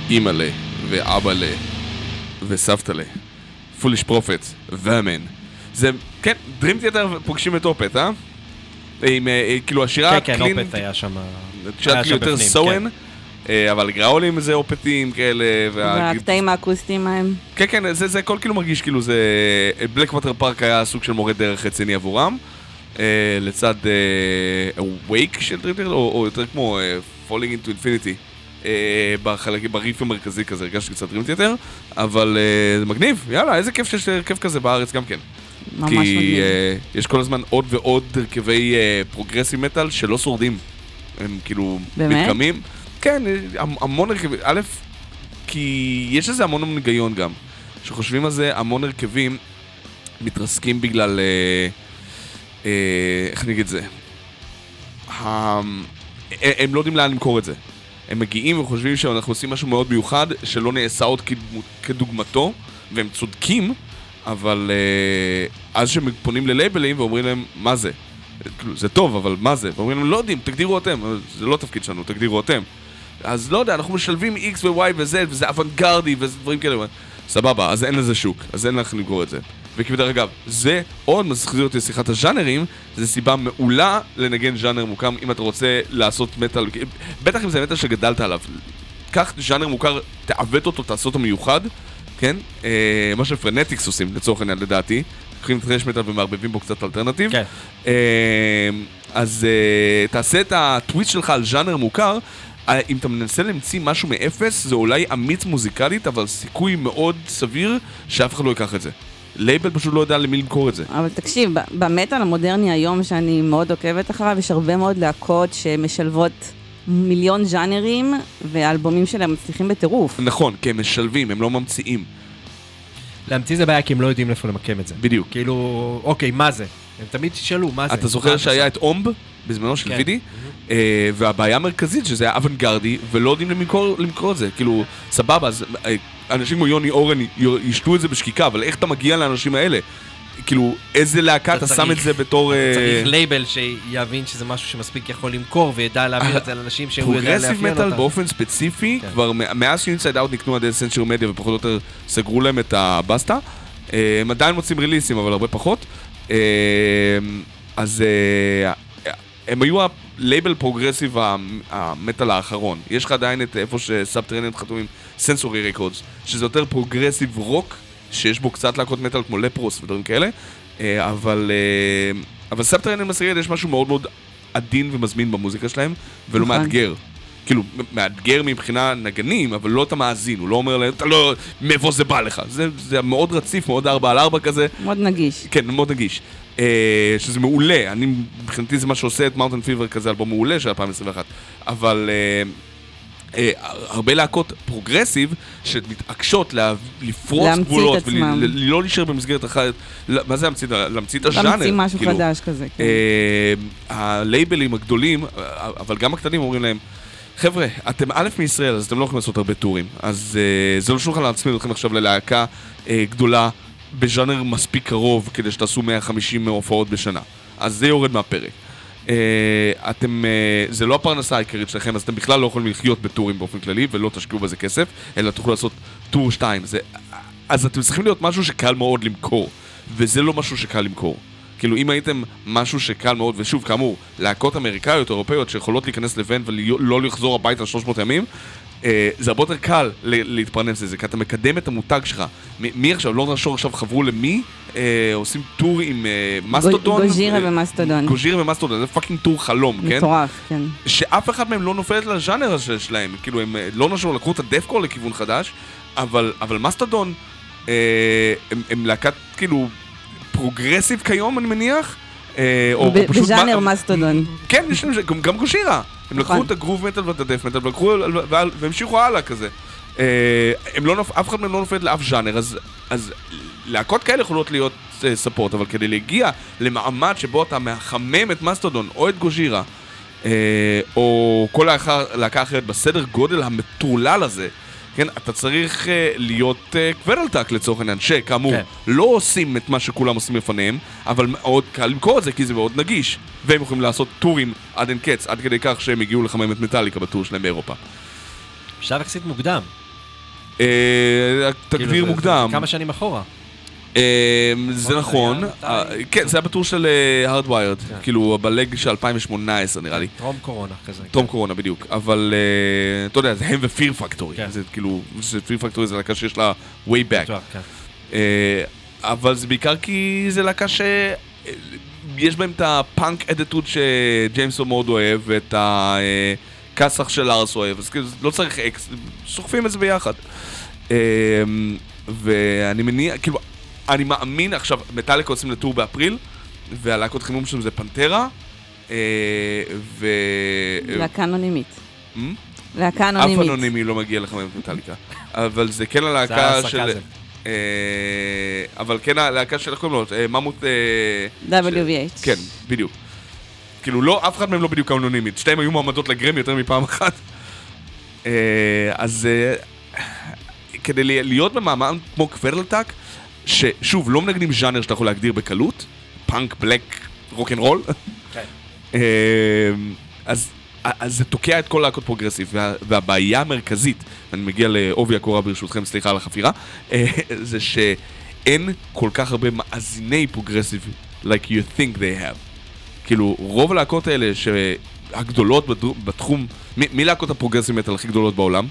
אימא'לה ואבא'לה וסבתא'לה, פוליש פרופט ואמן. זה, כן, דרים תיאטר פוגשים את אופט, אה? עם, כאילו, השירה כן, כן, אופט היה שם... השירה כאילו יותר סואן, אבל גראולים זה אופטים כאלה, והקטעים האקוסטיים ההם. כן, כן, זה הכל כאילו מרגיש כאילו זה... בלק ווטר פארק היה סוג של מורה דרך רציני עבורם, לצד Wake של דרים תיאטר, או יותר כמו Falling into Infinity. בריף המרכזי כזה, הרגשתי קצת דרים תיאטר, אבל זה מגניב, יאללה, איזה כיף שיש הרכב כזה בארץ גם כן. ממש כי מגניב. uh, יש כל הזמן עוד ועוד הרכבי uh, פרוגרסיב מטל שלא שורדים. הם כאילו באמת? מתקמים. כן, המון הרכבים. א', כי יש לזה המון המון היגיון גם. שחושבים על זה, המון הרכבים מתרסקים בגלל... Uh, uh, איך אני אגיד את זה? הם, הם לא יודעים לאן למכור את זה. הם מגיעים וחושבים שאנחנו עושים משהו מאוד מיוחד שלא נעשה עוד כדוגמתו, והם צודקים. אבל uh, אז שהם פונים ללייבלים ואומרים להם, מה זה? זה טוב, אבל מה זה? ואומרים להם, לא יודעים, תגדירו אתם. זה לא תפקיד שלנו, תגדירו אתם. אז לא יודע, אנחנו משלבים X ו-Y ו-Z, וזה אוונגרדי ודברים כאלה. סבבה, אז אין לזה שוק, אז אין לך לגרור את זה. וכבדרך אגב, זה עוד מזכיר אותי לשיחת הז'אנרים, זה סיבה מעולה לנגן ז'אנר מוקם, אם אתה רוצה לעשות מטל, בטח אם זה מטל שגדלת עליו. קח ז'אנר מוכר, תעוות אותו, תעשה אותו מיוחד, כן? אה, מה שפרנטיקס עושים, לצורך העניין לדעתי. לוקחים טרש מטל ומערבבים בו קצת אלטרנטיב. כן. אה, אז אה, תעשה את הטוויסט שלך על ז'אנר מוכר. אה, אם אתה מנסה להמציא משהו מאפס, זה אולי אמיץ מוזיקלית, אבל סיכוי מאוד סביר שאף אחד לא ייקח את זה. לייבל פשוט לא יודע למי למכור את זה. אבל תקשיב, במטל המודרני היום שאני מאוד עוקבת אחריו, יש הרבה מאוד להקות שמשלבות מיליון ז'אנרים, והאלבומים שלהם מצליחים בטירוף. נכון, כי הם משלבים, הם לא ממציאים. להמציא זה בעיה כי הם לא יודעים איפה למקם את זה. בדיוק. כאילו, אוקיי, מה זה? הם תמיד תשאלו, מה זה? אתה זוכר שהיה את אומב בזמנו של וידי? והבעיה המרכזית שזה היה אוונגרדי, ולא יודעים למכור את זה. כאילו, סבבה, אז אנשים כמו יוני אורן ישתו את זה בשקיקה, אבל איך אתה מגיע לאנשים האלה? כאילו, איזה להקה אתה שם את זה בתור... צריך לייבל שיבין שזה משהו שמספיק יכול למכור, וידע להעביר את זה לאנשים שהוא יודע לאפיין אותם. פרוגרסיב מטל באופן ספציפי, כבר מאז שאינסייד אאוט נקנו עד סנצ'ר מדיה ופחות או יותר סגרו להם את הבסטה, הם עדיין מוצאים ריליסים, אבל הרבה פחות. אז הם היו הלייבל פרוגרסיב המטל האחרון. יש לך עדיין את איפה שסאבטרניאן חתומים סנסורי ריקורדס, שזה יותר פרוגרסיב רוק, שיש בו קצת להקות מטל כמו לפרוס ודברים כאלה, אבל אבל סאבטרניאן מסריד יש משהו מאוד מאוד עדין ומזמין במוזיקה שלהם, ולא מאתגר. כאילו, מאתגר מבחינה נגנים, אבל לא אתה מאזין, הוא לא אומר להם, אתה לא, מאיפה זה בא לך. זה, זה מאוד רציף, מאוד ארבע על ארבע כזה. מאוד נגיש. כן, מאוד נגיש. שזה מעולה, אני, מבחינתי זה מה שעושה את מאונטן פיבר כזה, אלבום מעולה של אלפיים עשרים ואחת. אבל... הרבה להקות פרוגרסיב שמתעקשות לפרוץ גבולות ולא להישאר במסגרת אחת. מה זה להמציא? להמציא את הז'אנר. להמציא משהו חדש כזה. הלייבלים הגדולים, אבל גם הקטנים אומרים להם, חבר'ה, אתם א' מישראל, אז אתם לא יכולים לעשות הרבה טורים. אז זה לא שולחן להצמיד אתכם עכשיו ללהקה גדולה בז'אנר מספיק קרוב כדי שתעשו מאה וחמישים הופעות בשנה. אז זה יורד מהפרק. Uh, אתם, uh, זה לא הפרנסה העיקרית שלכם, אז אתם בכלל לא יכולים לחיות בטורים באופן כללי ולא תשקיעו בזה כסף, אלא תוכלו לעשות טור שתיים. זה, אז אתם צריכים להיות משהו שקל מאוד למכור, וזה לא משהו שקל למכור. כאילו אם הייתם משהו שקל מאוד, ושוב כאמור, להקות אמריקאיות, אירופאיות שיכולות להיכנס לבן ולא לחזור הביתה שלוש מאות ימים, Uh, זה הרבה יותר קל להתפרנס לזה, כי אתה מקדם את המותג שלך. מ- מי עכשיו, לא נשור עכשיו חברו למי, uh, עושים טור עם uh, מסטודון. גוז'ירה ומסטודון. גוז'ירה ומסטודון, זה פאקינג טור חלום, כן? מטורף, כן. שאף אחד מהם לא נופלת לז'אנר הזה שלהם, כאילו הם לא נשור, לקחו את הדפקור לכיוון חדש, אבל, אבל מסטודון, uh, הם, הם להקת כאילו פרוגרסיב כיום, אני מניח. בז'אנר מסטודון. כן, גם גוז'ירה. הם לקחו את הגרוב מטל ואת הדף מטל, והמשיכו הלאה כזה. אף אחד מהם לא נופלת לאף ז'אנר, אז להקות כאלה יכולות להיות ספורט, אבל כדי להגיע למעמד שבו אתה מחמם את מסטודון או את גוז'ירה, או כל להקה אחרת בסדר גודל המטורלל הזה, כן, אתה צריך להיות קוורלטק לצורך העניין, שכאמור לא עושים את מה שכולם עושים לפניהם, אבל מאוד קל למכור את זה כי זה מאוד נגיש, והם יכולים לעשות טורים עד אין קץ, עד כדי כך שהם הגיעו לחמם את מטאליקה בטור שלהם באירופה. בשלב יחסית מוקדם. תגדיר מוקדם. כמה שנים אחורה. זה נכון, כן, זה היה בטור של Hardwired, כאילו בלג של אלפיים שמונה עשרה נראה לי. טרום קורונה כזה. טרום קורונה בדיוק, אבל אתה יודע, זה הם ופיר פקטורי, זה כאילו, פיר פקטורי זה להקה שיש לה way back. אבל זה בעיקר כי זה להקה שיש בהם את הפאנק אדיטוד שג'יימסו מאוד אוהב, ואת הכסח של ארס אוהב, אז כאילו לא צריך אקס, סוחפים את זה ביחד. ואני מניע, כאילו, אני מאמין, עכשיו, מטאליקה עושים לטור באפריל, והלהקות חימום שלהם זה פנטרה, ו... להקה אנונימית. להקה אנונימית. אף אנונימי לא מגיע לחמם מטאליקה. אבל זה כן הלהקה של... אבל כן הלהקה של... איך קוראים לו? ממות... דאבליו וי אייץ'. כן, בדיוק. כאילו, לא, אף אחד מהם לא בדיוק אנונימית. שתיים היו מועמדות לגרמי יותר מפעם אחת. אז... כדי להיות במאמר כמו קוורלטק, ששוב, לא מנגנים ז'אנר שאתה יכול להגדיר בקלות, פאנק, בלק, רוק'נ'רול, אז זה תוקע את כל להקות פרוגרסיב, והבעיה המרכזית, אני מגיע לעובי הקורה ברשותכם, סליחה על החפירה, זה שאין כל כך הרבה מאזיני פרוגרסיב, like you think they have. כאילו, רוב הלהקות האלה שהגדולות בתחום, מי להקות הפרוגרסיב מטל הכי גדולות בעולם?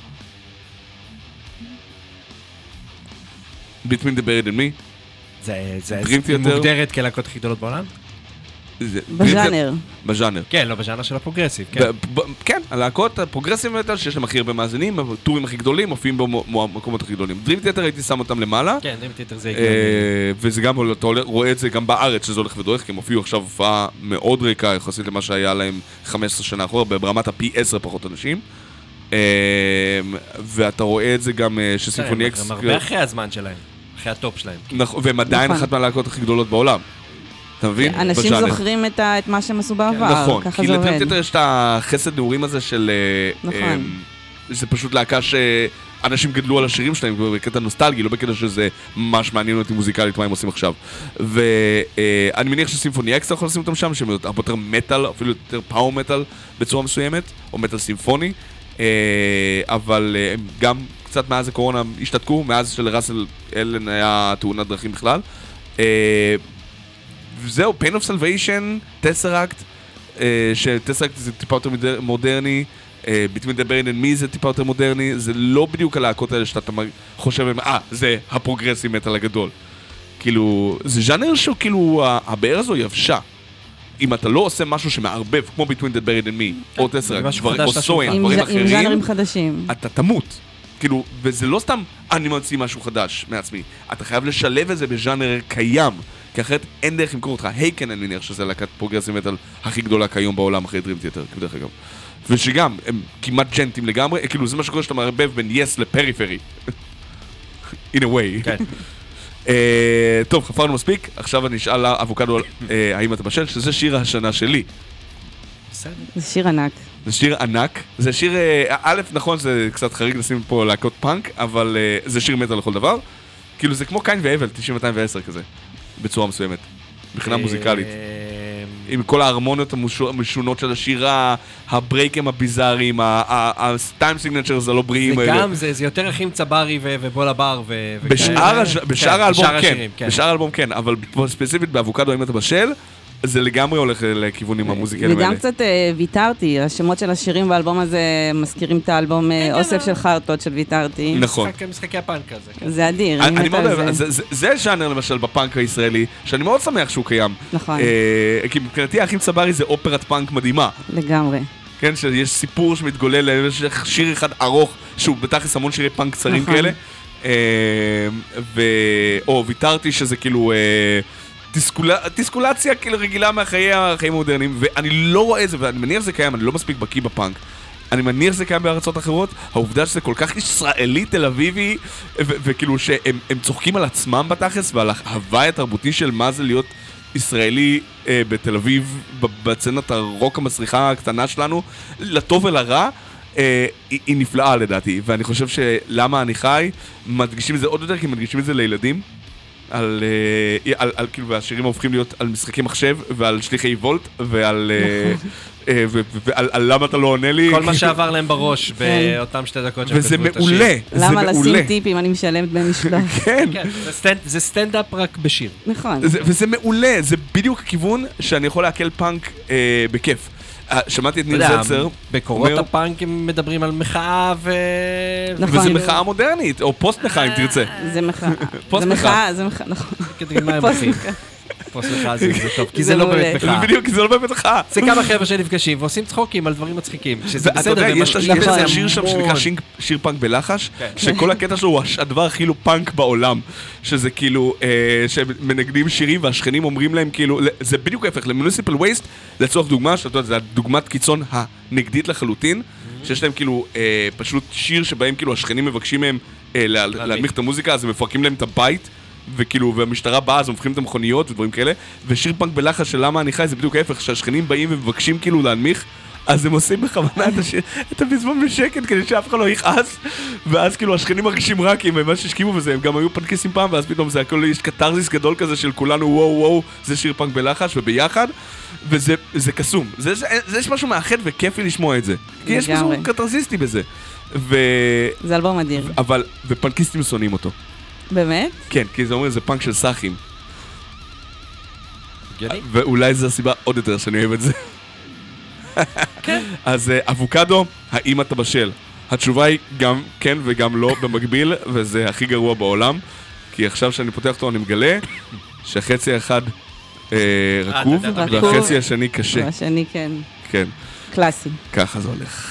Between the Buried and Me. זה מוגדרת כלהקות הכי גדולות בעולם? בז'אנר. בז'אנר. כן, לא בז'אנר של הפרוגרסיב. כן, הלהקות הפרוגרסיב מטל שיש להם הכי הרבה מאזינים, הטורים הכי גדולים, מופיעים במקומות הכי גדולים. Dream Theater הייתי שם אותם למעלה. כן, Dream Theater זה הגיוני. וזה גם, אתה רואה את זה גם בארץ, שזה הולך ודורך, כי הם הופיעו עכשיו הופעה מאוד ריקה, יחסית למה שהיה להם חמש עשרה שנה אחורה, ברמת הפי עשר פחות אנשים. ואתה רואה את זה גם שסימפוני אקס... הם הרבה אחרי הזמן שלהם, אחרי הטופ שלהם. והם עדיין אחת מהלהקות הכי גדולות בעולם. אתה מבין? אנשים זוכרים את מה שהם עשו בעבר, נכון, ככה כי זה עובד. לדריפטר יש את החסד נעורים הזה של... נכון. זה פשוט להקה שאנשים גדלו על השירים שלהם בקטע נוסטלגי, לא בקטע שזה ממש מעניין אותי מוזיקלית מה הם עושים עכשיו. ואני מניח שסימפוני אקס אתה יכול לשים אותם שם, שהם הרבה יותר מטל, אפילו יותר פאור מטל בצורה מסוימת, או מטל סימפוני. אבל הם גם קצת מאז הקורונה השתתקו, מאז שלראסל אלן היה תאונת דרכים בכלל. וזהו, Pain of Salvation, טסראקט, שטסראקט זה טיפה יותר מודרני, Between the Buried and Me זה טיפה יותר מודרני, זה לא בדיוק הלהקות האלה שאתה חושב, אה, זה הפרוגרסיב מטל הגדול. כאילו, זה ז'אנר שהוא כאילו, הבאר הזו יבשה. אם אתה לא עושה משהו שמערבב, כמו Between the Buried and Me, או טסראקט, או סוין, דברים אחרים, עם ז'אנרים חדשים. אתה תמות. כאילו, וזה לא סתם אני ממציא משהו חדש מעצמי, אתה חייב לשלב את זה בז'אנר קיים, כי אחרת אין דרך למכור אותך. הייקן אני מניח שזה להקת פרוגרסיב מטל הכי גדולה כיום בעולם אחרי Dream Theater, כדרך אגב. ושגם, הם כמעט ג'נטים לגמרי, כאילו זה מה שקורה שאתה מערבב בין יס לפריפרי. In a way. כן. טוב, חפרנו מספיק, עכשיו אני אשאל אבוקדו האם אתה בשל, שזה שיר השנה שלי. זה שיר ענק. זה שיר ענק, זה שיר, א', נכון, זה קצת חריג לשים פה להקות פאנק, אבל זה שיר מטל לכל דבר. כאילו זה כמו קיין והבל, תשעים מאתיים ועשר כזה, בצורה מסוימת, מבחינה מוזיקלית. עם כל ההרמוניות המשונות של השירה, הברייקים הביזאריים, הסטיים סיגנצ'רס הלא בריאים. זה גם, זה יותר אחים צברי ובול הבר. בשאר האלבום כן, בשאר האלבום כן, אבל ספציפית באבוקדו אם אתה בשל, זה לגמרי הולך לכיוונים המוזיקליים האלה. וגם קצת ויתרתי, השמות של השירים באלבום הזה מזכירים את האלבום אוסף של חרטות של ויתרתי. נכון. משחקי הפאנק הזה. זה אדיר, אני מאוד אוהב, זה ז'אנר למשל בפאנק הישראלי, שאני מאוד שמח שהוא קיים. נכון. כי מבחינתי האחים צברי זה אופרת פאנק מדהימה. לגמרי. כן, שיש סיפור שמתגולל, יש שיר אחד ארוך, שהוא בתכלס המון שירי פאנק קצרים כאלה. או ויתרתי שזה כאילו... דיסקולציה כאילו רגילה מהחיי החיים המודרניים, ואני לא רואה את זה, ואני מניח שזה קיים, אני לא מספיק בקיא בפאנק. אני מניח שזה קיים בארצות אחרות, העובדה שזה כל כך ישראלי תל אביבי, וכאילו שהם צוחקים על עצמם בתכלס, ועל ההוואי התרבותי של מה זה להיות ישראלי בתל אביב, בצנת הרוק המסריחה הקטנה שלנו, לטוב ולרע, היא נפלאה לדעתי, ואני חושב שלמה אני חי, מדגישים את זה עוד יותר, כי מדגישים את זה לילדים, על, על, על, כאילו, והשירים הופכים להיות על משחקי מחשב ועל שליחי וולט ועל ועל למה אתה לא עונה לי. כל מה שעבר להם בראש באותם שתי דקות שהם וזה כתבו את השיר. מעולה, זה מעולה. למה לשים טיפ אם אני משלמת במשלוח? כן. זה סטנדאפ רק בשיר. נכון. וזה מעולה, זה בדיוק הכיוון שאני יכול להקל פאנק בכיף. שמעתי את ניל זלצר. בקורות הפאנק הם מדברים על מחאה ו... וזה מחאה מודרנית, או פוסט מחאה אם תרצה. זה מחאה. פוסט מחאה, זה מחאה, נכון. כדי מה הם עושים. פוסט מחאה זה טוב, כי זה לא באמת מחאה. זה בדיוק, כי זה לא באמת מחאה. זה כמה חבר'ה שנפגשים ועושים צחוקים על דברים מצחיקים. שזה אתה בסדר. יודע, יש איזה שיר שם שנקרא שיר פאנק בלחש, שכל הקטע שלו הוא הדבר הכי לא פאנק בעולם. שזה כאילו, שמנגנים שירים והשכנים אומרים להם כאילו, זה בדיוק ההפך, למוניסיפל וייסט, לצורך דוגמה, שאתה יודע, זה הדוגמת קיצון הנגדית לחלוטין, שיש להם כאילו פשוט שיר שבהם כאילו השכנים מבקשים מהם להנמיך את המוזיקה, אז הם מפרקים להם את הבית, וכאילו, והמשטרה באה, אז הם הופכים את המכוניות ודברים כאלה, ושיר פאנק בלחש של למה אני חי, זה בדיוק ההפך, שהשכנים באים ומבקשים כאילו להנמיך, אז הם עושים בכוונה את, השיר, את הפזמון בשקט כדי שאף אחד לא יכעס, ואז כאילו השכנים מרגישים רע כי הם ממש השכימו בזה, הם גם היו פנקיסים פעם, ואז פתאום זה הכל, יש קטרזיס גדול כזה של כולנו וואו וואו, זה שיר פאנק בלחש וביחד, וזה זה קסום, זה, זה, זה יש משהו מאחד וכיפי לשמוע את זה, כי יש משהו קטרזיסטי בזה, ו... זה אלבום אדיר. אבל, ופנקיסטים שונאים אותו. באמת? כן, כי זה אומר, זה פאנק של סאחים. ואולי זו הסיבה עוד יותר שאני אוהב את זה. כן. אז אבוקדו, האם אתה בשל? התשובה היא גם כן וגם לא במקביל, וזה הכי גרוע בעולם, כי עכשיו שאני פותח אותו אני מגלה שהחצי האחד רקוב, והחצי השני קשה. והשני כן. כן. קלאסי. ככה זה הולך.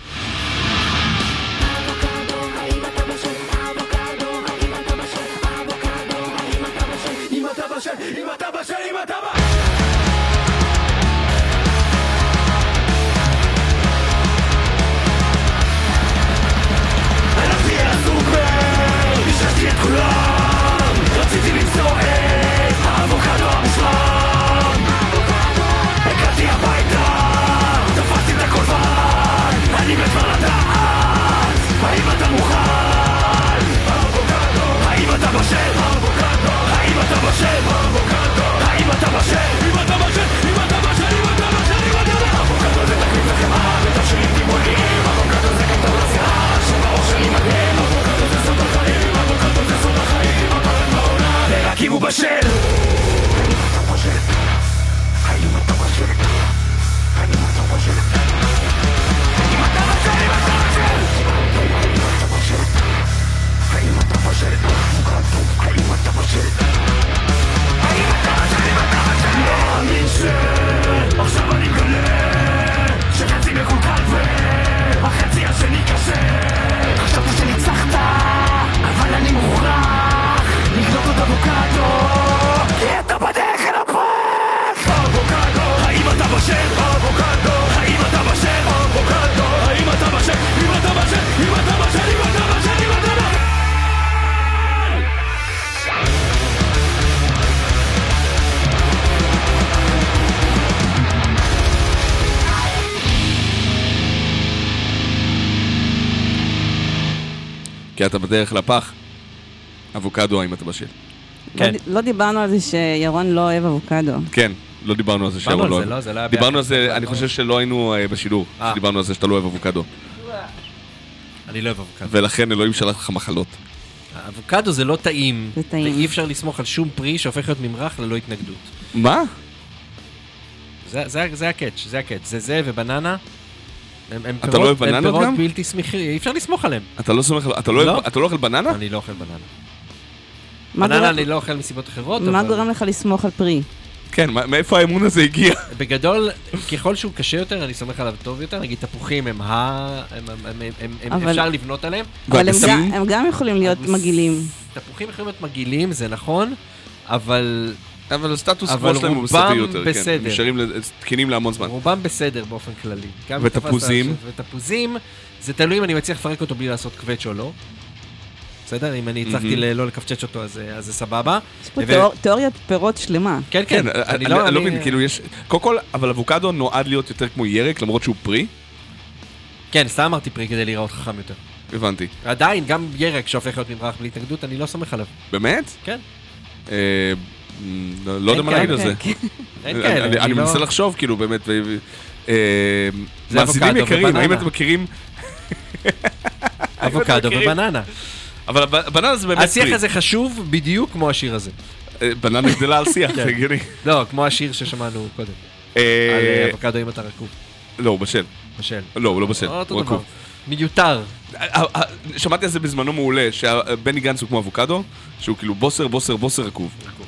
כי אתה בדרך לפח, אבוקדו האם אתה בשל. כן. לא דיברנו על זה שירון לא אוהב אבוקדו. כן, לא דיברנו על זה שירון לא אוהב. דיברנו על זה, אני חושב שלא היינו בשידור, שדיברנו על זה שאתה לא אוהב אבוקדו. אני לא אוהב אבוקדו. ולכן אלוהים שלח לך מחלות. אבוקדו זה לא טעים. זה טעים. ואי אפשר לסמוך על שום פרי שהופך להיות ממרח ללא התנגדות. מה? זה הקאץ', זה הקאץ'. זה זה ובננה. אתה לא אוהב בננות גם? הם פירות בלתי סמיכים, אי אפשר לסמוך עליהם. אתה לא סומך, אתה לא אוכל בננה? אני לא אוכל בננה. בננה אני לא אוכל מסיבות אחרות. מה גורם לך לסמוך על פרי? כן, מאיפה האמון הזה הגיע? בגדול, ככל שהוא קשה יותר, אני סומך עליו טוב יותר. נגיד, תפוחים הם ה... אפשר לבנות עליהם. אבל הם גם יכולים להיות מגעילים. תפוחים יכולים להיות מגעילים, זה נכון, אבל... אבל הסטטוס קוו שלהם הוא בסדר יותר, בסדר. כן. נשארים תקינים להמון זמן. רובם בסדר באופן כללי. ותפוזים? ותפוזים, זה תלוי אם אני מצליח לפרק אותו בלי לעשות קווץ' או לא. בסדר? אם אני הצלחתי לא לקפצ'ץ' אותו, אז זה סבבה. יש פה תיאוריית פירות שלמה. כן, כן. אני לא מבין, כאילו יש... קודם כל, אבל אבוקדו נועד להיות יותר כמו ירק, למרות שהוא פרי. כן, סתם אמרתי פרי כדי להיראות חכם יותר. הבנתי. עדיין, גם ירק שהופך להיות ממרח בלי התנגדות, אני לא סומך עליו. באמת? כן. לא לא יודע מה להגיד על זה. אין כאלה. אני אני לא- מנסה לחשוב, כאילו, באמת, ו- ו- אה, זה מאזינים אבוקדו יקרים, האם ובננה. אתם מכירים... אבוקדו מכירים? ובננה. אבל הב- בננה זה באמת השיח פרי. הזה חשוב בדיוק כמו השיר הזה. אה, בננה גדלה על שיח, כן. זה הגיוני. לא, כמו השיר ששמענו קודם. אה, על אבוקדו אם אתה רקוב. לא, הוא בשל. בשל. לא, הוא לא בשל. אותו הוא דבר. רקוב. מיותר. אה, אה, שמעתי על זה בזמנו מעולה, שבני גנץ הוא כמו אבוקדו, שהוא כאילו בוסר, בוסר, בוסר רקוב.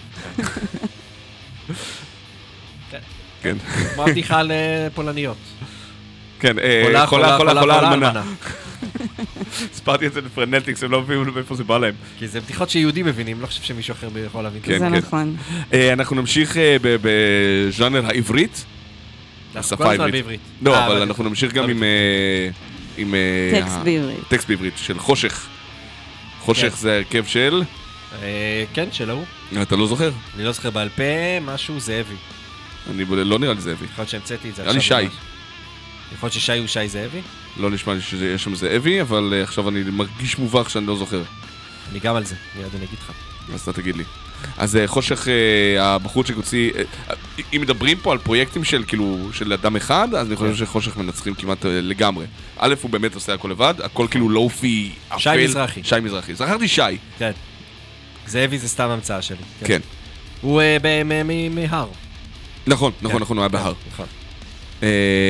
כן. כמו הבדיחה על אה, פולניות. כן, אה, חולה, חולה, חולה, חולה, אלמנה. אלמנה. הספרתי את זה לפרנטיקס, הם לא מבינים מאיפה זה בא להם. כי זה בדיחות שיהודים מבינים, לא חושב שמישהו אחר יכול להבין. כן, זה כן. נכון. אה, אנחנו נמשיך אה, ב- בז'אנר העברית. השפה כל הזמן העברית. בעברית. לא, אה, אבל אנחנו נמשיך גם לא עם... אה, עם... אה, טקסט ה- בעברית. טקסט בעברית, של חושך. חושך כן. זה הרכב של... אה, כן, של ההוא. אתה לא זוכר? אני לא זוכר בעל פה, משהו זאבי. אני בודד, לא נראה לי זאבי. יכול להיות שהמצאתי את זה נראה לי עכשיו שי. ממש. יכול להיות ששי הוא שי זאבי? לא נשמע לי שיש שם זאבי, אבל אה, עכשיו אני מרגיש מובך שאני לא זוכר. אני גם על זה, מיד אני אגיד לך. אז אתה תגיד לי. אז אה, חושך, אה, הבחור שהוציא... אה, אה, אם מדברים פה על פרויקטים של כאילו, של אדם אחד, אז אני חושב שחושך מנצחים כמעט אה, לגמרי. א', הוא באמת עושה הכל לבד, הכל כאילו לופי, אפל. שי מזרחי. שי מזרחי. זכרתי שי. כן. זאבי זה סתם המצאה שלי. כן. הוא אה, ב- מ- מ- מהר. נכון, נכון, כן. נכון, הוא היה בהר. נכון. אה,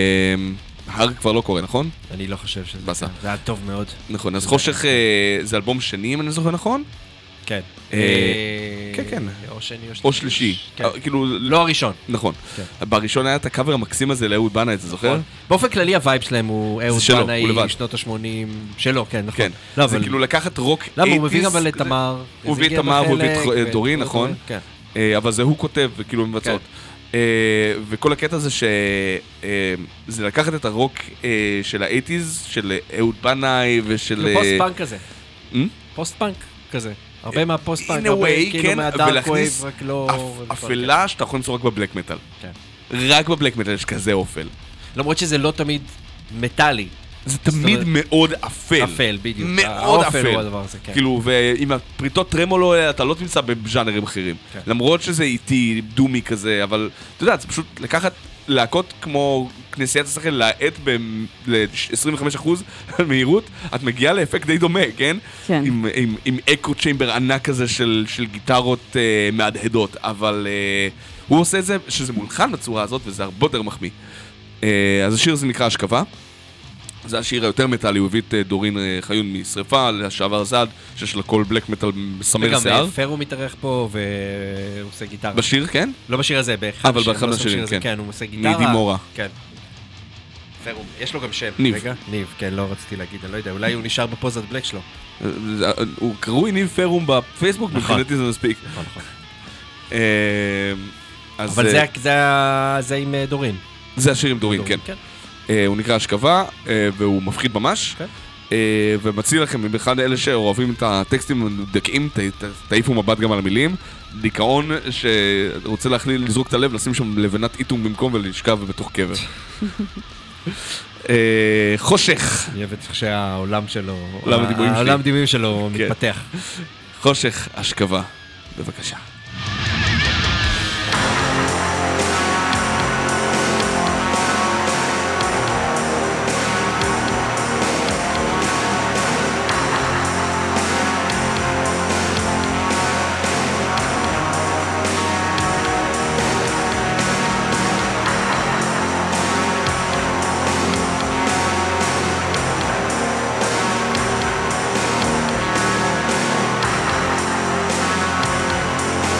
הר כבר לא קורה, נכון? אני לא חושב שזה... בסה. זה היה טוב מאוד. נכון, אז חושך אה, זה אלבום שני, אם אני זוכר נכון? כן. אה, כן, כן. או שני או שלישי. או שלישי. כן. אה, כאילו... לא הראשון. נכון. כן. בראשון היה את הקאבר המקסים הזה לאהוד בנאי, אתה זוכר? נכון. באופן כללי הווייב שלהם הוא אהוד שלו, הוא בנאי, לבד. שנות ה-שמונים. שלו, כן, נכון. כן. לא, זה אבל... כאילו לקחת רוק למה? הוא מביא אייטיז גם את כזה. תמר. הוא זה הביא את הגיע תמר, הוא הביא את בחלק, ח- ו- דורין, ו- נכון? כן. אה, אבל זה הוא כותב, וכאילו מבצעות. אה, וכל הקטע זה שזה לקחת את הרוק אה, של האייטיז, של אהוד בנאי ושל... כאילו פוסט פאנק כזה. Hmm? פוסט פאנק כזה. הרבה מהפוסט פאנק, In a הרבה way, כאילו כן, מהדארק ולהכניס ווייב, רק לא... אפ- אפלה שאתה יכול למצוא רק בבלק מטל. כן. רק בבלק מטל יש כזה אופל. למרות שזה לא תמיד מטאלי. זה תמיד אומרת- מאוד אפל. אפל, בדיוק. מאוד האופל אפל. הוא הדבר הזה, כן. כאילו, ועם הפריטות טרמולו האלה אתה לא תמצא בז'אנרים אחרים. כן. למרות שזה איטי, דומי כזה, אבל אתה יודע, זה פשוט לקחת להקות כמו כנסיית השכל, להאט ב-עשרים וחמישה אחוז על מהירות, את מגיעה לאפקט די דומה, כן? כן. עם, עם, עם אקו צ'יימבר ענק כזה של, של גיטרות אה, מהדהדות, אבל אה, הוא עושה את זה, שזה מולחן בצורה הזאת, וזה הרבה יותר מחמיא. אה, אז השיר הזה נקרא השכבה. זה השיר היותר מטאלי, הוא הביא את אה, דורין אה, חיון משריפה, לשעבר זד, שיש לה קול בלק מטאל מסמר וגם שיער. אה, פרו מתארח פה והוא עושה גיטרה. בשיר, כן? לא בשיר הזה, באחד אבל השיר, באחד לא עושה השירים, בשיר הזה, כן. כן, הוא עושה גיטרה. נידי מורה. כן. פרו, יש לו גם שם. ניב. רגע. ניב, כן, לא רציתי להגיד, אני לא יודע, אולי הוא נשאר בפוזת בלק שלו. אה, אה, הוא קרוי ניב פרום בפייסבוק, נכון. מבחינתי זה מספיק. נכון, נכון. אה, אז אבל אה, זה- זה- זה עם אה, דורין. זה השיר עם דורין, כן. כן. אה, הוא נקרא השכבה, אה, והוא מפחיד ממש. כן. אה, ומציע לכם, באחד האלה שאוהבים את הטקסטים המדכאים, ת- ת- תעיפו מבט גם על המילים. דיכאון שרוצה להכליל, לזרוק את הלב, לשים שם לבנת איתום במקום ולשכב בתוך קבר. אה, חושך. אני אוהב את איך שהעולם שלו, עולם הדימויים שלי. העולם דימויים שלו כן. מתפתח. חושך, השכבה. בבקשה. Thank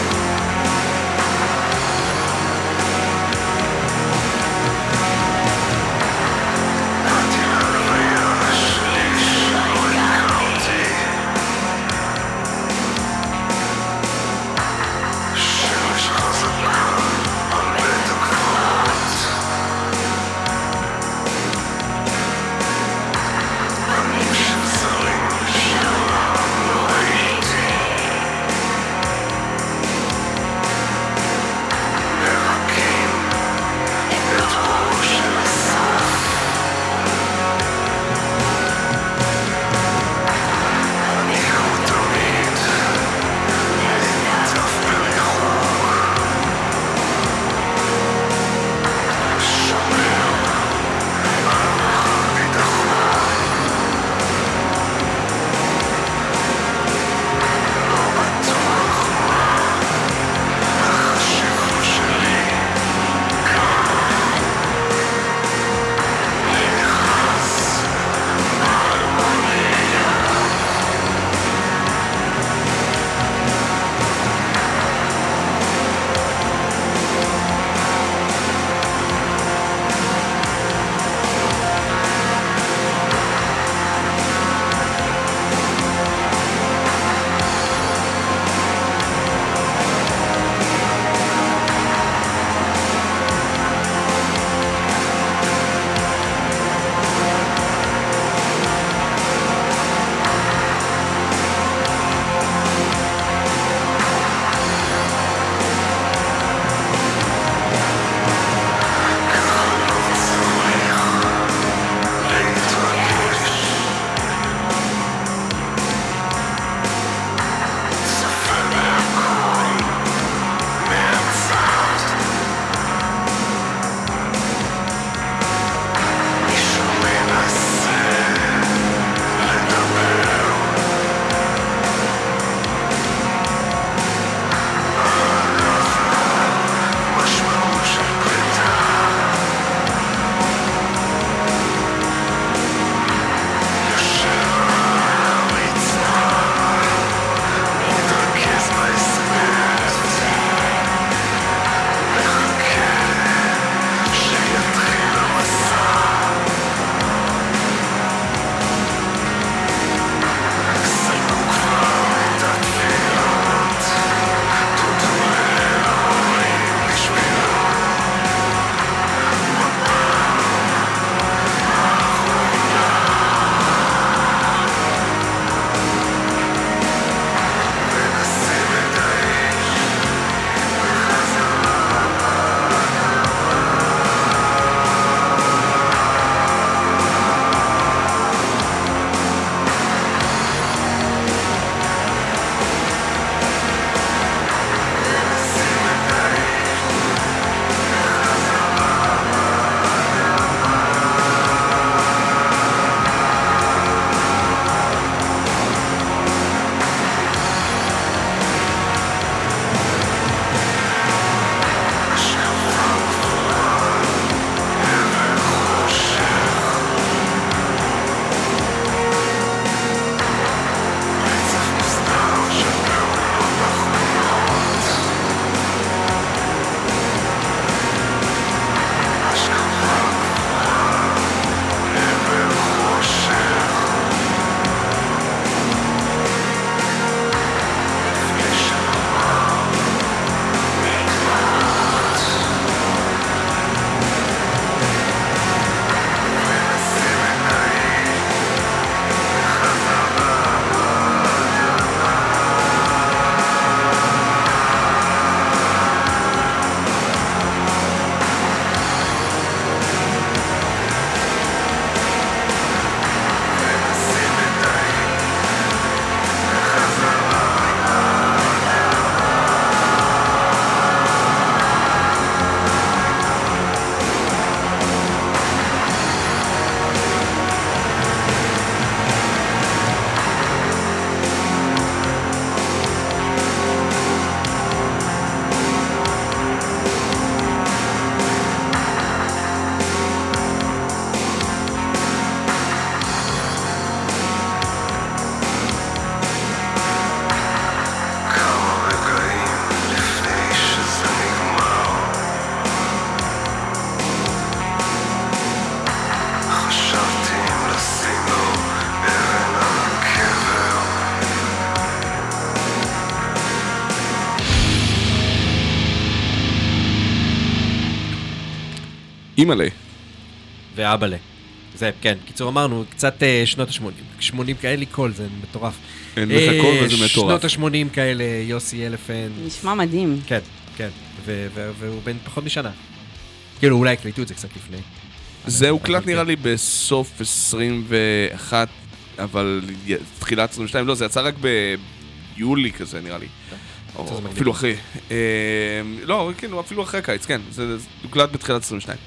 אימא'לה. ואבאלה. זה, כן. קיצור, אמרנו, קצת אה, שנות ה-שמונים. שמונים כאלה לי קול, זה מטורף. אין לך קול וזה מטורף. שנות ה-שמונים כאלה, יוסי אלפן. נשמע מדהים. כן, כן. ו- ו- והוא בן פחות משנה. כאילו, אולי הקליטו את זה קצת לפני. זה הוקלט נראה לי בסוף עשרים ואחת, אבל תחילת עשרים ושתיים, לא, זה יצא רק ביולי כזה נראה לי. או אפילו אחרי. לא, כאילו, אפילו אחרי הקיץ, כן. זה הוקלט בתחילת עשרים ושתיים.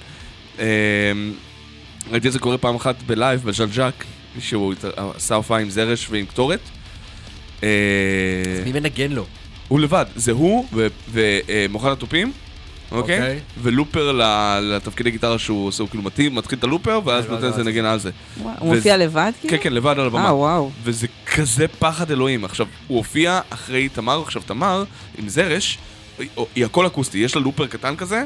ראיתי את זה קורה פעם אחת בלייב, בז'אן ז'אק, שהוא עשה הופעה עם זרש ועם קטורת. אז מי מנגן לו? הוא לבד, זה הוא ומוכן התופים, אוקיי? ולופר לתפקידי גיטרה שהוא עושה, הוא כאילו מתאים, מתחיל את הלופר, ואז נותן איזה נגן על זה. הוא מופיע לבד כאילו? כן, כן, לבד על הבמה. אה, וואו. וזה כזה פחד אלוהים. עכשיו, הוא הופיע אחרי תמר, עכשיו תמר, עם זרש, היא הכל אקוסטי, יש לה לופר קטן כזה,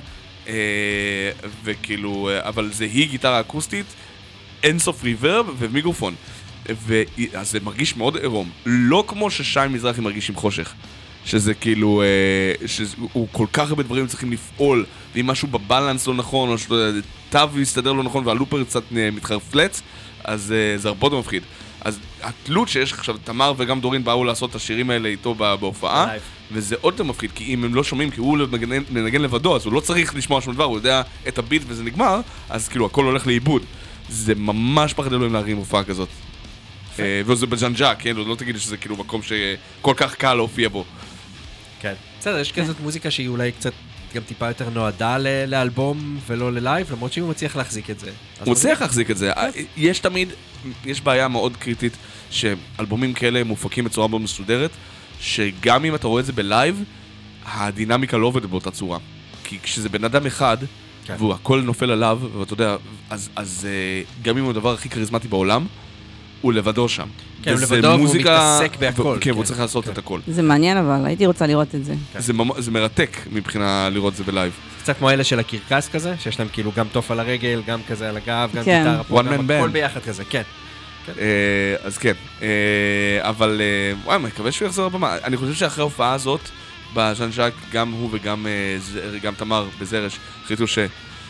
וכאילו, אבל זה היא גיטרה אקוסטית, אינסוף ריברב ומיקרופון. אז זה מרגיש מאוד עירום. לא כמו ששי מזרחי מרגיש עם חושך. שזה כאילו, שהוא כל כך הרבה דברים צריכים לפעול, ואם משהו בבלנס לא נכון, או שתו יסתדר לא נכון, והלופר קצת מתחרפלץ, אז זה הרבה יותר מפחיד. אז התלות שיש עכשיו, תמר וגם דורין באו לעשות את השירים האלה איתו בהופעה, וזה עוד יותר מפחיד, כי אם הם לא שומעים, כי הוא מנגן לבדו, אז הוא לא צריך לשמוע שום דבר, הוא יודע את הביט וזה נגמר, אז כאילו הכל הולך לאיבוד. זה ממש פחד אלוהים להרים הופעה כזאת. וזה בז'אן ז'אק, כן? לא תגיד שזה כאילו מקום שכל כך קל להופיע בו. כן. בסדר, יש כזאת מוזיקה שהיא אולי קצת גם טיפה יותר נועדה לאלבום ולא ללייב, למרות שהוא מצליח להחזיק את זה. הוא מצליח להחזיק את זה. יש תמיד, יש בעיה מאוד קריטית שאלבומים כאלה מופקים בצורה מאוד מסודרת, שגם אם אתה רואה את זה בלייב, הדינמיקה לא עובדת באותה צורה. כי כשזה בן אדם אחד, והוא הכל נופל עליו, ואתה יודע, אז גם אם הוא הדבר הכי כריזמטי בעולם, הוא לבדו שם. כן, הוא לבדו והוא מתעסק בהכל. כן, הוא צריך לעשות את הכל. זה מעניין אבל, הייתי רוצה לראות את זה. זה מרתק מבחינה לראות את זה בלייב. קצת כמו אלה של הקרקס כזה, שיש להם כאילו גם תוף על הרגל, גם כזה על הגב, גם גיטרה פה, גם הכל ביחד כזה, כן. אז כן, אבל וואי, אני מקווה שהוא יחזור לבמה. אני חושב שאחרי ההופעה הזאת, בז'אן ז'אק, גם הוא וגם תמר בזרש, החליטו ש...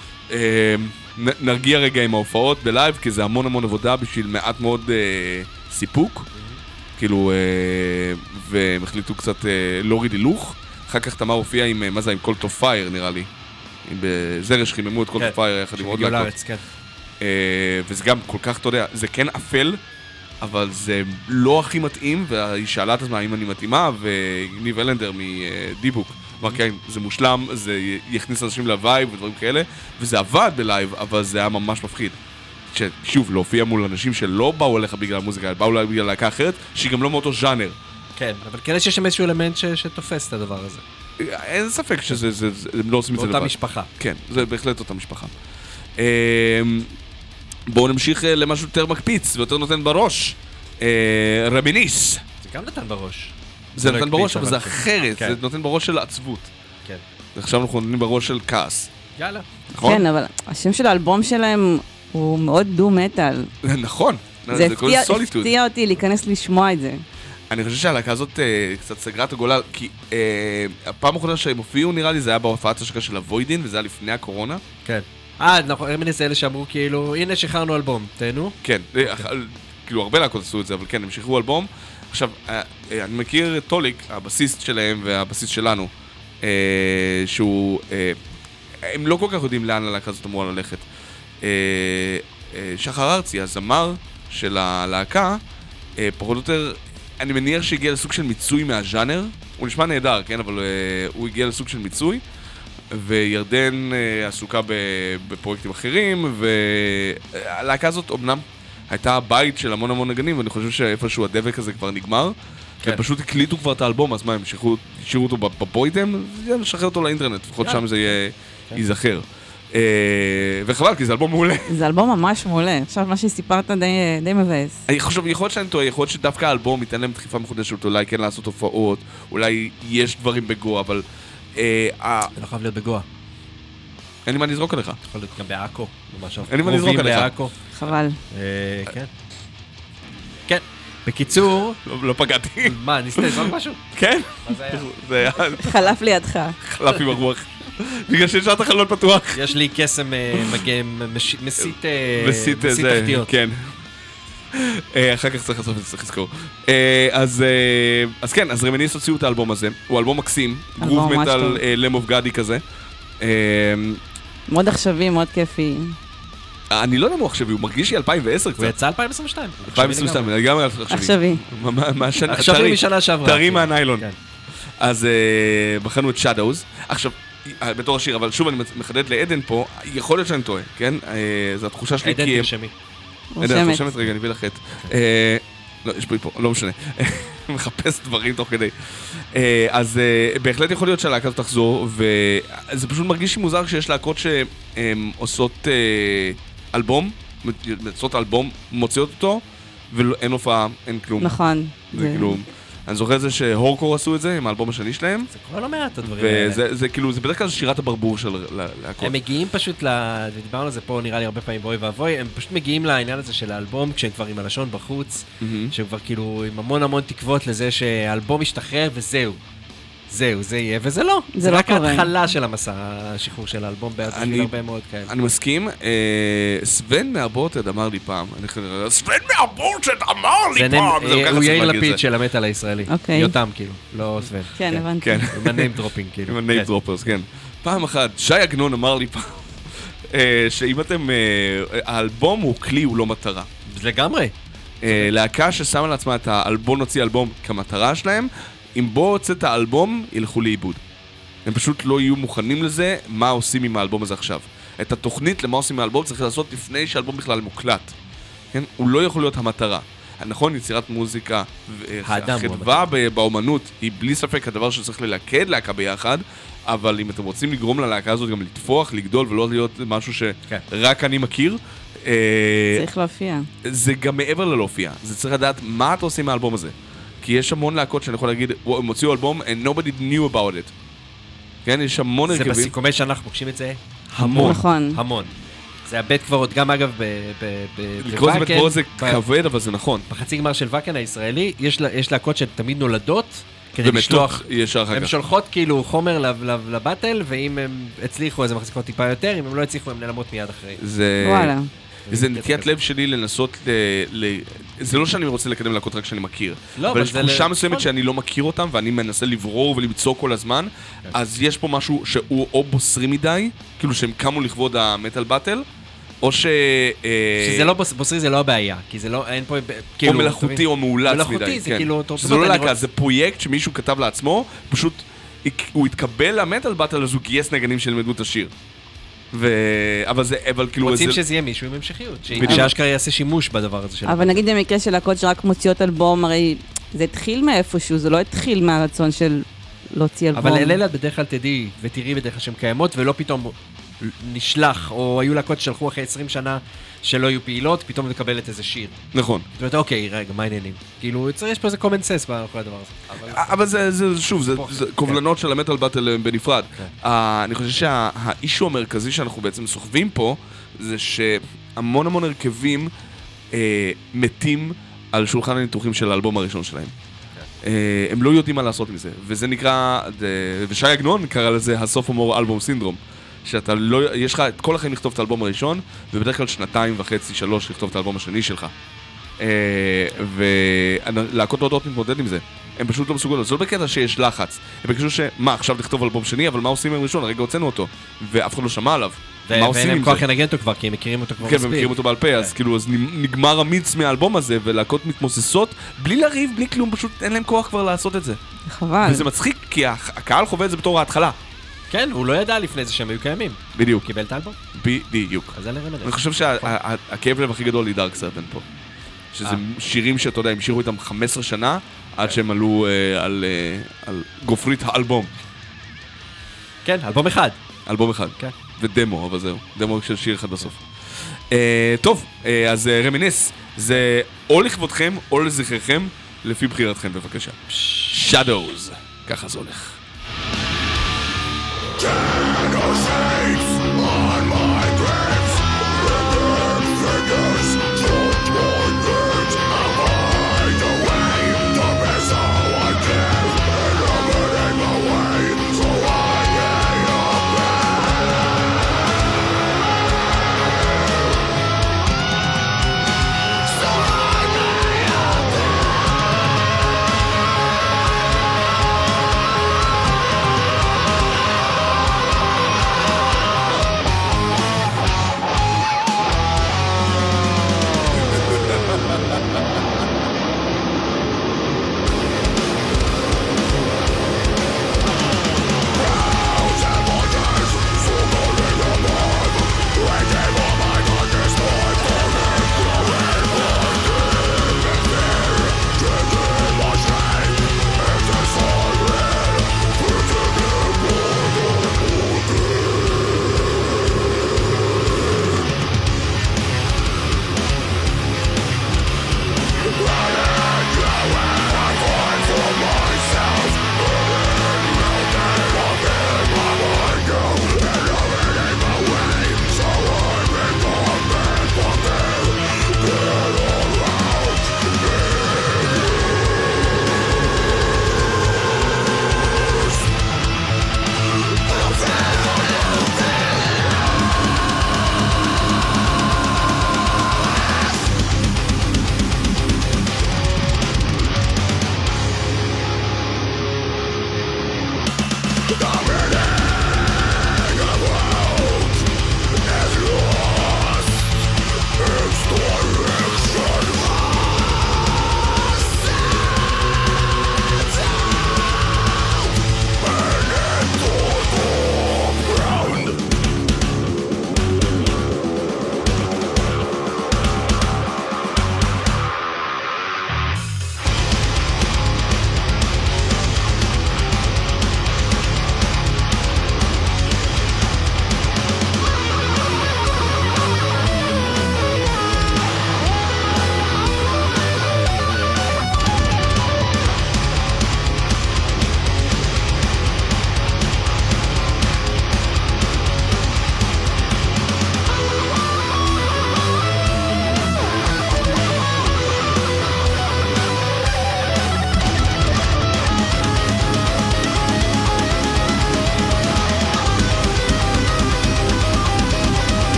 נרגיע רגע עם ההופעות בלייב, כי זה המון המון עבודה בשביל מעט מאוד סיפוק, כאילו, והם החליטו קצת להוריד הילוך. אחר כך תמר הופיע עם, מה זה, עם קולט אוף פייר נראה לי, בזרש חיממו את קולט אוף פייר יחד עם עוד להקות, וזה גם כל כך, אתה יודע, זה כן אפל, אבל זה לא הכי מתאים, והיא שאלה את עצמה אם אני מתאימה, וניב אלנדר מדיבוק אמר, כן, זה מושלם, זה יכניס אנשים לווייב ודברים כאלה, וזה עבד בלייב, אבל זה היה ממש מפחיד. ששוב, להופיע מול אנשים שלא באו אליך בגלל המוזיקה, באו אליך בגלל להקה אחרת, שהיא גם לא מאותו ז'אנר. כן, אבל כן יש שם איזשהו אלמנט שתופס את הדבר הזה. אין ספק שזה, הם לא עושים את זה לבד. באותה משפחה. כן, זה בהחלט אותה משפחה. בואו נמשיך למשהו יותר מקפיץ, ויותר נותן בראש. רמיניס. זה גם נתן בראש. זה נותן בראש, אבל זה אחרת, זה נותן בראש של עצבות. כן. עכשיו אנחנו נותנים בראש של כעס. יאללה. נכון? כן, אבל השם של האלבום שלהם הוא מאוד דו-מטל. נכון. זה הפתיע אותי להיכנס לשמוע את זה. אני חושב שהלהקה הזאת קצת סגרה את הגולה, כי הפעם האחרונה שהם הופיעו, נראה לי, זה היה בהופעת השקה של הווידין, וזה היה לפני הקורונה. כן. אה, נכון, רמיניס אלה שאמרו כאילו, הנה שחררנו אלבום, תהנו. כן, כאילו הרבה להקות עשו את זה, אבל כן, הם שחררו אלבום. עכשיו, אני מכיר את טוליק, הבסיסט שלהם והבסיסט שלנו, שהוא, הם לא כל כך יודעים לאן הלהקה הזאת אמורה ללכת. שחר ארצי, הזמר של הלהקה, פחות או יותר, אני מניח שהגיע לסוג של מיצוי מהז'אנר, הוא נשמע נהדר, כן, אבל הוא הגיע לסוג של מיצוי, וירדן עסוקה בפרויקטים אחרים, והלהקה הזאת אומנם הייתה הבית של המון המון נגנים, ואני חושב שאיפשהו הדבק הזה כבר נגמר, כן. ופשוט הקליטו כבר את האלבום, אז מה, הם שחררו אותו בפרויקטים, זה לשחרר אותו לאינטרנט, לפחות שם זה יהיה ייזכר. וחבל, כי זה אלבום מעולה. זה אלבום ממש מעולה, עכשיו מה שסיפרת די מבאס. אני חושב, יכול להיות שאני טועה, יכול להיות שדווקא האלבום ייתן להם דחיפה מחודשת, אולי כן לעשות הופעות, אולי יש דברים בגואה, אבל... זה לא חייב להיות בגואה. אין לי מה לזרוק עליך. יכול להיות גם בעכו. אין לי מה לזרוק עליך. חבל. כן. כן. בקיצור... לא פגעתי. מה, ניסית לזרוק משהו? כן. מה זה היה? חלף לידך. חלף עם הרוח. בגלל שיש את החלון פתוח. יש לי קסם מסית זה, תחתיות. כן. אחר כך צריך לעשות את זה, צריך לזכור. אז כן, אז רמיניס הוציאו את האלבום הזה. הוא אלבום מקסים. גרוב מטל לם אוף גאדי כזה. מאוד עכשווי, מאוד כיפי. אני לא יודע מה הוא עכשווי, הוא מרגיש לי אלפיים ועשר קצת. הוא יצא אלפיים עשרים ושתיים. אלפיים עשרים ושתיים, אני גם עכשווי. עכשווי. עכשווי משנה שעברה. טרי מהניילון. אז בחרנו את Shadows. עכשיו, בתור השיר, אבל שוב אני מחדד לעדן פה, יכול להיות שאני טועה, כן? זו התחושה שלי כי... עדן תרשמי. עדן, את רושמת רגע, אני אביא לך את... לא, יש פה פה, לא משנה. מחפש דברים תוך כדי. אז בהחלט יכול להיות שהלהקה הזאת תחזור, וזה פשוט מרגיש לי מוזר שיש להקות שעושות אלבום, מוצאות אלבום, מוציאות אותו, ואין הופעה, אין כלום. נכון. זה כאילו... אני זוכר את זה שהורקור עשו את זה עם האלבום השני שלהם. זה כבר לא מעט הדברים האלה. וזה כאילו, זה בדרך כלל שירת הברבור של להקות. הם מגיעים פשוט, ודיברנו על זה פה נראה לי הרבה פעמים בואי ואבוי, הם פשוט מגיעים לעניין הזה של האלבום כשהם כבר עם הלשון בחוץ, שהם כבר כאילו עם המון המון תקוות לזה שהאלבום ישתחרר וזהו. זהו, זה יהיה, וזה לא. זה רק ההתחלה של המסע, השחרור של האלבום, בשביל הרבה מאוד כאלה. אני מסכים. סוון מהבורטד אמר לי פעם, סוון מהבורטד אמר לי פעם! הוא יאיר לפיד של המטל הישראלי. יותם, כאילו, לא סוון. כן, הבנתי. עם הניים דרופינג, כאילו. עם הניים דרופרס, כן. פעם אחת, שי עגנון אמר לי פעם, שאם אתם, האלבום הוא כלי, הוא לא מטרה. לגמרי. להקה ששמה לעצמה את האלבום, נוציא אלבום כמטרה שלהם, אם בו הוצאת האלבום, ילכו לאיבוד. הם פשוט לא יהיו מוכנים לזה, מה עושים עם האלבום הזה עכשיו. את התוכנית למה עושים עם האלבום צריך לעשות לפני שהאלבום בכלל מוקלט. כן? הוא לא יכול להיות המטרה. נכון, יצירת מוזיקה, החדווה באומנות היא בלי ספק הדבר שצריך ללכד להקה ביחד, אבל אם אתם רוצים לגרום ללהקה הזאת גם לתפוח, לגדול ולא להיות משהו שרק אני מכיר, צריך להופיע. זה גם מעבר ללהופיע. זה צריך לדעת מה אתה עושה עם האלבום הזה. כי יש המון להקות שאני יכול להגיד, הם הוציאו אלבום and nobody knew about it. כן, יש המון הרכבים. זה בסיכומי שאנחנו פוגשים את זה המון. נכון. המון. זה הבית קברות, גם אגב בוואקן. לקרוא זה בית קברות זה כבד, אבל זה נכון. בחצי גמר של וואקן הישראלי, יש להקות שתמיד נולדות, כדי לשלוח. הן שולחות כאילו חומר לבטל, ואם הם הצליחו, אז הם מחזיקות טיפה יותר, אם הם לא הצליחו, הם נעלמות מיד אחרי. וואלה. זה נטיית לב שלי לנסות ל... זה לא שאני רוצה לקדם להקות רק שאני מכיר. אבל יש תחושה מסוימת שאני לא מכיר אותם, ואני מנסה לברור ולמצוא כל הזמן, אז יש פה משהו שהוא או בוסרי מדי, כאילו שהם קמו לכבוד המטל באטל, או ש... שזה לא בוסרי, זה לא הבעיה, כי זה לא... אין פה... או מלאכותי או מאולץ מדי. מלאכותי, זה כאילו... שזה לא להקה, זה פרויקט שמישהו כתב לעצמו, פשוט הוא התקבל למטל באטל, אז הוא גייס נגנים שלמדו את השיר. ו... אבל זה, אבל כאילו... רוצים שזה יהיה מישהו עם המשכיות, שאשכרה יעשה שימוש בדבר הזה שלנו. אבל נגיד במקרה של להקות שרק מוציאות אלבום, הרי זה התחיל מאיפשהו, זה לא התחיל מהרצון של להוציא אלבום. אבל אלה בדרך כלל תדעי ותראי בדרך כלל שהן קיימות, ולא פתאום נשלח, או היו להקות ששלחו אחרי עשרים שנה שלא יהיו פעילות, פתאום מקבלת איזה שיר. נכון. זאת אומרת, אוקיי, רגע, מה העניינים? כאילו, יש פה איזה common sense בכל הדבר הזה. אבל זה, שוב, זה קובלנות של המטל באטל בנפרד. אני חושב שהאישו המרכזי שאנחנו בעצם סוחבים פה, זה שהמון המון הרכבים מתים על שולחן הניתוחים של האלבום הראשון שלהם. הם לא יודעים מה לעשות מזה, וזה נקרא, ושי עגנון קרא לזה הסופומור אלבום סינדרום. שאתה לא, יש לך את כל החיים לכתוב את האלבום הראשון, ובדרך כלל שנתיים וחצי, שלוש, לכתוב את האלבום השני שלך. ולהקות לא יודעות להתמודד עם זה. הם פשוט לא מסוגלות. זה לא בקטע שיש לחץ. הם בקשו שמה, עכשיו לכתוב אלבום שני, אבל מה עושים עם ראשון? הרגע הוצאנו אותו, ואף אחד לא שמע עליו. מה עושים עם זה? ואין להם כוח לנגן אותו כבר, כי הם מכירים אותו כבר מספיק. כן, הם מכירים אותו בעל פה, אז כאילו, אז נגמר המיץ מהאלבום הזה, ולהקות מתמוססות, בלי לריב, בלי כלום, פשוט אין להם כוח כבר לעשות את זה. חבל. וזה מצחיק, כי הקהל חווה את זה בתור ההתחלה. כן, הוא לא ידע לפני זה שהם היו קיימים. בדיוק. קיבל את האלבום? בדיוק. אז אני אני חושב שהכאב לב הכי גדול היא דארק סרפנט פה. שזה שירים שאתה יודע, המשיכו איתם חמש עשרה שנה, עד שהם עלו על גופרית האלבום. כן, אלבום אחד. אלבום אחד. כן. ודמו, אבל זהו. דמו של שיר אחד בסוף. טוב, אז רמיניס, זה או לכבודכם או לזכרכם, לפי בחירתכם, בבקשה. Shadows. ככה זה הולך. Genocides on my graves. Ripping fingers, short torn ribs. Am I the way? The best how I give. Illuminate my way, so I lay up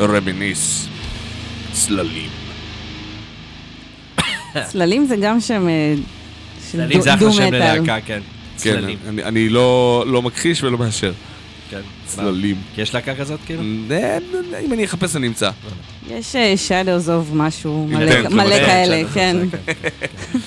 רמיניס. צללים. צללים זה גם שם אה, של צללים זה דו- אחלה שם דו-מטל. ללהקה, כן. כן, צללים. אני- אני לא לא מכחיש ולא מאשר. כן. צללים. כי יש להקה כזאת כאילו? אה, אם אני אחפש אני אמצא. יש אה, Shadows of משהו, כן, מלא- כן, מלא כן, כאלה, Shadows of כן. זה, כן, כן.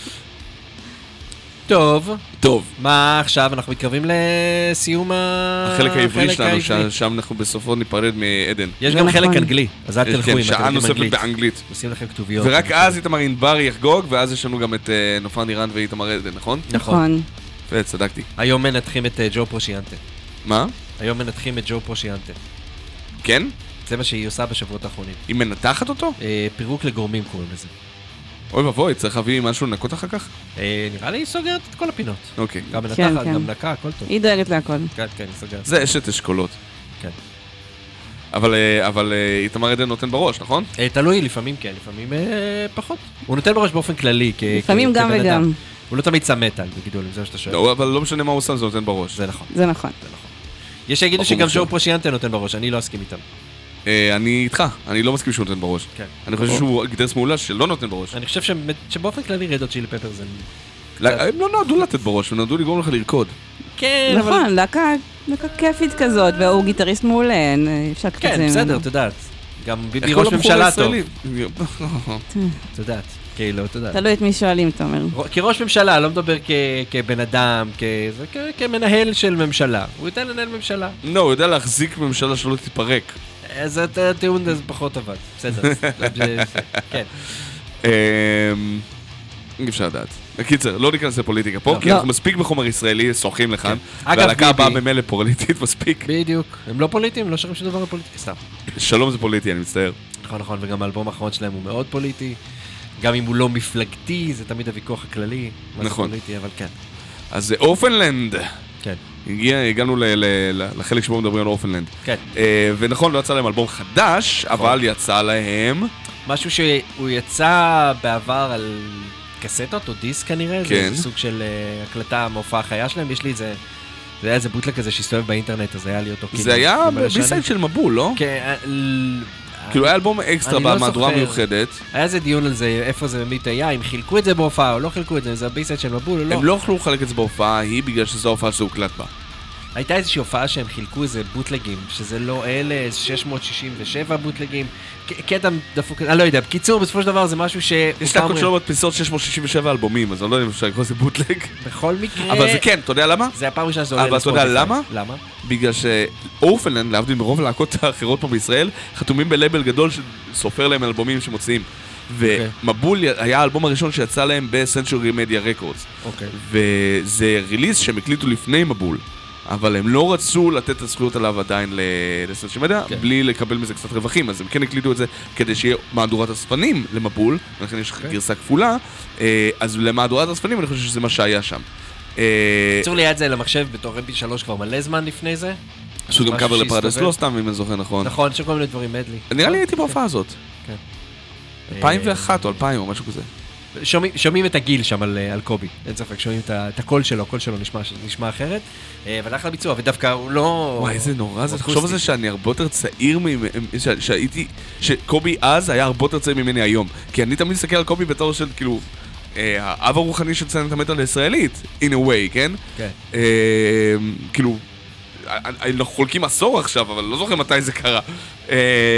טוב, טוב. מה עכשיו? אנחנו מתקרבים לסיום ה- החלק העברי שלנו, העברי. ש- שם אנחנו בסופו ניפרד מעדן. יש זה גם נכון. חלק אנגלי, אז אל יש, תלכו כן, אם אתם שעה יודעים נוספת אנגלית. באנגלית. עושים לכם כתוביות. ורק אז איתמר ענברי יחגוג, ואז יש לנו גם את אה, נופר נירן ואיתמר עדן, נכון? נכון. נכון. וצדקתי. היום מנתחים את אה, ג'ו פרושיאנטה. מה? היום מנתחים את ג'ו פרושיאנטה. כן? זה מה שהיא עושה בשבועות האחרונים. היא מנתחת אותו? אה, פירוק לגורמים קוראים לזה. אוי ואבוי, צריך להביא משהו לנקות אחר כך? אה, נראה לי היא סוגרת את כל הפינות. אוקיי. גם מנתחת, כן, כן. גם נקה, הכל טוב. היא דואגת להכל. כן, כן, היא סוגרת. זה אשת אשכולות. כן. אבל, אה, אבל אה, איתמר עדן נותן בראש, נכון? אה, תלוי, לפעמים כן, לפעמים אה, פחות. הוא נותן בראש באופן כללי, כ- לפעמים כ- גם כבן וגם. אדם. הוא לא תמיד שם מטאל בגידול, אם זה מה שאתה שואל. לא, אבל לא משנה מה הוא שם, זה נותן בראש. זה נכון, זה נכון. זה נכון. יש שיגידו בחור שגם מוכשר. ג'ו פרושיאנטה נותן בראש, אני לא אסכים איתם. אה, אני איתך, אני לא מסכים שהוא נותן בראש. כן. אני חושב שהוא גיטריסט מעולה שלא נותן בראש. אני חושב שבאמת- שבאופן כללי רד הוט צ'ילי פפר זה... לא, הם לא נועדו לתת בראש, הם נועדו לגרום לך לרקוד. כן, אבל... נכון, להקה להקה כיפית כזאת, והוא גיטריסט מעולה, אין, אפשר לקחת את זה כן, בסדר, ממנו. את יודעת. גם ביבי איך כל ראש הבחור ממשלה טוב. הישראלי? את יודעת. כאילו, את יודעת. תלוי את מי שואלים, אתה אומר. כראש ממשלה, לא מדבר כ- כבן אדם, כ- זה כ- כמנהל של ממשלה. הוא יודע לנהל ממשלה. לא, הוא יודע להחזיק ממשלה שלא תתפרק. אז את- הטיעון הזה פחות עבד. בסדר. זה- זה- כן. אמ, אי אפשר לדעת. בקיצר, לא ניכנס לפוליטיקה פה, כי לא. אנחנו מספיק בחומר ישראלי, שוחים לכאן. אגב, והלהקה הבאה ביבי- במילא פוליטית מספיק. בדיוק. הם לא פוליטיים, לא שרים שום דבר בפוליטיקה, סתם. שלום זה פוליטי, אני מצטער. נכון, נכון, וגם האלבום האחרון שלהם הוא מאוד פוליטי. גם אם הוא לא מפלגתי, זה תמיד הוויכוח הכללי. מה זה נכון. פוליטי, אבל כן. אז זה אורפנלנד. כן. הגיע, הגענו ל- ל- ל- לחלק שבו מדברים על אורפנלנד. כן. אה, ונכון, לא יצא להם אלבום חדש, אבל יצא להם... משהו שהוא יצא בעבר על קסטות או דיסק כנראה, כן. זה סוג של uh, הקלטה מהופעה חיה שלהם, יש לי איזה, זה היה איזה בוטלק כזה שהסתובב באינטרנט, אז היה לי אותו זה היה למלא שנים. ביסייד של מבול, לא? כן, אה, ל- כאילו היה אלבום אקסטרה אני לא במהדורה זוכר. מיוחדת. היה איזה דיון על זה, איפה זה באמת היה, אם חילקו את זה בהופעה או לא חילקו את זה, זה הביסייד של מבול או לא. הם לא יכלו לחלק את זה בהופעה ההיא בגלל שזו ההופעה שזה הוקלט בה. הייתה איזושהי הופעה שהם חילקו איזה בוטלגים, שזה לא אלה, שש מאות שישים ושבע בוטלגים, ק- קטע דפוק, אני לא יודע, בקיצור, בסופו של דבר זה משהו ש... יש להקות שלא מדפיסות שש מאות שישים ושבע אלבומים, אז אני לא יודע אם אפשר לקרוא לזה בוטלג. בכל מקרה... אבל זה כן, אתה יודע למה? זה הפעם ראשונה שזה עולה אבל אתה יודע לספוטיפיי. למה? למה? בגלל שאורפנלנד, להבדיל מרוב הלהקות האחרות פה בישראל, חתומים בלייבל גדול שסופר להם אלבומים שמוציאים. ומבול היה האלבום הראשון שיצא להם בסנצ'ורי מדיה רקורדס. אוקיי. וזה ריליס שהם הקליטו לפני מבול. אבל הם לא רצו לתת את הזכויות עליו עדיין לסנצ'ורי מדיה, כן. בלי לקבל מזה קצת רווחים. אז הם כן הקליטו את זה כדי שיהיה מהדורת הספנים למבול, ולכן יש אוקיי. גרסה כפולה. אה, אז למהדורת הספנים אני חושב שזה מה שהיה שם. אה, בקיצור לי היה את זה למחשב בתור אם פי שלוש כבר מלא זמן לפני זה. עשו גם משהו קאבר לפרדס שהסתובב. לא סתם, אם אני זוכר נכון. נכון, יש כל מיני דברים מדלי. נראה לי הייתי בהופעה הזאת. כן. אלפיים ואחת או אלפיים או משהו כזה. שומעים, שומעים את הגיל שם על, על קובי, אין ספק, שומעים את, ה- את הקול שלו, הקול שלו נשמע, נשמע אחרת, אה, אבל אחלה ביצוע, ודווקא הוא לא... וואי, איזה נורא זה. הוא תחשוב על זה אקוסטי. שאני הרבה יותר צעיר, ממ- ש- שהייתי, שקובי אז היה הרבה יותר צעיר ממני היום. כי אני תמיד מסתכל על קובי בתור של, כאילו, אה, האב הרוחני של סצנת המטאל הישראלית, in a way, כן? כן. אה, כאילו, אנחנו חולקים עשור עכשיו, אבל לא זוכר מתי זה קרה. אה,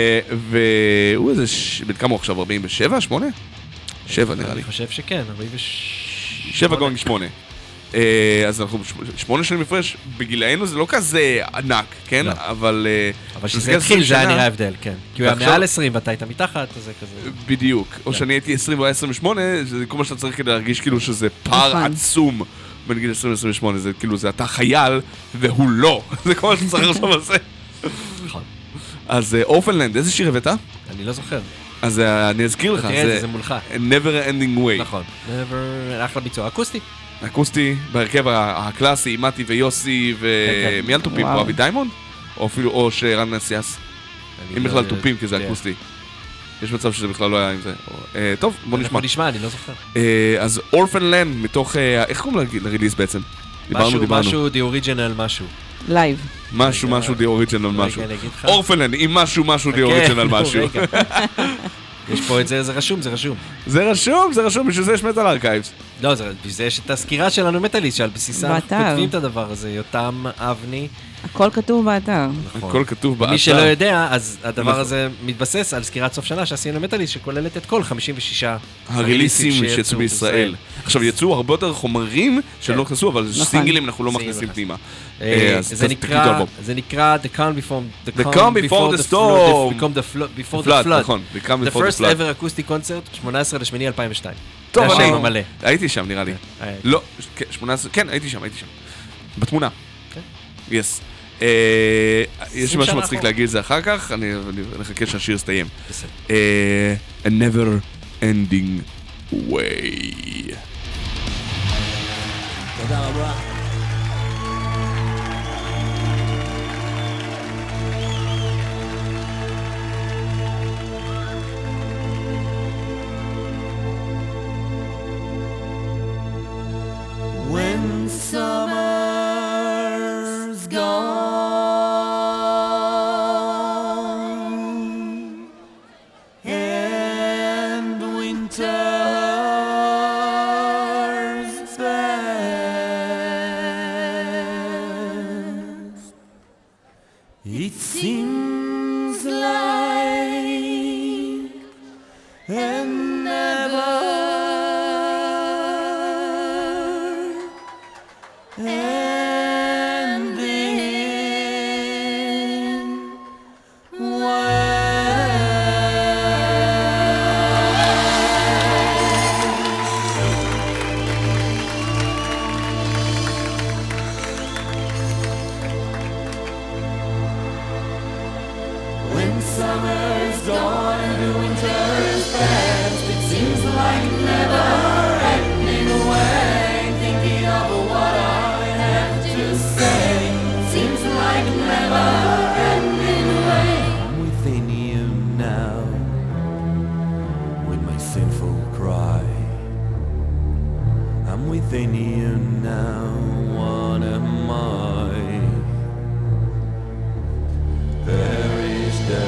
והוא איזה, ש- בן כמה הוא עכשיו, ארבעים ושבע, שמונה? שבע נראה לי. אני חושב שכן, ארבעים ושמונה. שבע גוינג שמונה. אה, אז אנחנו ש- שמונה שנים הפרש, בגילאנו זה לא כזה ענק, כן? לא. אבל... אה, אבל כשזה כשזה עשרים התחיל זה היה שנה- נראה הבדל, כן. כי הוא היה ועכשיו- מעל עשרים ואתה היית מתחת, אז זה כזה... בדיוק. או כן. שאני הייתי עשרים והוא היה עשרים ושמונה, זה כל מה שאתה צריך כדי להרגיש כאילו שזה פער נכון. עצום בין גיל עשרים ל-עשרים ושמונה. זה כאילו, זה אתה חייל והוא לא. זה כל מה שאתה צריך לחשוב על זה. נכון. אז אה, אורפנלנד, איזה שיר הבאת? אני לא זוכר. אז אה, אני אזכיר לך, תראה את זה, זה מולך. never ending way. נכון. never... אחלה ביצוע. אקוסטי. אקוסטי, בהרכב ה- הקלאסי, מתי ויוסי, כן, ומי על תופים? וואו. אבי דיימונד? או אפילו, או שרן נסיאס. אני אם לא בכלל יודע. תופים, כי זה כן. אקוסטי. יש מצב שזה בכלל לא היה עם זה. אה, טוב, בוא נשמע. אנחנו נשמע, אני לא זוכר. אה, אז אורפנלנד, מתוך... אה, איך קוראים ל- לריליס בעצם? דיברנו, משהו, דיברנו. משהו, the original משהו. לייב. משהו, משהו די אוריג'ינל משהו. רגע, אני אגיד לך. אורפלן, עם משהו, משהו די אוריג'ינל משהו. יש פה את זה, זה רשום, זה רשום. זה רשום, זה רשום, בשביל זה יש מטל ארכייבס. לא, זה, בשביל זה יש את הסקירה שלנו מטאליסט, שעל בסיסה אנחנו באתר. כותבים את הדבר הזה, יותם אבני. הכל כתוב באתר. הכל כתוב באתר. מי שלא יודע, אז הדבר הזה מתבסס על סקירת סוף שנה שעשינו למטאליסט, שכוללת את כל חמישים ושישה הריליסים שיצאו בישראל. עכשיו, יצאו הרבה יותר חומרים שלא נכנסו, אבל נכון. סינגלים אנחנו לא סינגלים מכניסים נכנס. פנימה. אה, אז זה תקליטו נקרא, אלבום. זה נקרא The Calm Before The Calm Before the Storm. Become the Flood, Before the Flood, Flood. נכון, The Calm The Before the First Flood. Ever Acoustic Concert, שמונה עשרה לאוגוסט אלפיים ושתיים. טוב, זה אני השם המלא. הייתי שם נראה לי. אה, לא, כן, שמונה עשרה, כן, הייתי שם, הייתי שם. בתמונה. כן. יס. יש לי עשרים משהו שנה מצחיק אחורה. להגיד את זה אחר כך, אני אני נחכה שהשיר יסתיים. בסדר. אה, A never ending way. תודה רבה. When summer's gone and winter's past, it seems like an never ending when summer's gone and the winter's past, it seems like never ending away. Thinking of what I have to say, seems like never ending away. I'm within you now, with my sinful cry. I'm within you now, what am I? There is the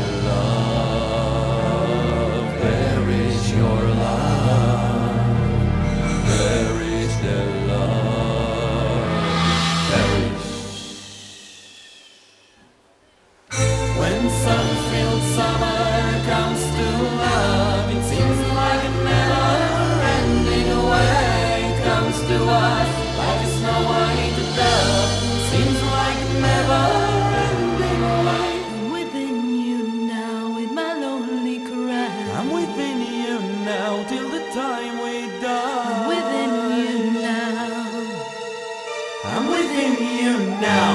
love, there is your love, there is the love, there is. When sun-filled summer comes to love, it seems like a never-ending way. It comes to us like a snow-white dove, seems like a never-ending way. I'm within you now with my lonely cry. I'm within you now till the time we die. I'm within you now. I'm within you now.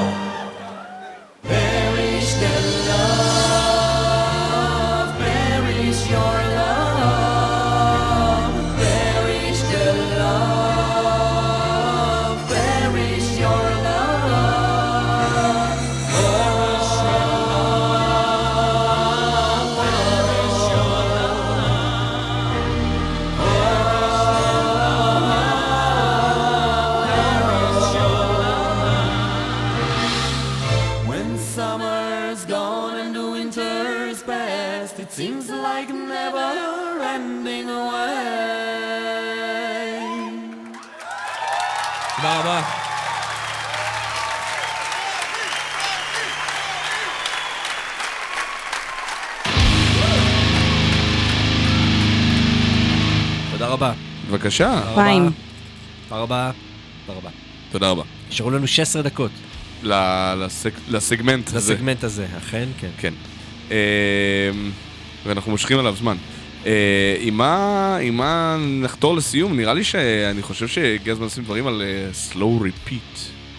Perish the love, perish your love, perish the love, perish your love, perish your love, perish your love. When summer's gone and the winter's past, it seems like never ending away. תודה רבה. תודה רבה. בבקשה. פיים. תודה רבה. תודה רבה. תודה רבה. נשארו לנו שש עשרה דקות ל- לסג- לסגמנט הזה. לסגמנט הזה, אכן, כן. כן. אה, ואנחנו מושכים עליו זמן. אה, עם מה, עם מה נחתור לסיום? נראה לי שאני חושב שהגיע הזמן לשים דברים על אה, slow repeat.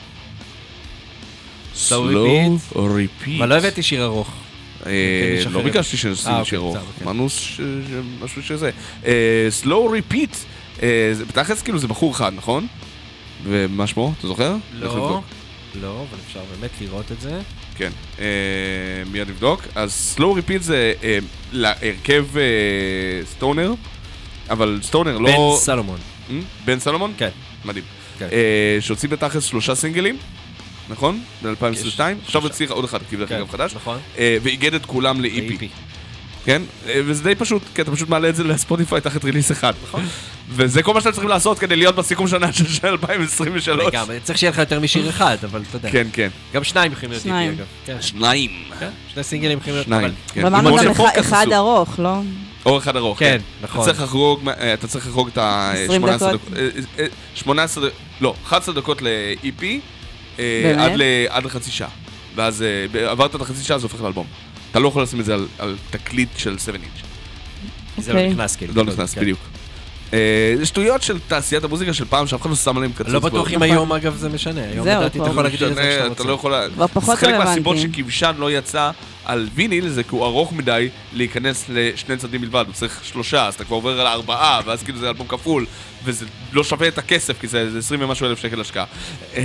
repeat. repeat. אבל לא הבאתי שיר ארוך. אה, יש לא אחרים. ביקשתי שנשים אה, אוקיי, שיר ארוך. בסדר, כן. אמרנו ש- ש- משהו שזה. אה, slow repeat. אה, זה- בתכלס כאילו זה בחור אחד, נכון? ומה שמו? אתה זוכר? לך לא, לבדוק. לא, אבל אפשר באמת לראות את זה. כן, אה, מיד נבדוק. אז slow repeat זה אה, להרכב אה, סטונר, אבל סטונר לא... בן סלומון. אה? בן סלומון? כן. מדהים. כן. אה, שהוציא בתכלס שלושה סינגלים, נכון? ב-אלפיים עשרים ושתיים. עכשיו הצליח עוד אחד, כאילו דרך אגב חדש. נכון. ואיגד את כולם ל-אי פי. כן? וזה די פשוט, כי אתה פשוט מעלה את זה לספוטיפיי תחת ריליס אחד. נכון. וזה כל מה שאתם צריכים לעשות כדי להיות בסיכום שנה של אלפיים עשרים ושלוש. גם, צריך שיהיה לך יותר משיר אחד, אבל אתה יודע. כן, כן. גם שניים יכולים להיות שניים. אי פי, אגב. כן. שניים. כן, שני סינגלים יכולים להיות. שניים. אבל- כן. ואמרנו עם גם עוד אחד- פוקס אחד עשו. ארוך, לא? או אחד ארוך, כן, כן. נכון. אתה צריך לחרוג, אה, אתה צריך לחרוג את עשרים ה-שמונה עשרה דקות. דקות. אה, אה, שמונה עשרה, לא, אחת עשרה דקות ל-אי פי, אה, באמת? עד ל- עד לחצי שעה. ואז אה, עברת את החצי שעה, זה הופך לאלבום. אתה לא יכול לשים את זה על- על תקליט של שבע אינץ'. כי זה לא אוקיי. נכנס כאילו. לא נכנס, כן. בדיוק. אה, זה שטויות של תעשיית המוזיקה של פעם, שאף אחד לא שם עליהם קצוץ. לא בטוח אם נכון. היום אגב זה משנה. היום זהו, לדעתי כבר אתה יכול להגיד את זה משנה, שאתה אתה רוצה. לא יכול... כבר פחות זה חלק מהסיבות רלוונטי. שכבשן לא יצא על ויניל, זה כי הוא ארוך מדי להיכנס לשני צדדים בלבד, הוא צריך שלושה, אז אתה כבר עובר על ארבעה, ואז כאילו זה אלבום כפול, וזה לא שווה את הכסף, כי זה זה עשרים ומשהו אלף שקל השקעה. אה,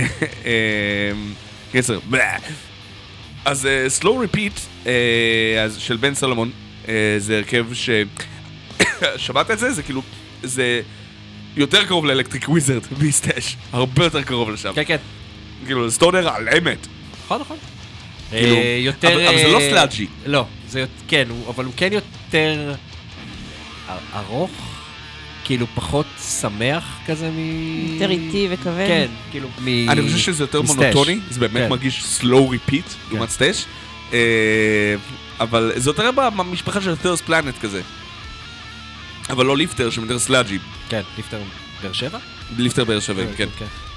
קיצר, בלה. אז אה, Slow Repeat אה, אז של בן סלומון, אה, זה הרכב ש... שמעת את זה? זה כאילו... זה יותר קרוב לאלקטריק וויזרד ביסטאש, הרבה יותר קרוב לשם. כן, כן. כאילו, סטונר על אמת. נכון, נכון. כאילו, אה, יותר... אבל- אבל זה לא אה, סלאג'י. לא, זה יות- כן, הוא- אבל הוא כן יותר א- ארוך, כאילו פחות שמח כזה מ... יותר איטי וכבד. כן, כאילו מ... אני חושב שזה יותר מסטאש. מונוטוני, זה באמת כן. מרגיש slow repeat, לעומת סטאש. אה, אבל זה יותר במשפחה של thirst planet כזה. אבל לא ליפטר, שהם יותר סלאג'י. כן, ליפטר באר שבע? ליפטר באר שבע, כן.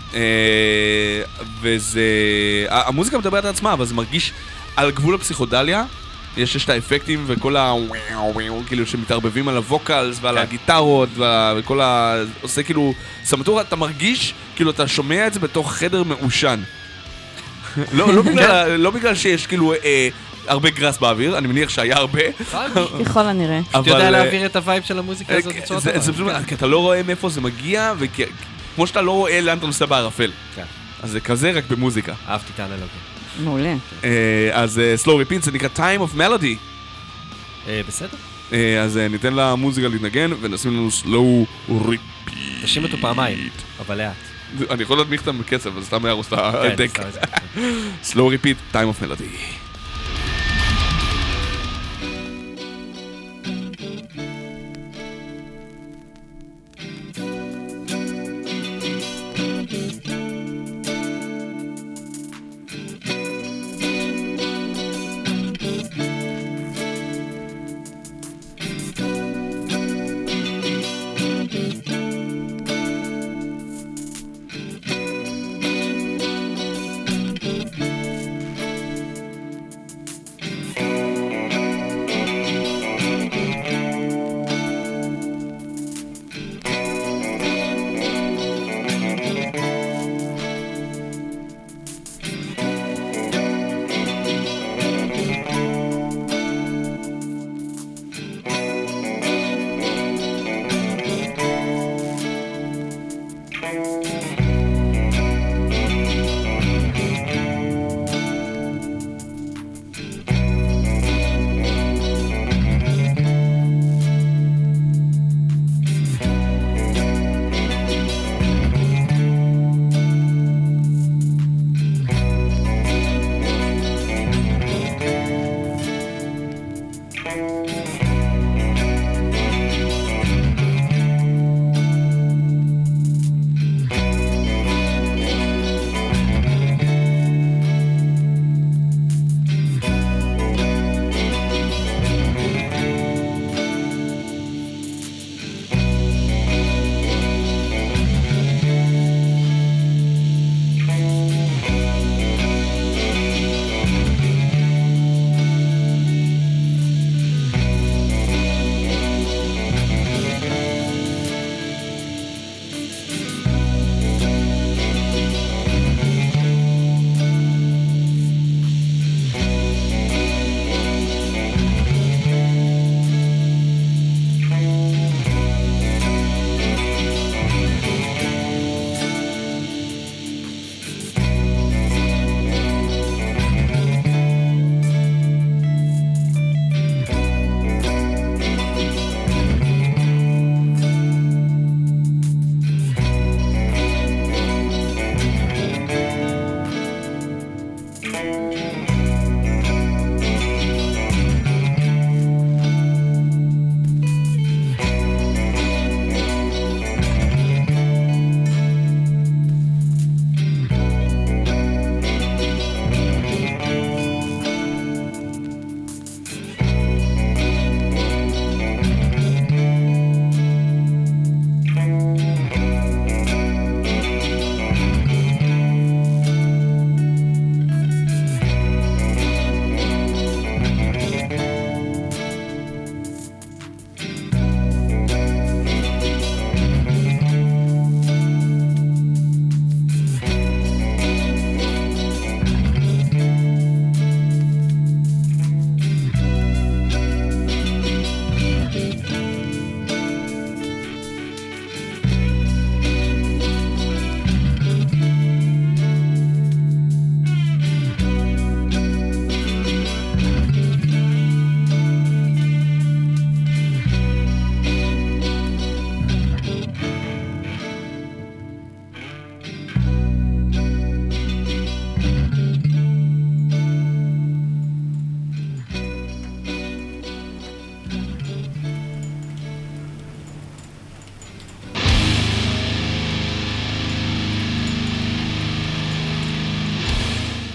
אה, וזה... ה- המוזיקה מדברת על עצמה, אבל זה מרגיש על גבול הפסיכודליה. יש יש את האפקטים וכל ה... כאילו שמתערבבים על הווקלס ועל כן. הגיטרות וה- וכל ה... עושה כאילו... סמטורה, אתה מרגיש כאילו אתה שומע את זה בתוך חדר מעושן. לא לא בגלל ה- לא בגלל שיש כאילו אה, הרבה גרס באוויר, אני מניח שהיה הרבה. ככל הנראה. אתה יודע אבל, להעביר את הווייב של המוזיקה הזאת אה, בצורה זה- טובה. זה פשוט, כי אתה לא רואה מאיפה זה מגיע, וכמו שאתה לא רואה לאן אתה נוסע בערפל. כן. אז זה כזה רק במוזיקה. אהבתי את האנלוגיה. מעולה. אה, אז אה, Slow Repeat זה נקרא Time of Melody. אה, בסדר. אה, אז אה, ניתן למוזיקה להתנגן ונשים לנו Slow Repeat. נשים אותו פעמיים, אבל לאט. אני יכול להדמיך אותם בקצב, אז סתם יהרוס את כן, הדק. סתם איזה- Slow Repeat, Time of Melody.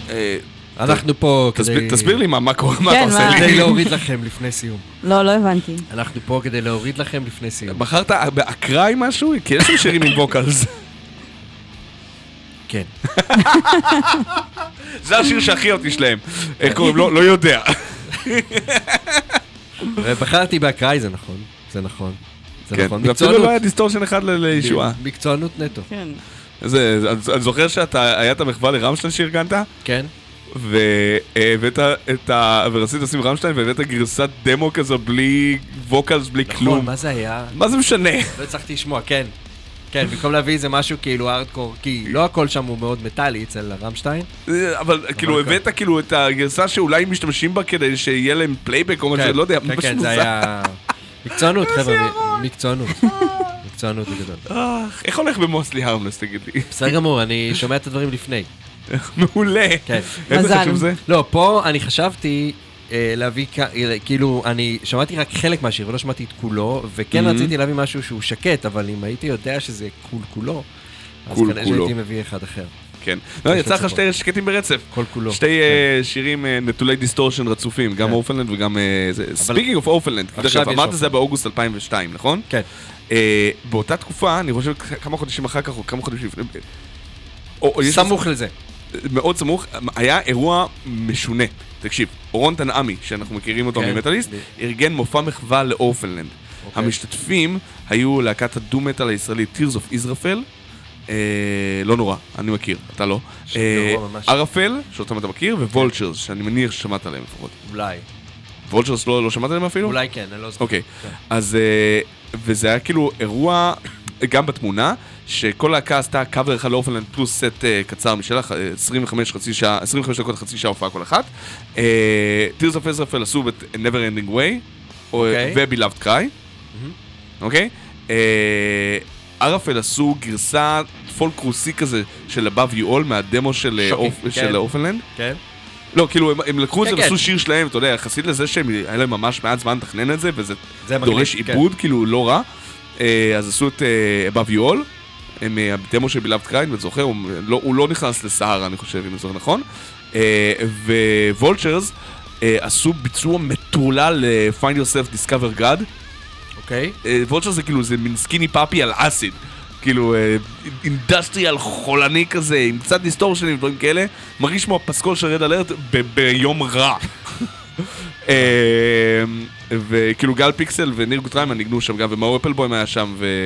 אנחנו פה כדי... תסביר לי מה קורה, מה כן, אתה עושה מה? לי. כדי להוריד לכם לפני סיום. לא, לא הבנתי. אנחנו פה כדי להוריד לכם לפני סיום. בחרת באקראי משהו? כי יש לי שירים עם ווקלס. כן. זה השיר שהכי אותי שלהם. איך קוראים? לא יודע. ובחרתי באקראי, זה נכון. זה נכון. זה כן, נכון. ואפילו לא מקצוענות. היה דיסטורשן אחד לישועה. מקצוענות נטו. כן. זה, אני זוכר שאתה, היה את המחווה לרמשטיין שארגנת, כן. והבאת את ה... ורצית לשים רמשטיין, והבאת גרסת דמו כזו בלי ווקלס, בלי כלום. נכון, מה זה היה? מה זה משנה? לא הצלחתי לשמוע, כן. כן, במקום להביא איזה משהו כאילו הארדקור, כי לא הכל שם הוא מאוד מטאלי אצל רמשטיין. אבל כאילו הבאת כאילו את הגרסה שאולי משתמשים בה כדי שיהיה להם פלייבק או משהו, לא יודע, כן, כן, זה היה... מקצוענות, חבר'ה, מקצוענות. מקצוענות בגדול. איך הולך במוסלי הרמלס, תגיד לי? בסדר גמור, אני שומע את הדברים לפני. מעולה. כן. איזה מזל. חשוב זה? לא, פה אני חשתי אה, להביא, כ- אה, כאילו, אני שמעתי רק חלק מהשיר ולא שמעתי את כולו, וכן Mhm. רציתי להביא משהו שהוא שקט, אבל אם הייתי יודע שזה קול כולו, אז קול כנראה כולו. שהייתי מביא אחד אחר. כן. לא, יצא לך לצפות. שתי שקטים ברצף. כל כולו. שתי אה, שירים אה, נטולי דיסטורשן רצופים, גם כן. אורפנלנד וגם... ספיקינג אוף אורפנלנד, עכשיו יש אמרת זה אורפנלנד. באוגוסט אלפיים ושתיים, נכון? כן. אה, באותה תקופה, אני חושב כמה חודשים אחר כך, או כמה חודשים לפני... או- או יש- סמוך לזה. מאוד סמוך, היה אירוע משונה. תקשיב, אורון תנעמי, שאנחנו מכירים אותו כן. ממטאליסט, ארגן מופע מחווה לאורפנלנד. אוקיי. המשתתפים היו להקת הדו-מטאל הישראלית Tears of Israel, אה, לא נורא, אני מכיר, אתה לא. שם אה, גרוע ממש. ערפל, שאותם אתה מכיר, ווולצ'רס, שאני מניח ששמעת עליהם לפחות. אולי. וולצ'רס לא לא שמעת עליהם אפילו? אולי כן, אני לא זוכר. אוקיי, כן. אז אה, וזה היה כאילו אירוע, גם בתמונה, שכל להקה עשתה קאבר אחד לאורפנלנד פלוס סט אה, קצר משלך, אה, עשרים וחמש חצי שעה, עשרים וחמש דקות חצי שעה הופעה כל אחת. אה, Tears of Israel עשו את Never Ending Way, או- אוקיי. ו-Beloved Cry, אוקיי? אה, ערפל עשו גרסה פולק רוסי כזה של Above You All מהדמו של אה, שוקינג, אורפ- כן. של אורפנלנד. כן? לא, כאילו, הם, הם לקחו את זה כן, ועשו כן. שיר שלהם, אתה יודע, יחסית לזה שהם, היה להם ממש מעט זמן לתכנן את זה, וזה זה מגניב, דורש כן. עיבוד, כאילו, לא רע. אה, אז עשו את אה, Above You All, הם אה, הדמו של בילאבד קריין, ואתה זוכר, הוא לא, הוא לא נכנס לסהרה, אני חושב, אם אני זוכר נכון. אה, ווולצ'רס אה, עשו ביצוע מטורלל ל-Find Yourself Discover God. אוקיי. וולצ'רס זה כאילו, זה מין סקיני פאפי על אסיד. כאילו, אינדסטריאל חולני כזה, עם קצת דיסטורשנים ודברים כאלה, מרגיש כמו הפסקול של רד אלרט ב- ביום רע. אה, וכאילו גל פיקסל וניר גוטריימן ניגנו שם גם, ומאור אפלבוים היה שם, ו...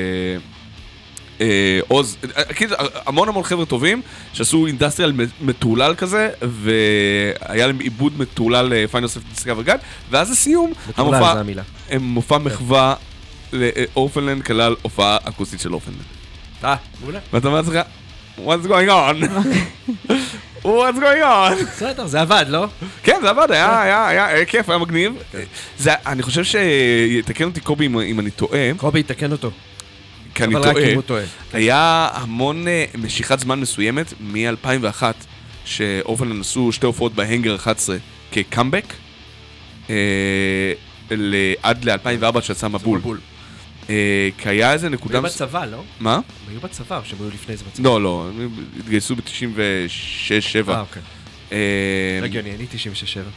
אה, עוז, אה, כאילו, המון המון חבר'ה טובים שעשו אינדסטריאל מטורלל כזה, והיה להם עיבוד מטורלל פיינל סף דיסקאבר גאד, ואז לסיום, מטורלל המופע, זה המילה. מופע מחווה לאורפנלנד כלל הופעה אקוסטית של אורפנלנד. אה, מעולה. ואתה אומר לעצמך, what's going on? what's going on? בסדר, זה עבד, לא? כן, זה עבד, היה, היה, היה, היה כיף, היה מגניב. זה, אני חושב שיתקן אותי קובי אם, אם אני טועה, קובי, תקן אותו. כי אני אבל רק טועה. אם הוא טועה. היה המון אה, משיכת זמן מסוימת מ-אלפיים ואחת, שאורפנלנד עשו שתי הופעות בהנגר אחת עשרה כקאמבק, אה, ל- עד ל-אלפיים וארבע שיצא מבול. מבול. אה, כי היה איזה הם נקודה... היו מס- בצבא, לא? מה? הם היו בצבא, או שהם היו לפני זה בצבא? לא, לא, הם התגייסו ב-תשעים ושש שבע. אה, אוקיי. הגיוני, אני תשעים ושש שבע.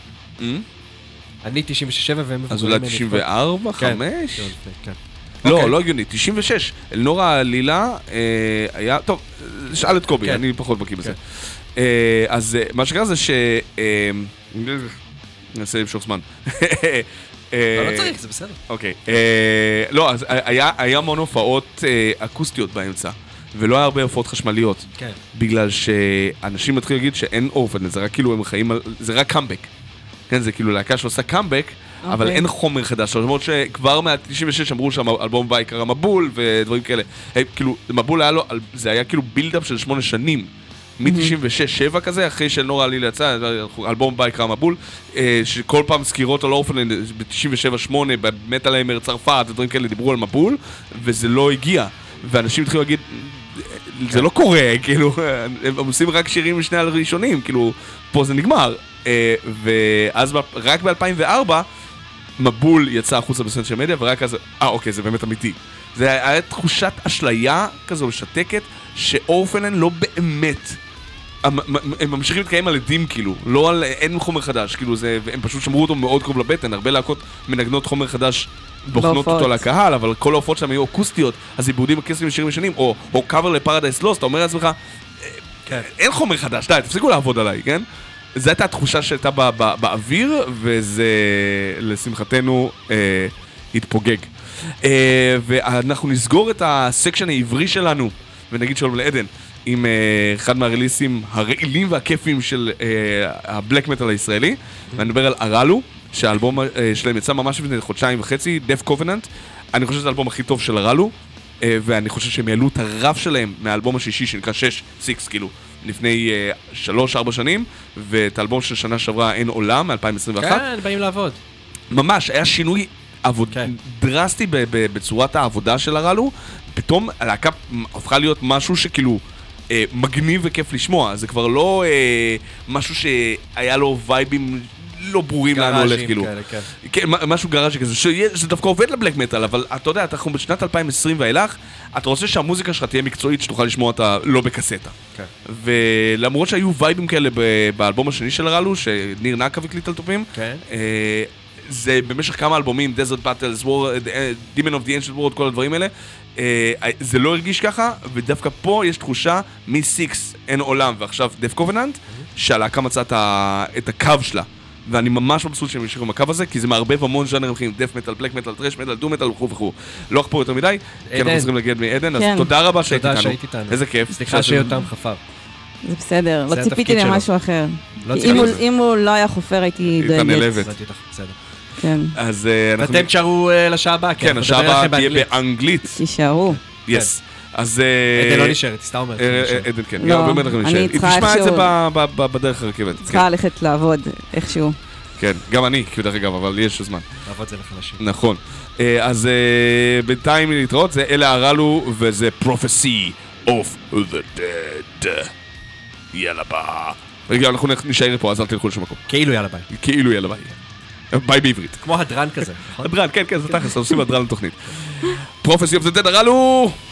אני תשעים ושש שבע והם אז מבוגרים אולי ממני תשעים כבר. וארבע, כן, חמש? כן, כן. לא, אוקיי. לא הגיוני, תשעים ושש. אלנורה עלילה אה, היה... טוב, שאל את קובי, כן. אני פחות בקיא בזה. כן. אה, אז אה, מה שקרה זה ש... אה, אני אנסה למשוך זמן. לא, לא צריך, זה בסדר. אוקיי. אה, לא, אז היה היה המון הופעות אה, אקוסטיות באמצע, ולא היה הרבה הופעות חשמליות. כן. בגלל שאנשים מתחילים להגיד שאין אורפנד, זה רק כאילו הם חיים על... זה רק קאמבק. כן, זה כאילו להקה שעושה קאמבק, אבל אוקיי. אין חומר חדש. למרות שכבר מה-תשעים ושש אמרו שהאלבום הבא יקרא מבול ודברים כאלה. הם, כאילו, מבול היה לו, זה היה כאילו בילדאפ של שמונה שנים. מ-תשעים ושש שבע כזה, אחרי שנורה עלילה יצא, האלבום הבא יקרא מבול, אה, שכל פעם סקירות על אורפנד ב-תשעים ושבע שמונה, במטל אמר צרפת, ודברים כאלה דיברו על מבול, וזה לא הגיע. ואנשים התחילו להגיד, זה לא קורה, כאילו, הם עושים רק שירים משני הראשונים, כאילו, פה זה נגמר. אה, ואז ב- רק ב-אלפיים וארבע, מבול יצא החוצה בסנצ'ל מדיה, ורק אז, אה, אוקיי, זה באמת אמיתי. זה היה תחושת אשליה כזו משתקת, שאורפנלנד לא באמת הם ממשיכים להתקיים על עדים, כאילו, לא על, אין חומר חדש, כאילו, זה, הם פשוט שמרו אותו מאוד קרוב לבטן, הרבה להקות מנגנות חומר חדש, בוחנות אותו לקהל, אבל כל ההופעות שלהם היו אקוסטיות, אז עיבודים אקוסטיים לשירים ישנים, או, או קאבר לפרדייס לוסט, אתה אומר לעצמך, אין חומר חדש, די, תפסיקו לעבוד עליי, כן? זו הייתה התחושה שהייתה בא, בא, באוויר, וזה, לשמחתנו, אה, התפוגג. אה, ואנחנו נסגור את הסקשן העברי שלנו, ונגיד שלום לעדן, עם uh, אחד מהרליסים הרעילים והכיפים של uh, הבלק מטל הישראלי, ואני מדבר על ארלו, שהאלבום uh, שלהם יצא ממש לפני חודשיים וחצי, Death Covenant. אני חושב שזה האלבום הכי טוב של ארלו, uh, ואני חושב שהם יעלו את הרף שלהם מהאלבום השישי שנקרא שש, שש כאילו, לפני שלוש ארבע שנים, ואת האלבום של שנה שעברה אין עולם, מ-אלפיים עשרים ואחת. כן, באים לעבוד. ממש, היה שינוי עבוד... כן. דרסטי ב- ב- בצורת העבודה של ארלו, פתאום הלהקה הפכה להיות משהו שכאילו... אה, מגניב וכיף לשמוע, זה כבר לא אה, משהו שהיה לו וייבים לא ברורים לאן הולך, כאילו. כאלה, כן. כן, משהו גראז'י כזה, שזה דווקא עובד לבלק מטל, אבל אתה יודע, אנחנו בשנת אלפיים ועשרים ואילך, אתה רוצה שהמוזיקה שלך תהיה מקצועית, שתוכל לשמוע אותה לא בקסטה. כן. ולמרות שהיו וייבים כאלה באלבום השני של ארלו, שניר נקב הקליט על טופים, כן. אה, זה במשך כמה אלבומים, Desert Battles, War, Demon of the Ancient World, כל הדברים האלה, Uh, זה לא הרגיש ככה, ודווקא פה יש תחושה מ-סיקס אין עולם, ועכשיו Death Covenant, mm-hmm. שהלהקה מצאה את הקו שלה, ואני ממש מבסוט שהם ימשיכו עם הקו הזה, כי זה מערבב המון ז'אנרים אחרים, Death Metal, Black Metal, Thrash Metal, Doom Metal וכו' וכו'. לא אחפור יותר מדי, כי אנחנו צריכים להגיע מעדן, אז תודה רבה שהיית איתנו. איזה כיף. סליחה שיותם חפר. זה בסדר, לא ציפיתי למשהו אחר. אם הוא לא היה חופר הייתי דואגת. כן. אז אנחנו... ואתם תשארו לשעה הבאה, כן, השעה הבאה תהיה באנגלית. תישארו. יס. אז... עדן לא נשארת, סתם אומרת. עדן כן, לא, באמת אנחנו נשארת. היא תשמע את זה בדרך הרכבת. צריכה ללכת לעבוד, איכשהו. כן, גם אני, כי דרך אגב, אבל יש זמן. לעבוד זה לחלשים. נכון. אז בינתיים להתראות, זה אלה ארלו, וזה Prophecy of the Dead. יאללה ביי. רגע, אנחנו נשאר פה, אז אל תלכו לשום מקום. כאילו יאללה ביי. כאילו יאללה ביי. ביי בעברית. כמו הדרן כזה, נכון? הדרן, כן, כן, זה תכלס, עושים הדרן לתוכנית. Prophecy of the Dead, ארלו!